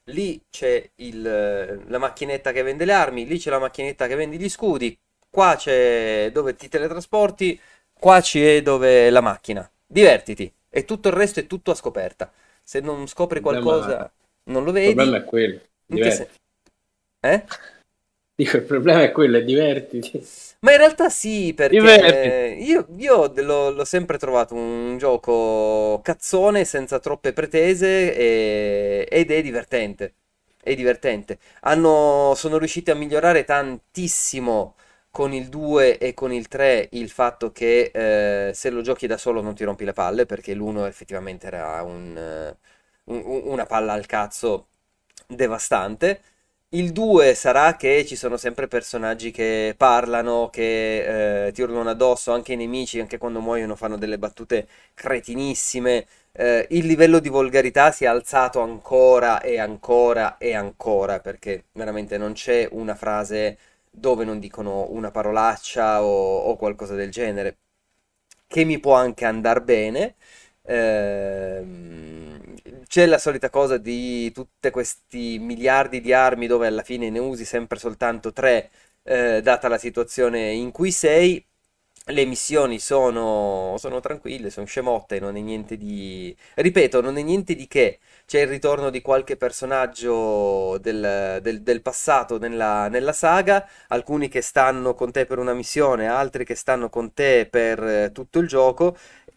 lì c'è il- la macchinetta che vende le armi, lì c'è la macchinetta che vende gli scudi, qua c'è dove ti teletrasporti, qua c'è dove la macchina. Divertiti. E tutto il resto è tutto a scoperta. Se non scopri Il problema, qualcosa, non lo il problema vedi. è quello, In che senso? divertiti. Eh? Dico, il problema è quello, è divertiti. Ma in realtà sì, Divertiti. perché io, io l'ho l'ho sempre trovato un gioco cazzone, senza troppe pretese, e- ed è divertente. È divertente. Hanno, sono riusciti a migliorare tantissimo con il due e con il tre il fatto che eh, se lo giochi da solo non ti rompi le palle, perché l'uno effettivamente era un, eh, un- un- una palla al cazzo devastante. Il due sarà che ci sono sempre personaggi che parlano, che eh, ti urlano addosso, anche i nemici, anche quando muoiono fanno delle battute cretinissime. Eh, il livello di volgarità si è alzato ancora e ancora e ancora, perché veramente non c'è una frase dove non dicono una parolaccia o, o qualcosa del genere, che mi può anche andare bene. Ehm, c'è la solita cosa di tutti questi miliardi di armi dove alla fine ne usi sempre soltanto tre, eh, data la situazione in cui sei. Le missioni sono, sono tranquille, sono scemotte, non è niente di... Ripeto, non è niente di che. C'è il ritorno di qualche personaggio del, del- del passato nella, nella saga, alcuni che stanno con te per una missione, altri che stanno con te per eh, tutto il gioco,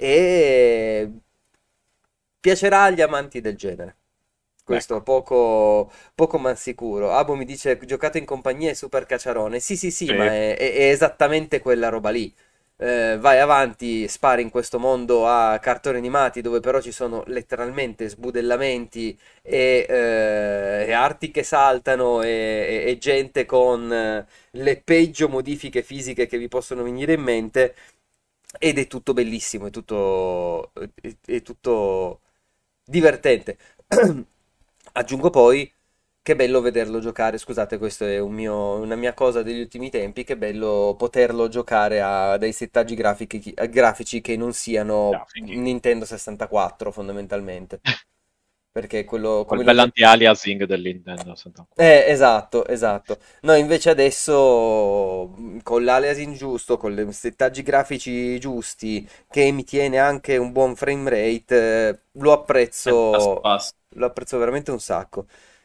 e piacerà agli amanti del genere. Questo Ecco. poco, poco ma sicuro. Abo mi dice giocato in compagnia è super cacciarone. Sì, sì, sì, ma Sì. è, è- è esattamente quella roba lì. Eh, vai avanti, spari in questo mondo a cartoni animati dove però ci sono letteralmente sbudellamenti e, eh, e arti che saltano e, e- e gente con eh, le peggio modifiche fisiche che vi possono venire in mente. Ed è tutto bellissimo, è tutto, è, è tutto divertente. Aggiungo poi che bello vederlo giocare. Scusate, questo è un mio- una mia cosa degli ultimi tempi. Che bello poterlo giocare a dei settaggi grafici, grafici che non siano Grafici. Nintendo sessantaquattro, fondamentalmente. Perché quello, Quel come li ho giocati. bell'anti-aliasing del Nintendo sessantaquattro. Eh, esatto, esatto. No, invece adesso mh, con l'aliasing giusto, con i settaggi grafici giusti, che mi tiene anche un buon frame rate, eh, lo È passo apprezzo, passo. lo apprezzo veramente un sacco.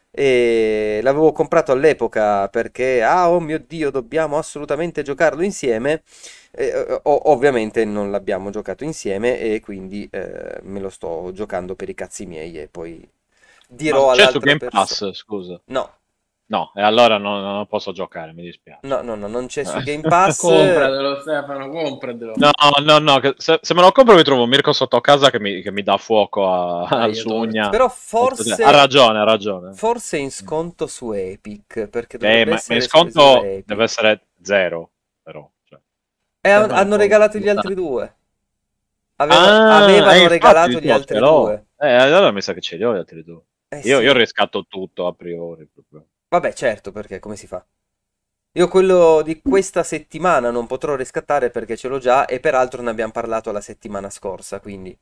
E l'avevo comprato all'epoca perché, ah, oh mio Dio, dobbiamo assolutamente giocarlo insieme. E, eh, o- ovviamente non l'abbiamo giocato insieme e quindi eh, me lo sto giocando per i cazzi miei e poi Ma dirò c'è su all'altra Game persona. Pass, scusa. No. No, e allora non, non posso giocare, mi dispiace. No, no, no, non c'è su Eh. Game Pass. Compratelo, Stefano, compratelo. No, no, no, che se, se me lo compro mi trovo Mirko sotto casa che mi, che mi dà fuoco a- Ah, al io torto. Sugna. Però Ha forse, ragione, ha ragione. forse in sconto su Epic, perché Eh, dovrebbe ma, ma in essere esclusivo sconto deve Epic. essere zero, però. Cioè. E han- Stefano è hanno povero. regalato gli altri Buttato. due. Aveva- Ah, e avevano infatti regalato il gli tuo ce altri l'ho. due. Eh, allora mi sa che ce li ho gli altri due. Eh Io, io sì. riscatto tutto a priori. Proprio. Vabbè, certo, perché come si fa? Io quello di questa settimana non potrò riscattare perché ce l'ho già e peraltro ne abbiamo parlato la settimana scorsa, quindi...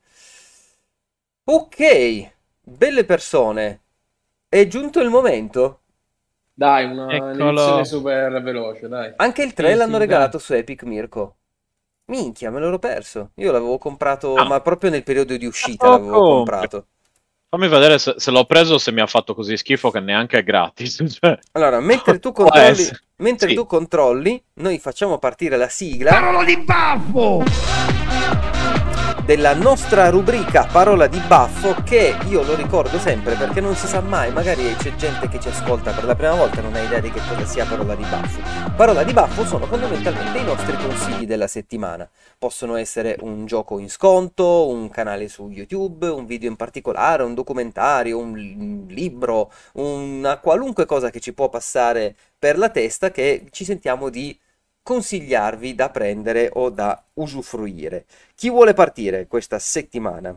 Ok, belle persone. È giunto il momento. Dai, una- un'edizione Eccolo. super veloce, dai. Anche il tre Sì, l'hanno sì, dai. regalato su Epic, Mirko. Minchia, me l'ero perso. Io l'avevo comprato, Ah, ma proprio nel periodo di ma uscita lo l'avevo compri. comprato. Fammi vedere se, se l'ho preso o se mi ha fatto così schifo che neanche è gratis. Cioè, Allora, mentre tu può controlli, essere. mentre tu Sì. controlli, noi facciamo partire la sigla Parola di baffo! della nostra rubrica Parola di baffo, che io lo ricordo sempre perché non si sa mai, magari c'è gente che ci ascolta per la prima volta e non ha idea di che cosa sia parola di baffo. Parola di baffo sono fondamentalmente i nostri consigli della settimana. Possono essere un gioco in sconto, un canale su YouTube, un video in particolare, un documentario, un li- libro, una qualunque cosa che ci può passare per la testa che ci sentiamo di consigliarvi da prendere o da usufruire. Chi vuole partire questa settimana?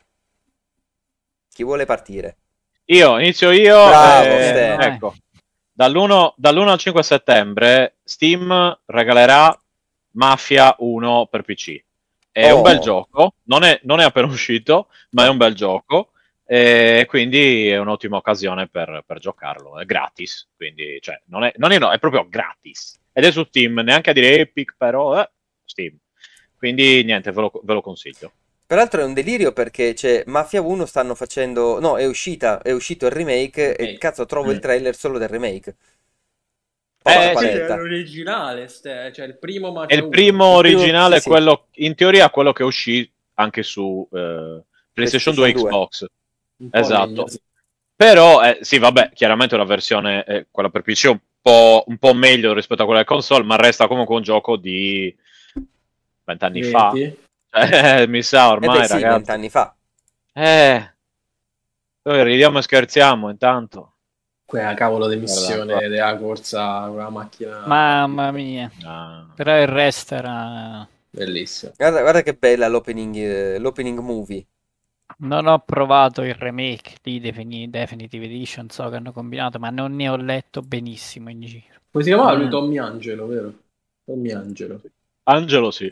Chi vuole partire? Io inizio io. Bravo, Vai, eh, Ste. Stefano, vai. ecco, dall'uno, dall'uno al cinque settembre Steam regalerà Mafia uno per P C. È un bel Oh, gioco, non è, non è appena uscito, ma è no. un bel gioco. E quindi è un'ottima occasione per, per giocarlo, è gratis, quindi cioè, non, è, non è, no, è proprio gratis. Ed è su Steam, neanche a dire Epic, però eh, Steam. Quindi niente, ve lo, ve lo consiglio. Peraltro è un delirio perché c'è Mafia uno stanno facendo... No, è uscita, è uscito il remake e Ok. cazzo trovo il Mm. trailer solo del remake. Porca Eh, Sì, sì. c'è paletta. l'originale, ste- cioè il primo È Mafia il uno. primo Il primo... Sì, originale, sì, quello, in teoria quello che uscì anche su eh, PlayStation due PlayStation e due. Xbox. Un po' meglio, Esatto. sì. Però, eh, sì, vabbè, chiaramente una versione, eh, quella per P C, un po', un po' meglio rispetto a quella del console, ma resta comunque un gioco di vent'anni fa. venti? Cioè, mi sa Eh beh ormai, sì, ragazzi. vent'anni fa. Eh, noi ridiamo e scherziamo intanto. Quella cavolo di Guarda qua. missione della corsa con la macchina. Mamma mia. Ah. Però il resto era... Bellissimo. Guarda, guarda che bella l'opening, eh, l'opening movie. Non ho provato il remake di Defini- Definitive Edition, so che hanno combinato, ma non ne ho letto benissimo in giro. Come si chiamava lui? Mm, Tommy Angelo, vero? Tommy Angelo. Angelo, sì.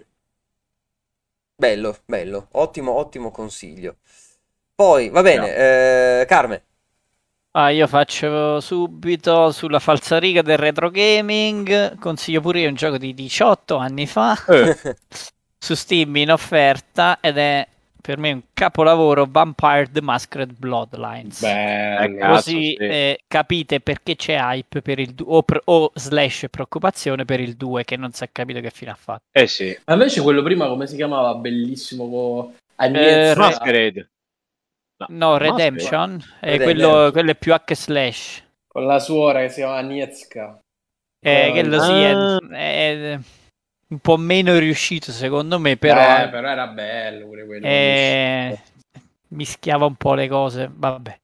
bello, bello. Ottimo, ottimo consiglio. Poi, va Bravo. bene, eh, Carme. Ah, io faccio subito sulla falsariga del retro gaming. Consiglio pure io un gioco di diciotto anni fa Eh, su Steam in offerta ed è per me un capolavoro, Vampire the Masquerade Bloodlines. eh, Bello. cazzo, Così sì. eh, capite perché c'è hype per il due o, pre- o slash preoccupazione per il due che non si è capito che fine ha fatto. Eh sì. Ma invece quello prima come si chiamava? Bellissimo con Eh, re- Agnezza Masquerade. No, no, Masquerade. Redemption, è quello, Redemption. quello è più H slash. con la suora che si chiama Agnieszka. Eh, quello sì, è, Ah, è un po' meno riuscito secondo me, però Eh, eh, però era bello pure quello quando eh, uscì. mischiava un po' le cose, vabbè.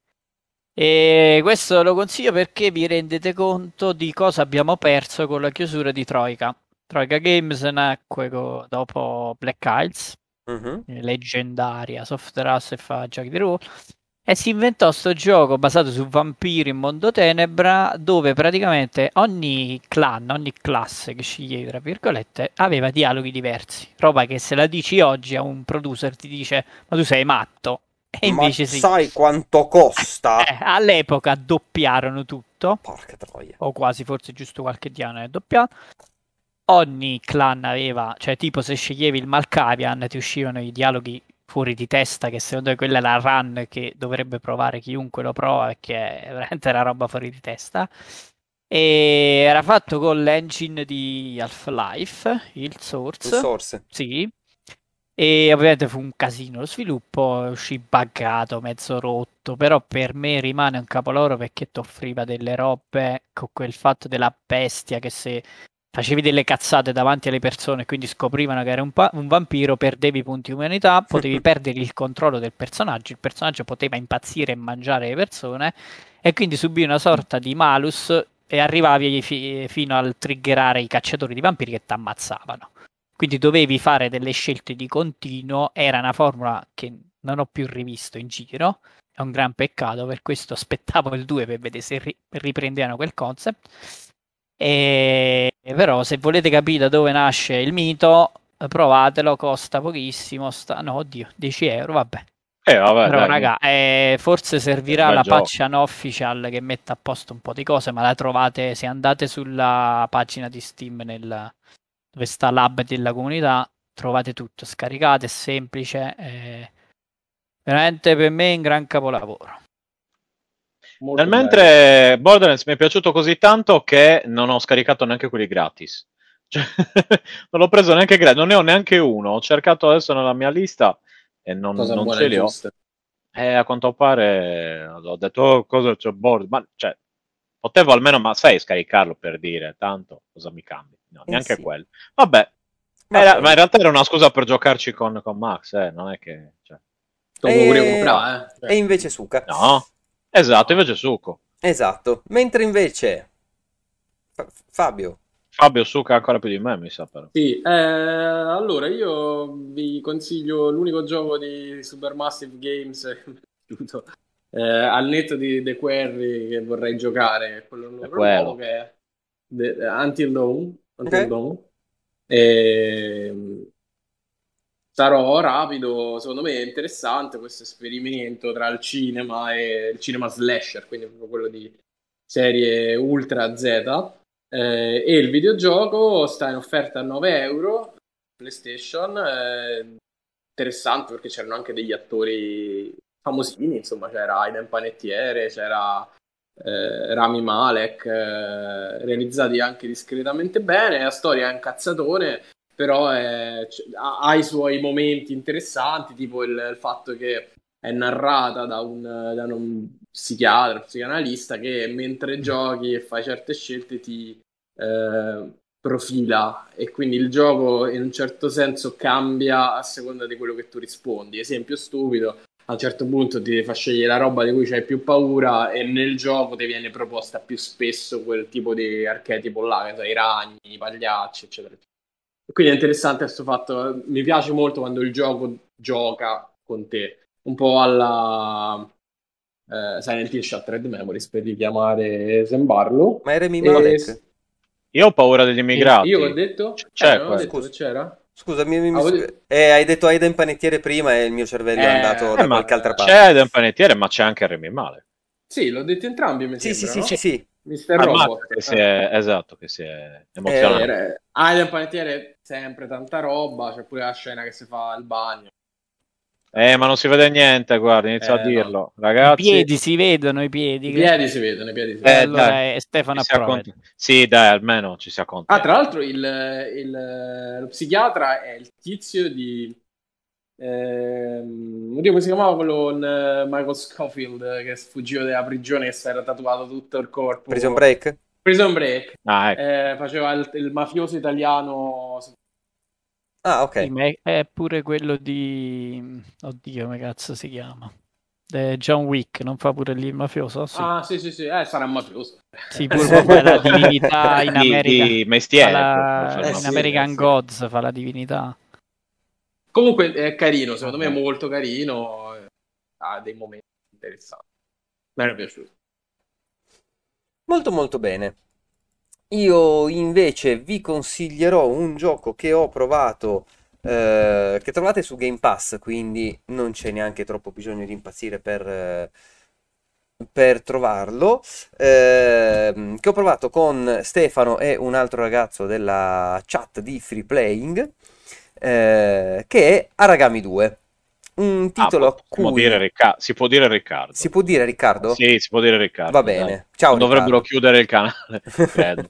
E questo lo consiglio perché vi rendete conto di cosa abbiamo perso con la chiusura di Troika. Troika Games nacque co- dopo Black Isles, Mhm. leggendaria software house e fa giochi di ruolo, e si inventò sto gioco basato su vampiri in mondo tenebra dove praticamente ogni clan, ogni classe che sceglievi, tra virgolette, aveva dialoghi diversi. Roba che se la dici oggi a un producer ti dice ma tu sei matto. E Ma invece sì. sai quanto costa? Eh, all'epoca doppiarono tutto, Porca troia. o quasi, forse giusto qualche diano è doppiato. Ogni clan aveva, cioè tipo se sceglievi il Malkavian ti uscivano i dialoghi fuori di testa, che secondo me quella è la run che dovrebbe provare chiunque lo prova, perché è veramente una roba fuori di testa. E era fatto con l'engine di Half-Life, il Il Source, source. sì, e ovviamente fu un casino lo sviluppo, uscì buggato, mezzo rotto, però per me rimane un capolavoro perché ti offriva delle robe con quel fatto della bestia che se facevi delle cazzate davanti alle persone e quindi scoprivano che era un, pa- un vampiro, perdevi punti umanità, potevi perdere il controllo del personaggio, il personaggio poteva impazzire e mangiare le persone e quindi subì una sorta di malus e arrivavi fi- fino al triggerare i cacciatori di vampiri che ti ammazzavano. Quindi dovevi fare delle scelte di continuo, era una formula che non ho più rivisto in giro, è un gran peccato, per questo aspettavo il due per vedere se ri- riprendevano quel concept. E... Però se volete capire da dove nasce il mito, provatelo, costa pochissimo, sta... no oddio, dieci euro, vabbè. eh, vabbè, Però dai, raga, mica. eh, forse È un servirà bel la gioco. patch unofficial che mette a posto un po' di cose, ma la trovate se andate sulla pagina di Steam nel dove sta l'hub della comunità, trovate tutto, scaricate, è semplice, è veramente per me un gran capolavoro. Nel Molto bello. mentre Borderlands mi è piaciuto così tanto che non ho scaricato neanche quelli gratis. Cioè, non l'ho preso neanche gratis, non ne ho neanche uno. Ho cercato adesso nella mia lista e non, Cosa non buona ce e li ho. giusta. E a quanto pare ho detto, oh, cosa c'è Borderlands? Ma cioè, potevo almeno, ma sai, scaricarlo per dire, tanto cosa mi cambia? No, Eh neanche sì, quello. Vabbè, va era- ma in bene. realtà era una scusa per giocarci con, con Max, eh, non è che... cioè, Te lo puoi pure E, comprare, eh. e Cioè, invece Suka. no, esatto, no. invece Succo. Esatto. Mentre invece Fa- Fabio. Fabio Succa ancora più di me, mi sa però. Sì, eh, allora io vi consiglio l'unico gioco di Supermassive Games che mi è piaciuto, eh, al netto di The Quarry che vorrei giocare, è quello È loro nuovo quello. che è The- Until Dawn, Until Ok? Dawn. E, sarò rapido, secondo me è interessante questo esperimento tra il cinema e il cinema slasher, quindi proprio quello di serie Ultra Z, eh, e il videogioco sta in offerta a nove euro, PlayStation, eh, interessante perché c'erano anche degli attori famosini, insomma c'era Aiden Panettiere, c'era eh, Rami Malek, eh, realizzati anche discretamente bene, la storia è un cazzatone, però è- c- ha, ha i suoi momenti interessanti, tipo il, il fatto che è narrata da un, da un psichiatra, psicanalista che mentre giochi e fai certe scelte ti eh, profila e quindi il gioco in un certo senso cambia a seconda di quello che tu rispondi. Esempio stupido, a un certo punto ti fa scegliere la roba di cui c'hai più paura e nel gioco ti viene proposta più spesso quel tipo di archetipo là, che so, i ragni, i pagliacci, eccetera. E quindi è interessante questo fatto, mi piace molto quando il gioco gioca con te, un po' alla eh, Silent Hill Shattered Memories per richiamare Sembarlo. Ma è Remy E, Malek? Io ho paura degli e io ho immigrati. detto? C- Eh, C'è non ho quello. detto che Scusa, c'era? scusa, mi- mi- mi- Avevo detto- eh, hai detto Aiden Panettiere prima e il mio cervello è andato Eh, Eh, da ma qualche altra eh, parte. c'è Eden Panettiere, ma c'è anche Remy Male. sì, l'ho detto entrambi, mi Sì, sì, sembra, sì, sì, no? sì. mister Ammazza Robot. che si Eh. è, esatto, che si è Sì, Eh, emozionato. re- ah, del panettiere sempre tanta roba, c'è pure la scena che si fa al bagno. Eh, ma non si vede niente, guarda, inizio a Eh, no. dirlo. I Ragazzi, piedi si vedono, i I piedi. piedi si vedono, i piedi si E vedono. eh, dai, allora eh, ci Stefano si approva. acconti- Sì, dai, almeno ci si Ah, tra accontenta. l'altro il, il- lo psichiatra è il tizio di... Ehm, oddio, come si chiamava quello con eh, Michael Scofield eh, che sfuggiva dalla prigione e si era tatuato tutto il Prison corpo. Break? Prison Break. Ah, ecco. Eh, faceva il, il mafioso italiano. Ah, Sì, ok. ma è, è pure quello di... Oddio, come cazzo si chiama? Eh, John Wick, non fa pure lì il mafioso? Sì. Ah, sì, sì, sì, eh, sarà mafioso. Sì, pure ma fa la divinità in Di, America. di Fa mestiere, poi, lo fa la... il Eh In sì. mafioso. Eh American sì. Gods fa la divinità. Comunque è carino, secondo me è Vabbè. molto carino. eh, Ha dei momenti interessanti. Mi è piaciuto. Molto molto bene. Io invece vi consiglierò un gioco che ho provato, eh, che trovate su Game Pass, quindi non c'è neanche troppo bisogno di impazzire per, eh, per trovarlo, ehm, che ho provato con Stefano e un altro ragazzo della chat di Free Playing, eh, che è Aragami due, un Ah, titolo a possiamo dire cui Ricca- si può dire si Riccardo. può dire Riccardo? Sì, si può dire Va Riccardo, dai. bene, ciao Non dovrebbero Riccardo. chiudere il canale, credo.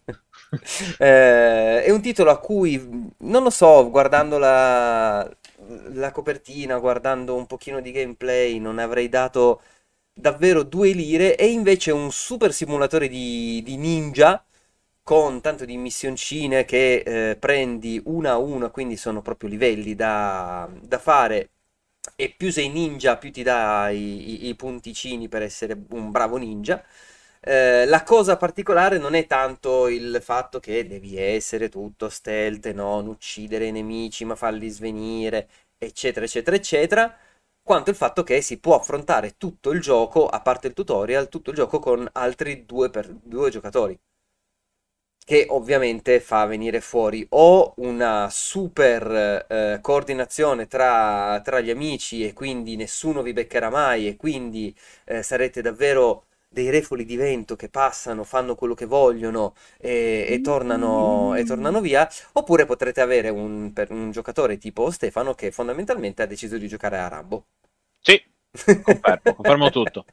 Eh, è un titolo a cui, non lo so, guardando la, la copertina, guardando un pochino di gameplay, non avrei dato davvero due lire, e invece è un super simulatore di, di ninja con tanto di missioncine che eh, prendi una a una, quindi sono proprio livelli da, da fare, e più sei ninja più ti dà i, i- i punticini per essere un bravo ninja. Eh, la cosa particolare non è tanto il fatto che devi essere tutto stealth, e non uccidere i nemici ma farli svenire, eccetera, eccetera, eccetera, quanto il fatto che si può affrontare tutto il gioco, a parte il tutorial, tutto il gioco con altri due, per, due giocatori, che ovviamente fa venire fuori o una super eh, coordinazione tra, tra gli amici, e quindi nessuno vi beccherà mai, e quindi eh, sarete davvero dei refoli di vento che passano, fanno quello che vogliono e, e tornano, e tornano via, oppure potrete avere un, per- un giocatore tipo Stefano che fondamentalmente ha deciso di giocare a Rambo. Sì, confermo, confermo tutto.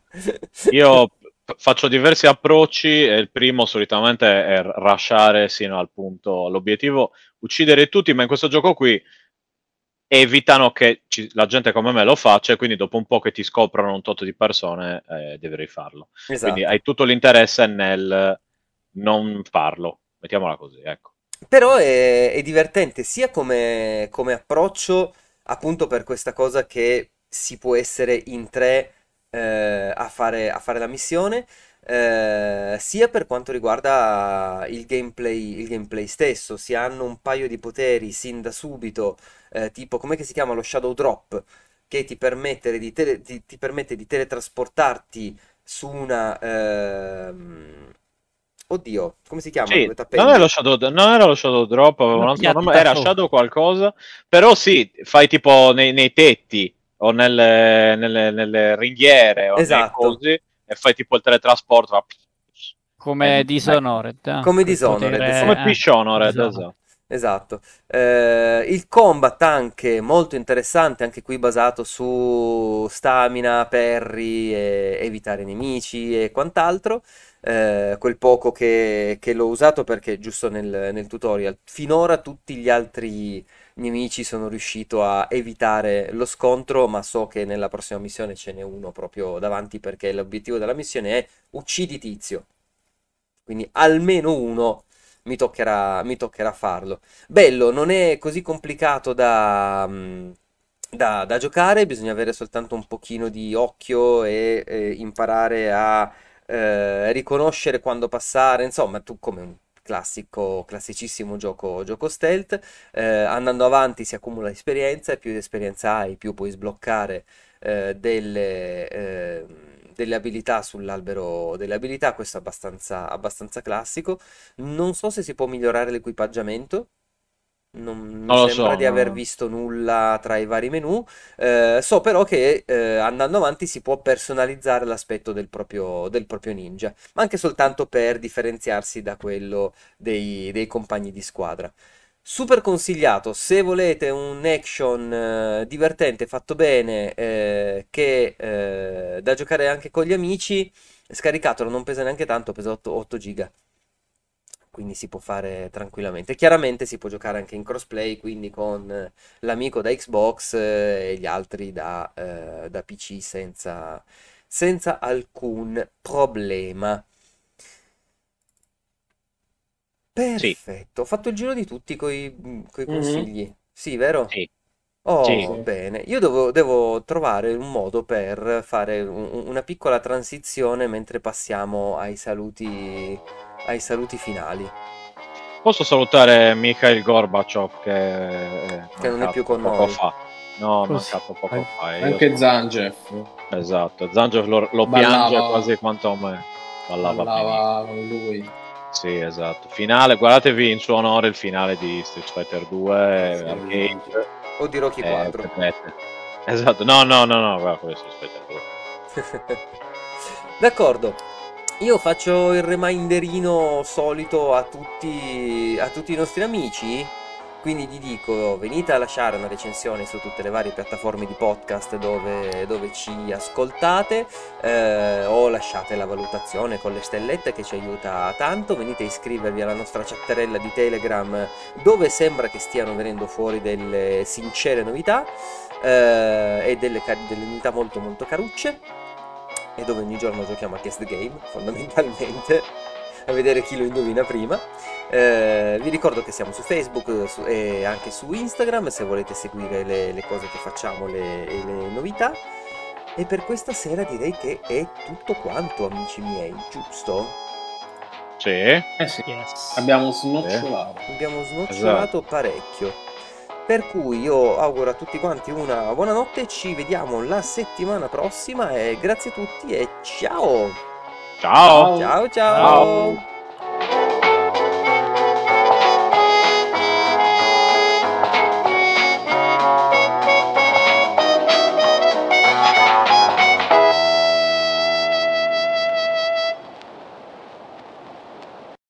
Io f- faccio diversi approcci e il primo solitamente è rushare sino al punto, l'obiettivo uccidere tutti, ma in questo gioco qui evitano che ci- la gente come me lo faccia, e quindi dopo un po' che ti scoprono un tot di persone eh, devi rifarlo. Quindi Esatto. hai tutto l'interesse nel non farlo, mettiamola così, ecco. Però è, è divertente sia come, come approccio, appunto per questa cosa che si può essere in tre eh, a fare, a fare la missione, eh, sia per quanto riguarda il gameplay, il gameplay stesso. Si hanno un paio di poteri sin da subito, eh, tipo, com'è che si chiama? Lo Shadow Drop, che ti permette di, tele- ti- ti permette di teletrasportarti su una, ehm, Oddio, come si chiama? Sì, Dove t'appendi? non era lo Shadow, non era lo Shadow Drop, aveva un Una altro nome, piatta era sopra. Shadow qualcosa, però sì, fai tipo nei, nei tetti o nelle, nelle, nelle ringhiere o nei Esatto, cosi e fai tipo il teletrasporto. va- Come Eh, Dishonored, eh, come quel Dishonored, potere... sì. come Eh, Dishonored, Dishonored. esatto. Esatto. Eh, il combat anche molto interessante, anche qui basato su stamina, parry, e evitare nemici e quant'altro. Eh, quel poco che, che l'ho usato perché giusto nel, nel tutorial. Finora tutti gli altri nemici sono riuscito a evitare lo scontro, ma so che nella prossima missione ce n'è uno proprio davanti perché l'obiettivo della missione è uccidi Tizio. Quindi almeno uno mi toccherà, mi toccherà farlo. Bello, non è così complicato da, mm, da- da giocare, bisogna avere soltanto un pochino di occhio e, e imparare a eh, riconoscere quando passare, insomma, tu come un classico, classicissimo gioco, gioco stealth, eh, andando avanti si accumula esperienza e più esperienza hai, più puoi sbloccare eh, delle, eh, delle abilità sull'albero delle abilità, questo è abbastanza, abbastanza classico. Non so se si può migliorare l'equipaggiamento. Non mi Non lo sembra so, di aver no. visto nulla tra i vari menu. Eh, so però che eh, andando avanti si può personalizzare l'aspetto del proprio, del proprio ninja, ma anche soltanto per differenziarsi da quello dei, dei compagni di squadra. Super consigliato, se volete un action eh, divertente, fatto bene, eh, che eh, da giocare anche con gli amici, scaricatelo, non pesa neanche tanto, pesa otto, otto giga, quindi si può fare tranquillamente. Chiaramente si può giocare anche in crossplay, quindi con eh, l'amico da Xbox eh, e gli altri da, eh, da P C senza, senza alcun problema. Sì, Perfetto, ho fatto il giro di tutti coi, coi Mhm. consigli. Sì, vero? sì, sì. Oh, Sì. bene. Io devo, devo trovare un modo per fare un- una piccola transizione mentre passiamo ai saluti, ai saluti finali, Posso salutare Mikhail Gorbaciov che è che non è più mancato con poco noi. fa. No, è Così. mancato poco An- fa e io Anche sono... Zangief Esatto, Zangief lo, lo piange ballava, quasi quanto me. Ballava benissimo. ballava con lui. Sì, esatto. Finale, guardatevi in suo onore il finale di Street Fighter due Sì, Arcade O di Rocky e quattro. vedrete. Esatto, no, no, no, no, guarda, questo è Street Fighter due. D'accordo. Io faccio il reminderino solito a tutti, a tutti i nostri amici. Quindi gli dico, venite a lasciare una recensione su tutte le varie piattaforme di podcast dove, dove ci ascoltate, eh, o lasciate la valutazione con le stellette che ci aiuta tanto. Venite a iscrivervi alla nostra chatterella di Telegram dove sembra che stiano venendo fuori delle sincere novità eh, e delle, ca- delle novità molto molto carucce e dove ogni giorno giochiamo a Guess the Game, fondamentalmente, a vedere chi lo indovina prima. Eh, vi ricordo che siamo su Facebook eh, su- e anche su Instagram se volete seguire le, le cose che facciamo le- e le novità. E per questa sera direi che è tutto quanto, amici miei, giusto? Sì, Eh sì, Yes. abbiamo sì, snocciolato. Abbiamo esatto. snocciolato parecchio. Per cui io auguro a tutti quanti una buonanotte, ci vediamo la settimana prossima e grazie a tutti e ciao! Ciao! Ciao! Ciao Ciao! ciao!